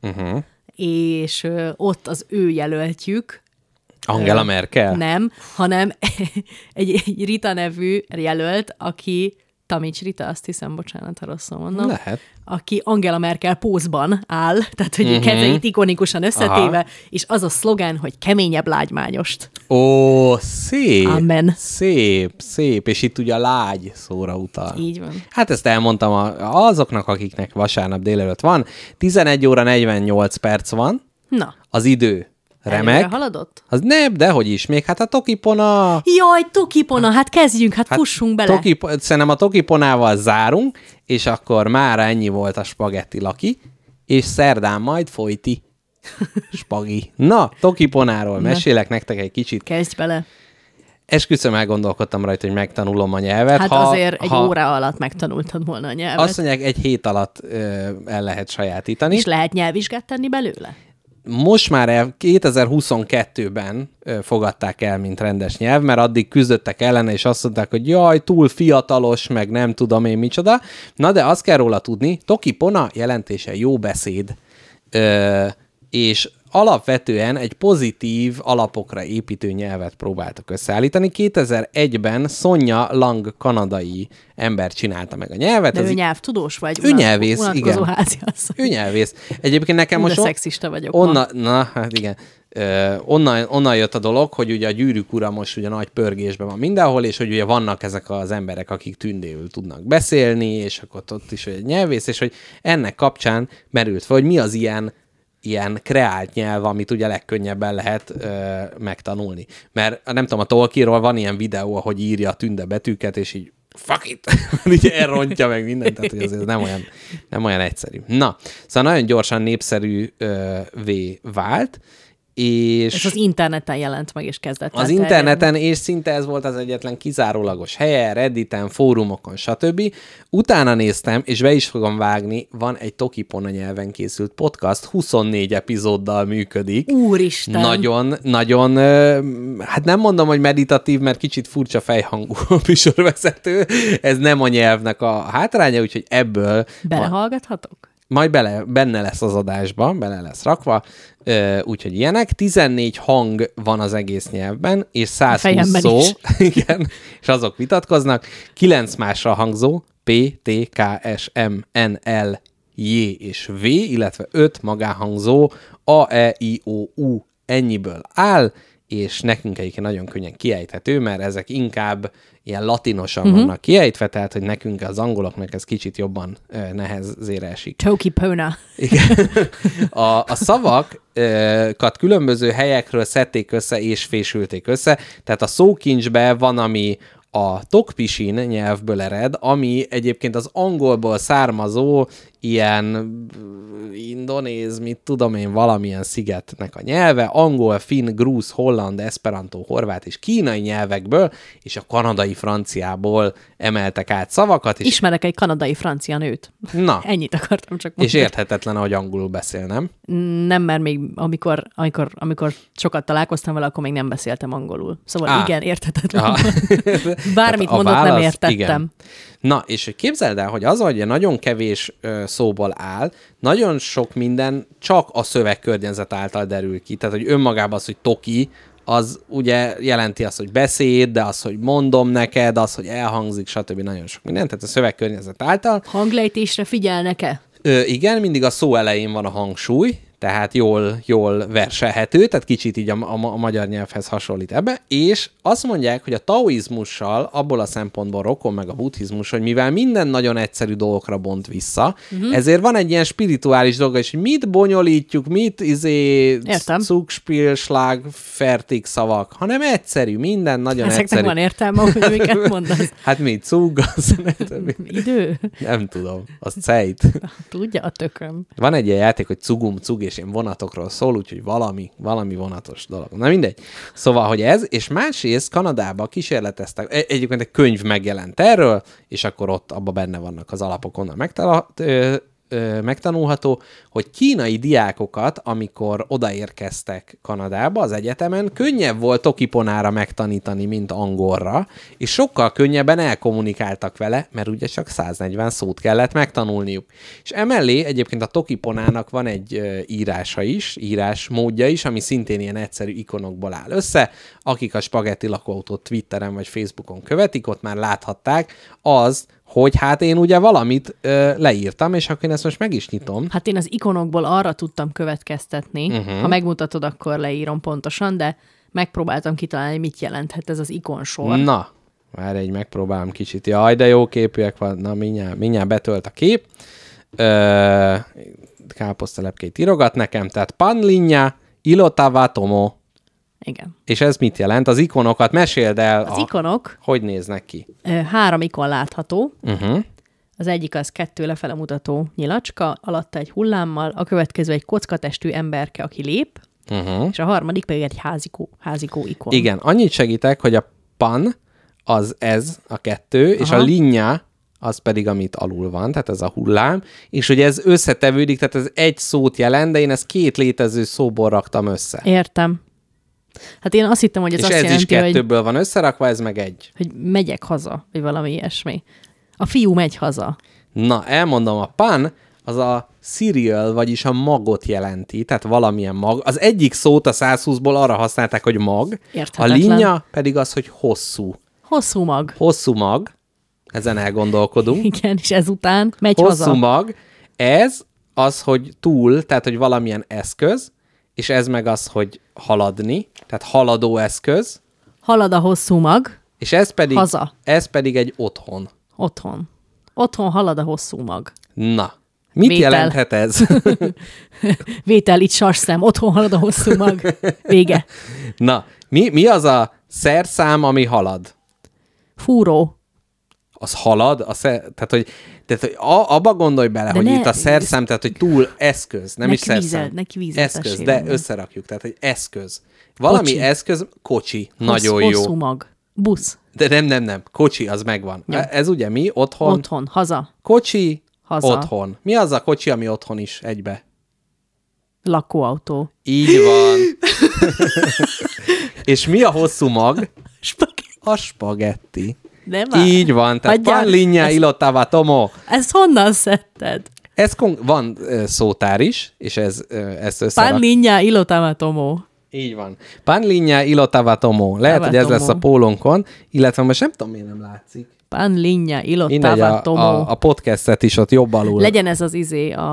és ott az ő jelöltjük. Angela Merkel? Nem, hanem egy Rita nevű jelölt, aki Tamics Rita, azt hiszem, bocsánat, ha rosszul mondom. Lehet. Aki Angela Merkel pózban áll, tehát hogy kezeit ikonikusan összetéve, és az a szlogán, hogy keményebb lágymányost. Ó, szép. Amen. Szép. És itt ugye a lágy szóra utal. Így van. Hát ezt elmondtam azoknak, akiknek vasárnap délelőtt van. 11 óra 48 perc van. Na. Az idő remek. Előre haladott? Az nem, dehogy is. Még hát a Tokipona... Jaj, Tokipona, hát kezdjünk, fussunk bele. Szerintem a Tokiponával zárunk, és akkor már ennyi volt a spagetti laki, és szerdán majd folyti spagi. Na, Tokiponáról mesélek nektek egy kicsit. Kezdj bele. Esküszöm, elgondolkodtam rajta, hogy megtanulom a nyelvet. Hát azért egy óra alatt megtanultad volna a nyelvet. Azt mondják, egy hét alatt el lehet sajátítani. És lehet nyelvvizsgát tenni belőle? Most már 2022-ben fogadták el, mint rendes nyelv, mert addig küzdöttek ellene, és azt mondták, hogy jaj, túl fiatalos, meg nem tudom én micsoda. Na de azt kell róla tudni, Tokipona jelentése jó beszéd, és alapvetően egy pozitív alapokra építő nyelvet próbáltak összeállítani. 2001-ben Sonja Lang kanadai ember csinálta meg a nyelvet. De ő nyelvtudós vagy? Ő nyelvész, igen. Ő nyelvész. Egyébként nekem most... De szexista vagyok hát igen. Onnan jött a dolog, hogy ugye a Gyűrűk ura most ugye nagy pörgésben van mindenhol, és hogy ugye vannak ezek az emberek, akik tündéül tudnak beszélni, és akkor ott is egy nyelvész, és hogy ennek kapcsán merült fel, hogy mi az ilyen kreált nyelv, amit ugye legkönnyebben lehet megtanulni. Mert nem tudom, a Tolkienról van ilyen videó, ahogy írja a tünde betűket, és így fuck it! így elrontja meg mindent, tehát hogy ez nem olyan egyszerű. Na, szóval nagyon gyorsan népszerűvé vált, és... Ez az interneten jelent meg, és kezdett az interneten, és szinte ez volt az egyetlen kizárólagos helye, Redditen, fórumokon, stb. Utána néztem, és be is fogom vágni, van egy Tokipona nyelven készült podcast, 24 epizóddal működik. Úristen! Nagyon, hát nem mondom, hogy meditatív, mert kicsit furcsa fejhangú műsorvezető, ez nem a nyelvnek a hátránya, úgyhogy ebből... Belehallgathatok? Majd benne lesz az adásban, bele lesz rakva, úgyhogy ilyenek. 14 hang van az egész nyelvben, és 120 szó, igen, és azok vitatkoznak. 9 másra hangzó, P, T, K, S, M, N, L, J és V, illetve 5 magánhangzó, A, E, I, O, U, ennyiből áll, és nekünk egyébként nagyon könnyen kiejthető, mert ezek inkább ilyen latinosan vannak kiejtve, tehát, hogy nekünk az angoloknak ez kicsit jobban nehezére esik. Tokipona. Igen. A szavakat különböző helyekről szedték össze és fésülték össze, tehát a szókincsben van, ami a Tokpisin nyelvből ered, ami egyébként az angolból származó ilyen indonéz, mit tudom én, valamilyen szigetnek a nyelve, angol, finn, grúz, holland, esperanto, horvát és kínai nyelvekből, és a kanadai franciából emeltek át szavakat. És... Ismerek egy kanadai francia nőt. Na. Ennyit akartam csak mondani. És érthetetlen, ahogy angolul beszél, nem? Nem, mert még amikor sokat találkoztam vele, akkor még nem beszéltem angolul. Szóval igen, érthetetlen. Bármit mondott, válasz, nem értettem. Igen. Na, és képzeld el, hogy az, hogy nagyon kevés szóból áll. Nagyon sok minden csak a szövegkörnyezet által derül ki. Tehát, hogy önmagában az, hogy toki, az ugye jelenti azt, hogy beszéd, de az, hogy mondom neked, az, hogy elhangzik, stb. Nagyon sok minden. Tehát a szövegkörnyezet által. Hanglejtésre figyelnek-e? Igen, mindig a szó elején van a hangsúly, tehát jól verselhető, tehát kicsit így a magyar nyelvhez hasonlít ebbe, és azt mondják, hogy a taoizmussal abból a szempontból rokon meg a buddhizmus, hogy mivel minden nagyon egyszerű dolgokra bont vissza, ezért van egy ilyen spirituális dolga is, hogy mit bonyolítjuk, mit Zugspielschlag, fertig szavak, hanem egyszerű, minden nagyon egyszerű. Ezeknek van értelme, hogy miket mondasz. Hát mi, cug, az idő? Nem tudom, az cejt. Tudja a tököm. Van egy ilyen játék, hogy cugum, cug, és én vonatokról szól, úgyhogy valami vonatos dolog. Na mindegy. Szóval, hogy ez, és másrészt Kanadában kísérleteztek, egyébként egy könyv megjelent erről, és akkor ott abban benne vannak az alapok, onnan megtanulható, hogy kínai diákokat, amikor odaérkeztek Kanadába az egyetemen, könnyebb volt tokiponára megtanítani, mint angolra, és sokkal könnyebben elkommunikáltak vele, mert ugye csak 140 szót kellett megtanulniuk. És emellé egyébként a tokiponának van egy írásmódja is, ami szintén ilyen egyszerű ikonokból áll össze. Akik a Spagetti Lakóautót Twitteren vagy Facebookon követik, ott már láthatták az, hogy hát én ugye valamit leírtam, és akkor én ezt most meg is nyitom. Hát én az ikonokból arra tudtam következtetni, ha megmutatod, akkor leírom pontosan, de megpróbáltam kitalálni, mit jelenthet ez az ikonsor. Na, már egy megpróbálom kicsit. Jaj, de jó képűek van. Na, mindjárt betölt a kép. Káposztelepkét írogat nekem, tehát Panlinja Ilotava Tomo. Igen. És ez mit jelent? Az ikonokat meséld el. Az ikonok... Hogy néznek ki? 3 ikon látható. Az egyik az 2 lefele mutató nyilacska, alatta egy hullámmal, a következő egy kockatestű emberke, aki lép, és a harmadik pedig egy házikó ikon. Igen, annyit segítek, hogy a pan az ez a 2, és a linja az pedig, amit alul van, tehát ez a hullám, és hogy ez összetevődik, tehát ez egy szót jelent, de én ezt 2 létező szóból raktam össze. Értem. Hát én azt hittem, hogy ez azt jelenti, és ez is 2-ből van összerakva, ez meg 1. Hogy megyek haza, vagy valami ilyesmi. A fiú megy haza. Na, elmondom, a pan az a cereal, vagyis a magot jelenti, tehát valamilyen mag. Az egyik szót a 120-ból arra használták, hogy mag. Érthetetlen. A linja pedig az, hogy hosszú. Hosszú mag. Hosszú mag. Ezen elgondolkodunk. Igen, és ezután megy hosszú haza. mag. Ez az, hogy túl, tehát hogy valamilyen eszköz, és ez meg az, hogy haladni, tehát haladó eszköz. Halad a hosszú mag. És ez pedig, haza. Ez pedig egy otthon. Otthon. Otthon halad a hosszú mag. Na, mit jelenthet ez? Vétel, itt sarszem, otthon halad a hosszú mag. Vége. Na, mi az a szerszám, ami halad? Fúró. Az halad? Tehát, hogy abba gondolj bele, hogy itt a szerszám, tehát, hogy túl eszköz, nem is szerszám. Eszköz, de összerakjuk, tehát, hogy eszköz. Valami kocsi. Eszköz, kocsi, nagyon jó. Hosszú mag. Busz. De nem, kocsi, az megvan. Ja. Ez ugye mi? Otthon? Otthon, haza. Kocsi, haza. Otthon. Mi az a kocsi, ami otthon is egybe? Lakóautó. Így van. És mi a hosszú mag? A spagetti. Így van, tehát Panlinja Ilotava Tomo. Ezt honnan szedted? Van szótár is, és ezt összerak. Panlinja Ilotava Tomo. Így van. Panlinja Ilotava Tomo. Lehet, hogy ez lesz a pólónkon, illetve most nem tudom, miért nem látszik. Panlinja Ilotava Tomo. A podcastet is ott jobb alul. Legyen ez az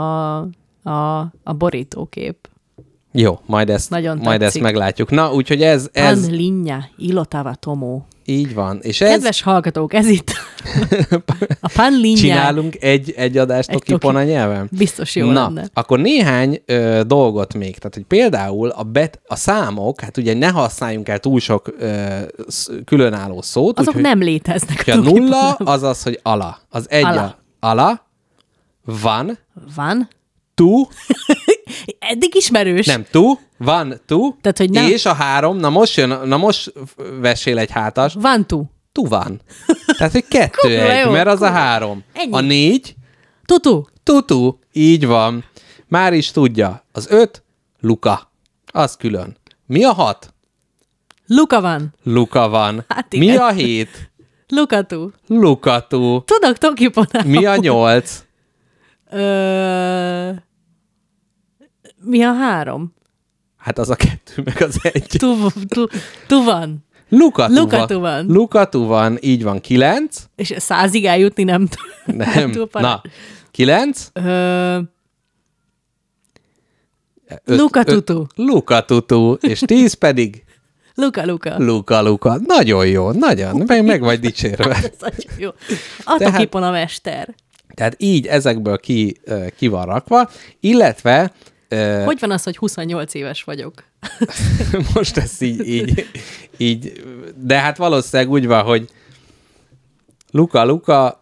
a borítókép. Jó, majd ezt meglátjuk. Na, úgyhogy ez... Panlinja Ilotava Tomo. Így van. És kedves hallgatók, ez itt a Panlinja. Csinálunk egy adást Tokipona nyelven? Biztos jó lenne. Akkor néhány dolgot még. Tehát, hogy például a számok, hát ugye ne használjunk el túl sok különálló szót. Azok nem léteznek. A nulla az az, hogy ala. Az egy ala. Van. Tu. Eddig ismerős. Nem, tu. Van, tu. Tehát, hogy nem. És a 3. Na most vessél egy hátas. Van, tu. Tu van. Tehát, hogy 2-1, mert az a 3. Ennyi. A 4. Tutu. Tutu. Így van. Már is tudja. Az 5. Luka. Az külön. Mi a 6? Luka van. Hát mi a 7? Lukatu. Lukatu. Tudok Tokiponából. Mi a 8? Mi a 3? Hát az a 2, meg az 1. Tuvan. Lukatu van, így van, 9. És 100-ig eljutni nem Nem. Na, 9. Lukatutu. És 10 pedig? Luka. Nagyon jó, nagyon. Meg vagy dicsérve. Ez nagyon jó. Atokipon a mester. Tehát így ezekből ki van rakva, illetve... Hogy van az, hogy 28 éves vagyok? Most ez így, de hát valószínűleg úgy van, hogy Luka,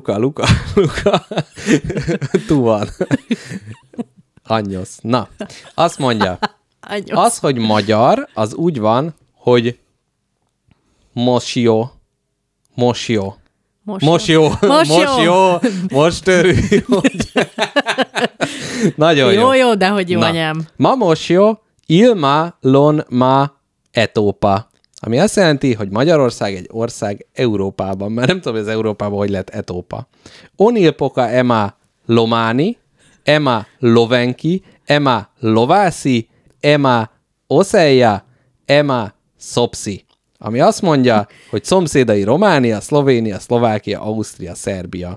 Tuvan. Annyosz. Na, azt mondja, az, hogy magyar, az úgy van, hogy Mosjó. Most örülj. Nagyon jó. Jó, de hogy jó anyám. Ma mosjó, ilma lon ma etópa. Ami azt jelenti, hogy Magyarország egy ország Európában, mert nem tudom, hogy az Európában hogy lett etópa. Onilpoka ema lománi, ema lovenki, ema lovászi, ema oszeja, ema szopszi. Ami azt mondja, hogy szomszédai Románia, Szlovénia, Szlovákia, Ausztria, Szerbia.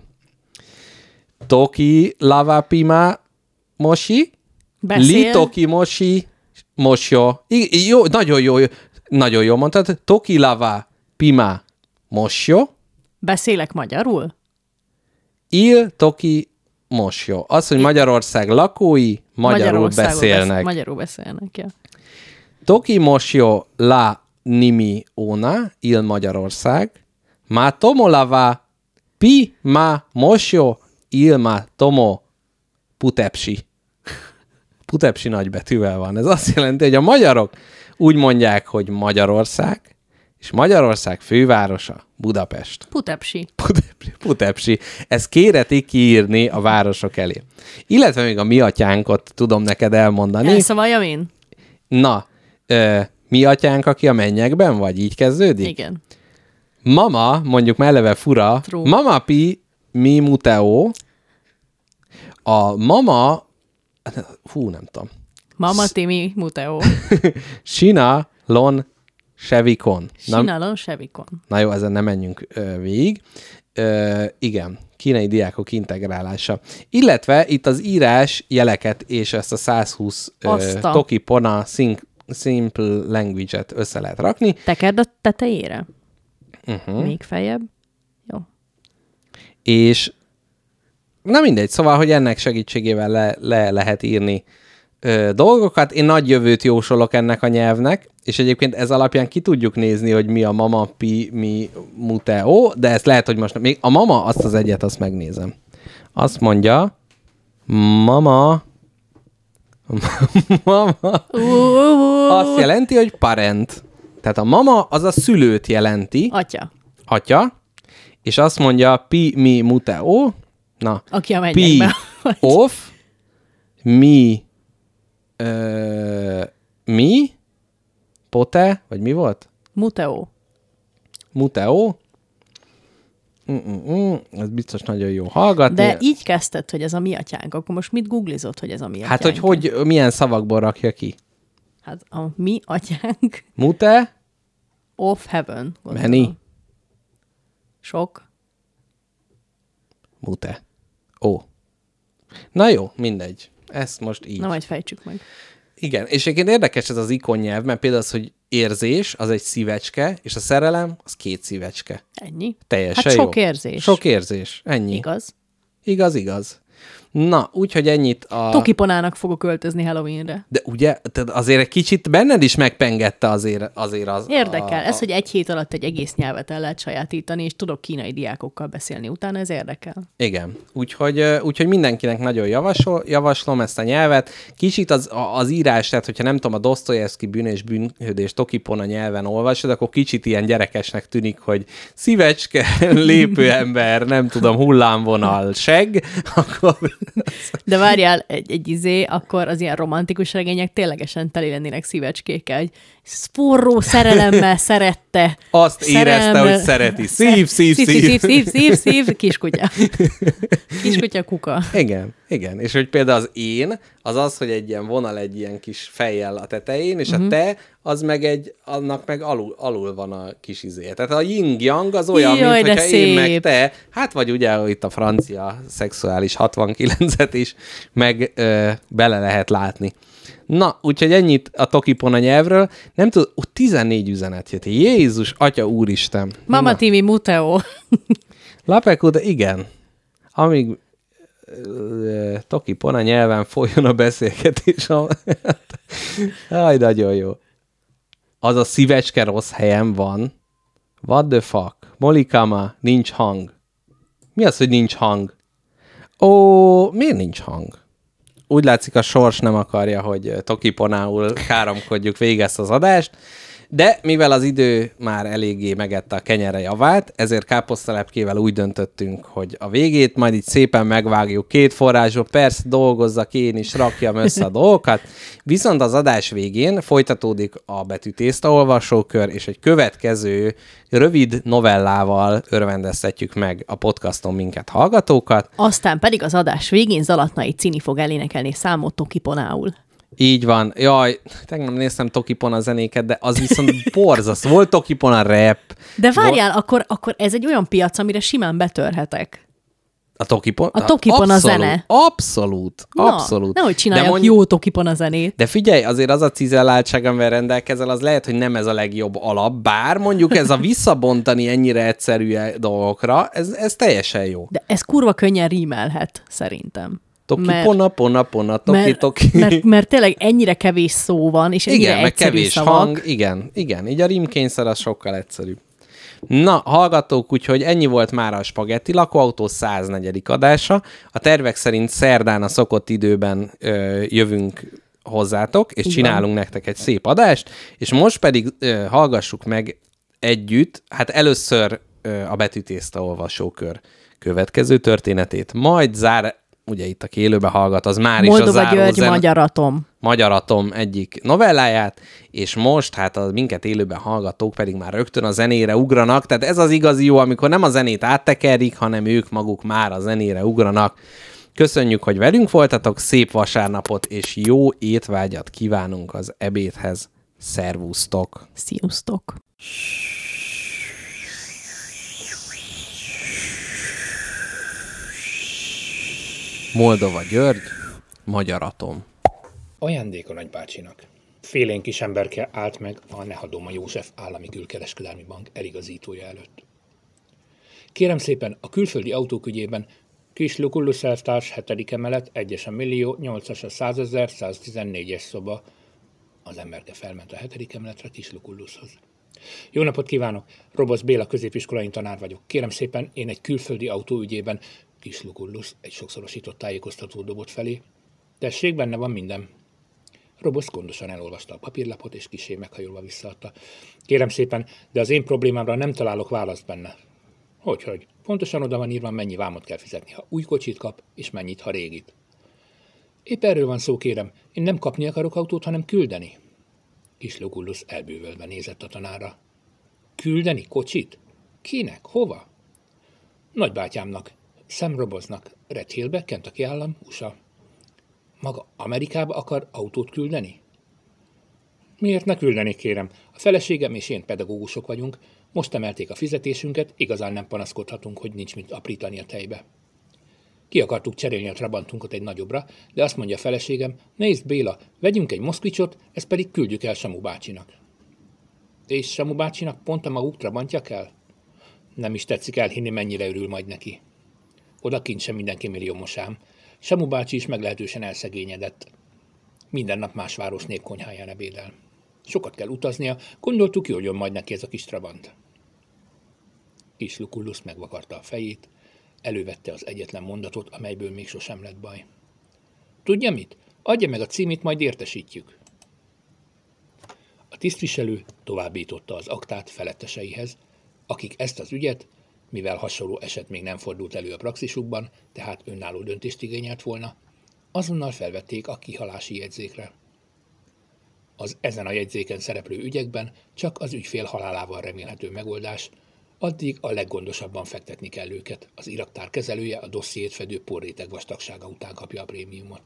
Toki lavapima mosi, litoki mosi, mosjo. Jó, nagyon jó mondtad. Toki lava pima mosjo. Beszélek magyarul? Il toki mosjo. Az, hogy Magyarország lakói magyarul beszélnek. Magyarul beszélnek, ja. Toki mosjo la nimi ona, il Magyarország. Ma tomo lava pi ma mosjo, il ma tomo putepsi. Putepsi nagybetűvel van. Ez azt jelenti, hogy a magyarok úgy mondják, hogy Magyarország, és Magyarország fővárosa Budapest. Putepsi. Ezt kéretik kiírni a városok elé. Illetve még a mi atyánkot tudom neked elmondani. Elszavaljam én? Na, mi atyánk, aki a mennyekben vagy? Így kezdődik? Igen. Mama, mondjuk már eleve fura, True. mama pi mi muteo. A mama, nem tudom. Mama timi muteo. Sina lon sevikon. Sinalon sevikon. Na jó, ezen nem menjünk végig. Igen, kínai diákok integrálása. Illetve itt az írás jeleket és ezt a 120 Toki Pona Simple Language-et össze lehet rakni. Tekerd a tetejére. Még feljebb. Jó. És na mindegy, szóval, hogy ennek segítségével le lehet írni dolgokat. Én nagy jövőt jósolok ennek a nyelvnek, és egyébként ez alapján ki tudjuk nézni, hogy mi a mama, pi, mi, muteo, de ezt lehet, hogy most még a mama, azt az egyet, azt megnézem. Azt mondja, mama, azt jelenti, hogy parent. Tehát a mama az a szülőt jelenti. Atya. És azt mondja, pi, mi, muteo. Na, aki a pi, off, mi, pote, vagy mi volt? Muteo. Ez biztos nagyon jó hallgatni. De így kezdted, hogy ez a mi atyánk, akkor most mit googlizott, hogy ez a mi atyánk? Hát, hogy milyen szavakból rakja ki? Hát a mi atyánk. Mute. Of heaven. Gondolom. Many. Sok. Mute. Ó. Na jó, mindegy. Ezt most így. Na, majd fejtsük meg. Igen, és egyébként érdekes ez az ikonnyelv, mert például az, hogy érzés, az egy szívecske, és a szerelem, az 2 szívecske. Ennyi. Teljesen hát jó. Sok érzés. Ennyi. Igaz. Na, úgyhogy ennyit a... Tokiponának fogok öltözni Halloweenre. De ugye, azért egy kicsit benned is megpengette azért az... Érdekel. Ez, hogy egy hét alatt egy egész nyelvet el lehet sajátítani, és tudok kínai diákokkal beszélni utána, ez érdekel. Igen. Úgyhogy mindenkinek nagyon javaslom ezt a nyelvet. Kicsit az írás, tehát hogyha nem tudom, a Dosztojevszki Bűn és bűnhődés Tokipona nyelven olvasod, akkor kicsit ilyen gyerekesnek tűnik, hogy szívecske, lépőember, nem tudom, hullámvonal, segg, akkor De várjál, egy akkor az ilyen romantikus regények ténylegesen teli lennének szívecskékkel, hogy forró szerelemmel szerette. Azt érezte, hogy szereti. Szív, kiskutya. Kiskutya kuka. Igen. És hogy például az én, az, hogy egy ilyen vonal egy ilyen kis fejjel a tetején, és a te, az meg annak meg alul van a kis izé. Tehát a yin-yang az olyan, mint hogyha én meg te, hát vagy ugye itt a francia szexuális 69-et is, meg bele lehet látni. Na, úgyhogy ennyit a Tokipona nyelvről. Nem tudom, 14 üzenet jött. Jézus, Atya Úristen. Mama Timi Muteo. Lapekuda, igen. Amíg Tokipona nyelven folyjon a beszélgetés. Aj, nagyon jó. Az a szívecske rossz helyen van. What the fuck? Molikama, nincs hang. Mi az, hogy nincs hang? Miért nincs hang? Úgy látszik, a sors nem akarja, hogy Tokiponául káromkodjuk végig ezt az adást, de mivel az idő már eléggé megette a kenyere javát, ezért káposztalepkével úgy döntöttünk, hogy a végét majd így szépen megvágjuk 2 forrásból, persze dolgozzak én is, rakjam össze a dolgokat, viszont az adás végén folytatódik a betűtészta olvasókör, és egy következő rövid novellával örvendeztetjük meg a podcaston minket hallgatókat. Aztán pedig az adás végén Zalatnai Cini fog elénekelni számot Tokiponául. Így van. Jaj, tegnap néztem Tokipona zenéket, de az viszont borzasztó. Volt Tokipona rap. De várjál, akkor ez egy olyan piac, amire simán betörhetek. A Tokipona? A Tokipona zene. Abszolút. Nehogy csináljak jó Tokipona zenét. De figyelj, azért az a cizelláltság, amivel rendelkezel, az lehet, hogy nem ez a legjobb alap, bár mondjuk ez a visszabontani ennyire egyszerű dolgokra, ez teljesen jó. De ez kurva könnyen rímelhet, szerintem. Pona, toki. Mert tényleg ennyire kevés szó van, és ennyire igen, egyszerű kevés szavak. hang, igen. Így a rímkényszer az sokkal egyszerűbb. Na, hallgatók, úgyhogy ennyi volt már a Spagetti Lakóautó 104. adása. A tervek szerint szerdán a szokott időben jövünk hozzátok, és csinálunk nektek egy szép adást, és most pedig hallgassuk meg együtt, hát először a betűtészta olvasókör következő történetét, majd ugye itt, aki élőben hallgat, az már Moldova is a záró György Magyar Atom egyik novelláját, és most hát a minket élőben hallgatók pedig már rögtön a zenére ugranak, tehát ez az igazi jó, amikor nem a zenét áttekerik, hanem ők maguk már a zenére ugranak. Köszönjük, hogy velünk voltatok, szép vasárnapot és jó étvágyat kívánunk az ebédhez. Szervusztok! Sziasztok! Moldova György, Magyar Atom. Ajándék a nagybácsinak. Félén kis emberke állt meg a Nehadoma József Állami Külkereskedelmi Bank eligazítója előtt. Kérem szépen, a külföldi autók ügyében Kis Lukullus elvtárs 7. emelet, 1-es a millió, 8-as a 100 000, 114-es szoba. Az emberke felment a 7. emeletre Kis Lukullushoz. Jó napot kívánok! Robosz Béla középiskolai tanár vagyok. Kérem szépen, én egy külföldi autó ügyében Kis Lukullus egy sokszorosított tájékoztató dobott felé. Tessék, benne van minden. Robosz gondosan elolvasta a papírlapot, és kissé meghajolva visszaadta. Kérem szépen, de az én problémámra nem találok választ benne. Hogyhogy? Pontosan oda van írva, mennyi vámot kell fizetni, ha új kocsit kap, és mennyit, ha régit. Épp erről van szó, kérem. Én nem kapni akarok autót, hanem küldeni. Kis Lukullus elbűvölve nézett a tanárra. Küldeni kocsit? Kinek? Hova? Nagybátyámnak. Sam Roboznak. Red Hillbe, Kentucky állam, USA. Maga Amerikába akar autót küldeni? Miért ne küldenék, kérem? A feleségem és én pedagógusok vagyunk, most emelték a fizetésünket, igazán nem panaszkodhatunk, hogy nincs mit aprítani a tejbe. Ki akartuk cserélni a Trabantunkat egy nagyobbra, de azt mondja a feleségem, nézd Béla, vegyünk egy Moszkvicsot, ezt pedig küldjük el Samu bácsinak. És Samu bácsinak pont a maguk Trabantja kell? Nem is tetszik elhinni, mennyire örül majd neki. Odakint sem mindenki milliómos ám. Samu bácsi is meglehetősen elszegényedett. Minden nap más város népkonyháján ebédel. Sokat kell utaznia, gondoltuk, jól jön majd neki ez a kis Trabant. Kis Lukullus megvakarta a fejét, elővette az egyetlen mondatot, amelyből még sosem lett baj. Tudja mit? Adja meg a címét, majd értesítjük. A tisztviselő továbbította az aktát feletteseihez, akik ezt az ügyet mivel hasonló eset még nem fordult elő a praxisukban, tehát önálló döntést igényelt volna, azonnal felvették a kihalási jegyzékre. Az ezen a jegyzéken szereplő ügyekben csak az ügyfél halálával remélhető megoldás, addig a leggondosabban fektetni kell őket, az iraktár kezelője a dossziét fedő porréteg vastagsága után kapja a prémiumot.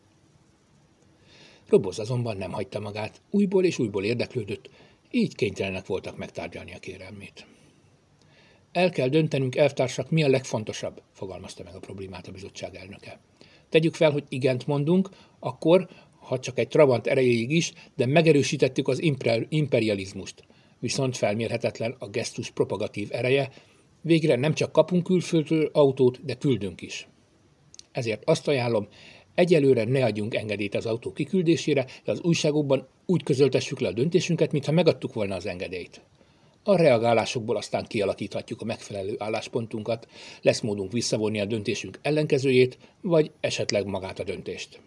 Roboz azonban nem hagyta magát, újból és újból érdeklődött, így kénytelenek voltak megtárgyalni a kérelmét. El kell döntenünk, elvtársak, mi a legfontosabb, fogalmazta meg a problémát a bizottság elnöke. Tegyük fel, hogy igent mondunk, akkor, ha csak egy trabant erejéig is, de megerősítettük az imperializmust. Viszont felmérhetetlen a gesztus propagatív ereje, végre nem csak kapunk külföldről autót, de küldünk is. Ezért azt ajánlom, egyelőre ne adjunk engedélyt az autó kiküldésére, de az újságokban úgy közöltessük le a döntésünket, mintha megadtuk volna az engedélyt. A reagálásokból aztán kialakíthatjuk a megfelelő álláspontunkat, lesz módunk visszavonni a döntésünk ellenkezőjét, vagy esetleg magát a döntést.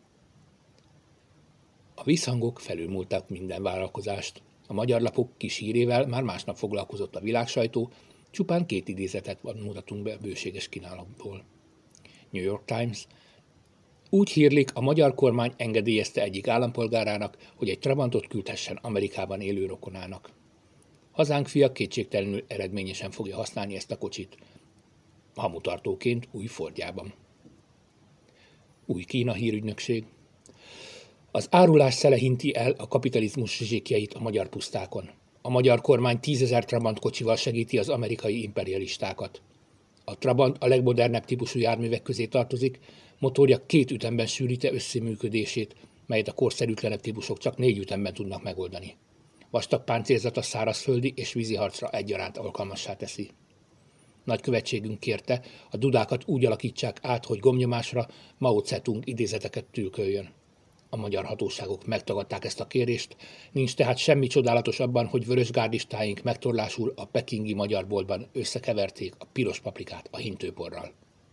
A visszhangok felülmúltak minden vállalkozást. A magyar lapok kis hírével már másnap foglalkozott a világsajtó, csupán 2 idézetet mutatunk be a bőséges kínálatból. New York Times. Úgy hírlik, a magyar kormány engedélyezte egyik állampolgárának, hogy egy trabantot küldhessen Amerikában élő rokonának. Hazánk fia kétségtelenül eredményesen fogja használni ezt a kocsit. Hamutartóként új Fordjában. Új Kína hírügynökség. Az árulás szele hinti el a kapitalizmus zsizsékjeit a magyar pusztákon. A magyar kormány 10 000 Trabant kocsival segíti az amerikai imperialistákat. A Trabant a legmodernebb típusú járművek közé tartozik, motorja 2 ütemben sűríti összeműködését, melyet a korszerűtlenebb típusok csak 4 ütemben tudnak megoldani. Vastag páncélzata szárazföldi és vízi harcra egyaránt alkalmassá teszi. Nagykövetségünk kérte, a dudákat úgy alakítsák át, hogy gomnyomásra Mao Zedong idézeteket tülköljön. A magyar hatóságok megtagadták ezt a kérést, nincs tehát semmi csodálatos abban, hogy vörösgárdistáink megtorlásul a pekingi magyar boltban összekeverték a piros paprikát a hintőporral.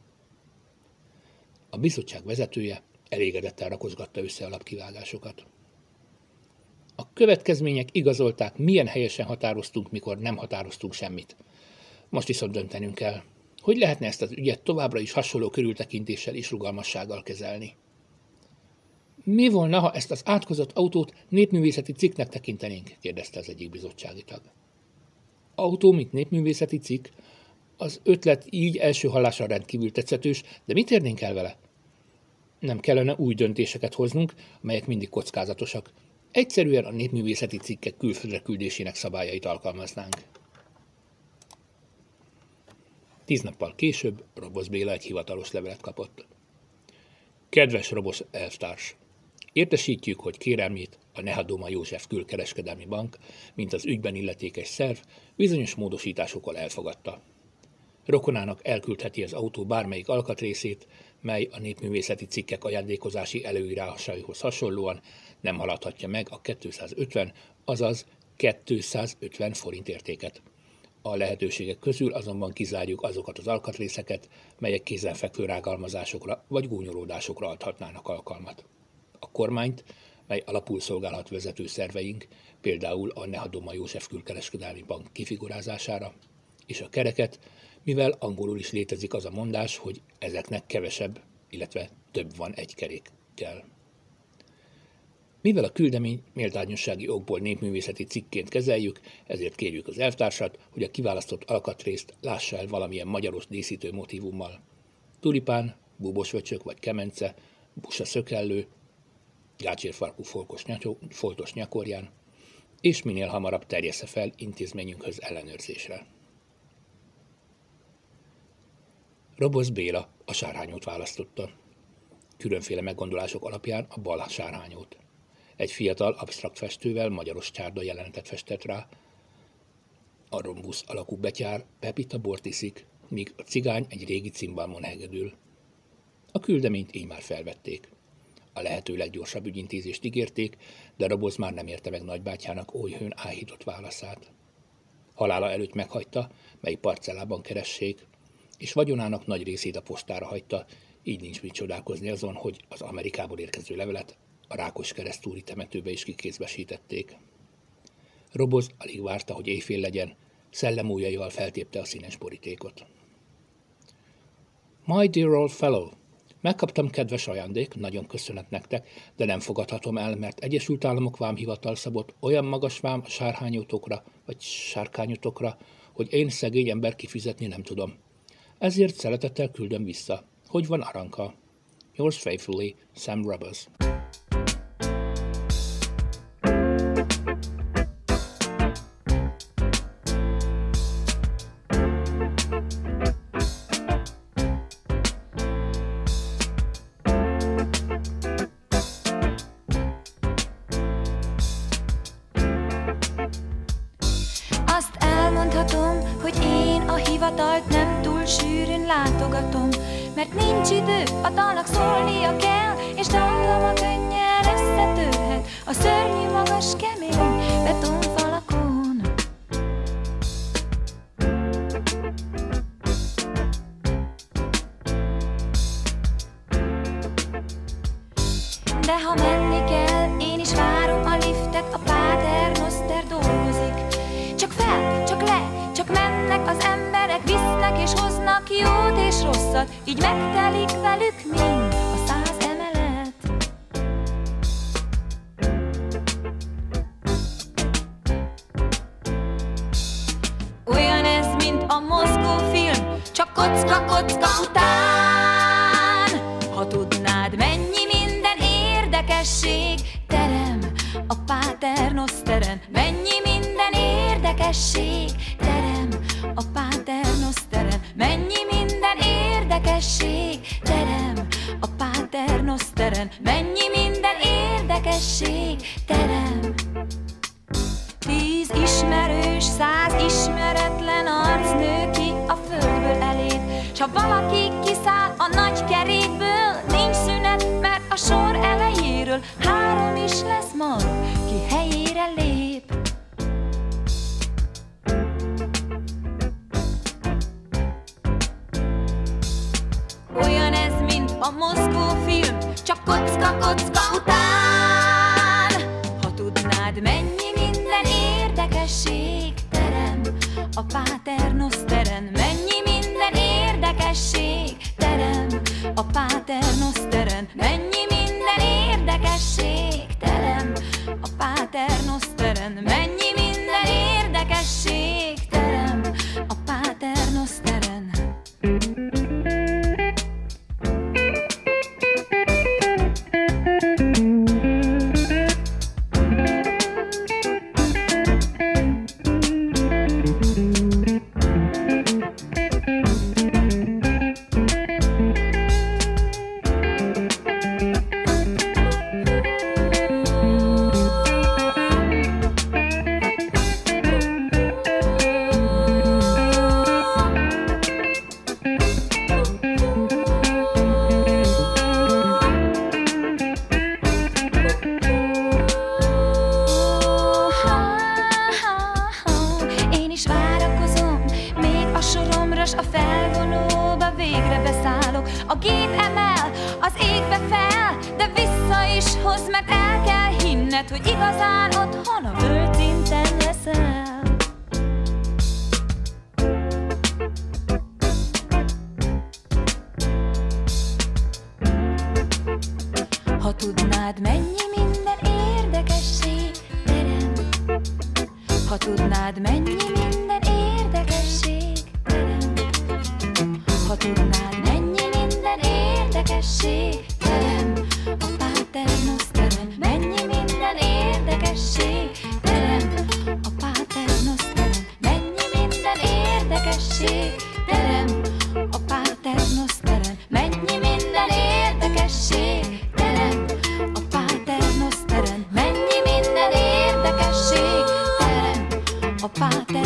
A bizottság vezetője elégedetten rakosgatta össze a lapkivágásokat. A következmények igazolták, milyen helyesen határoztunk, mikor nem határoztunk semmit. Most viszont döntenünk kell. Hogy lehetne ezt az ügyet továbbra is hasonló körültekintéssel és rugalmassággal kezelni? Mi volna, ha ezt az átkozott autót népművészeti cikknek tekintenénk? Kérdezte az egyik bizottsági tag. Autó, mint népművészeti cikk? Az ötlet így első hallásra rendkívül tetszetős, de mit érnénk el vele? Nem kellene új döntéseket hoznunk, amelyek mindig kockázatosak. Egyszerűen a népművészeti cikkek külföldre küldésének szabályait alkalmaznánk. 10 nappal később Roboz Béla egy hivatalos levelet kapott. Kedves Roboz elvtárs! Értesítjük, hogy kérelmét a Nehadoma József Külkereskedelmi Bank, mint az ügyben illetékes szerv, bizonyos módosításokkal elfogadta. Rokonának elküldheti az autó bármelyik alkatrészét, mely a népművészeti cikkek ajándékozási előírásaihoz hasonlóan nem haladhatja meg a 250, azaz 250 forint értéket. A lehetőségek közül azonban kizárjuk azokat az alkatrészeket, melyek kézenfekvő rágalmazásokra vagy gúnyolódásokra adhatnának alkalmat. A kormányt, mely alapul szolgálhat vezető szerveink, például a Nehadoma József Külkereskedelmi Bank kifigurázására, és a kereket, mivel angolul is létezik az a mondás, hogy ezeknek kevesebb, illetve több van egy kerékkel. Mivel a küldemény méltányossági okból népművészeti cikkként kezeljük, ezért kérjük az elvtársat, hogy a kiválasztott alkatrészt lássa el valamilyen magyaros díszítő motívummal. Tulipán, búbosvöcsök vagy kemence, busa szökellő, gácsérfarkú foltos nyakorján, és minél hamarabb terjessze fel intézményünkhöz ellenőrzésre. Roboz Béla a sárhányót választotta. Különféle meggondolások alapján a bal sárhányót. Egy fiatal, absztrakt festővel magyaros csárda jelenetet festett rá. A rombusz alakú betyár Pepita bort iszik, míg a cigány egy régi cimbalmon hegedül. A küldeményt így már felvették. A lehető leggyorsabb ügyintézést ígérték, de Roboz már nem érte meg nagybátyjának oly hőn áhított válaszát. Halála előtt meghagyta, mely parcellában keressék, és vagyonának nagy részét a postára hagyta, így nincs mit csodálkozni azon, hogy az Amerikából érkező levelet a Rákoskeresztúri temetőbe is kikézbesítették. Roboz alig várta, hogy éjfél legyen, Szellemújjaival feltépte a színes borítékot. My dear old fellow, megkaptam kedves ajándék, nagyon köszönet nektek, de nem fogadhatom el, mert Egyesült Államok vámhivatal szabott olyan magas vám a sárkányotokra, hogy én szegény ember kifizetni nem tudom. Ezért szeretettel küldöm vissza. Hogy van Aranka? Yours faithfully, Sam Rubbers. Nem túl sűrűn látogatom, mert nincs idő, a dalnak szólnia kell, és dallama könnyen összetörhet a szörnyű magas kemény betonfalakon. De ha menni kell, én is várom a liftet, a Paternoster dolgozik. Csak fel, csak le, csak mennek az emberek, visznek és hoznak jót és rosszat, így megtelik velük mind a 100 emelet. Olyan ez, mint a mozgófilm, csak kocka után. Ha tudnád, mennyi minden érdekesség terem a Paternosteren, mennyi minden érdekesség terem a Paternosteren, mennyi minden érdekesség terem a Paternosteren, mennyi minden érdekesség terem. 10 ismerős, 100 ismeretlen arc nő ki a földből eléd, s ha valaki kiszáll a nagy kerékből, nincs szünet, mert a sor elejéről 3 is lesz majd, ki helyére lép. Olyan ez, mint a mozgófilm, csak kocka után. Ha tudnád, mennyi minden érdekesség terem a Paternosteren, mennyi minden érdekesség terem a Paternosteren, mennyi minden érdekesség terem a Paternosteren, mennyi minden érdekesség terem a Paternosteren. A felvonóba végre beszállok, a gép emel az égbe fel, de vissza is hoz, mert el kell hinned, hogy igazán otthon a völgyszinten leszel. Ha tudnád, mennyi minden érdekesség terem, ha tudnád, mennyi minden érdekesség terem, ha tudnád, mennyi minden érdekesség terem a Paternosteren, mennyi minden érdekesség terem a Paternosteren, mennyi minden érdekesség terem a Paternosteren, mennyi minden érdekesség terem a Paternosteren, mennyi minden érdekesség terem a Paternosteren.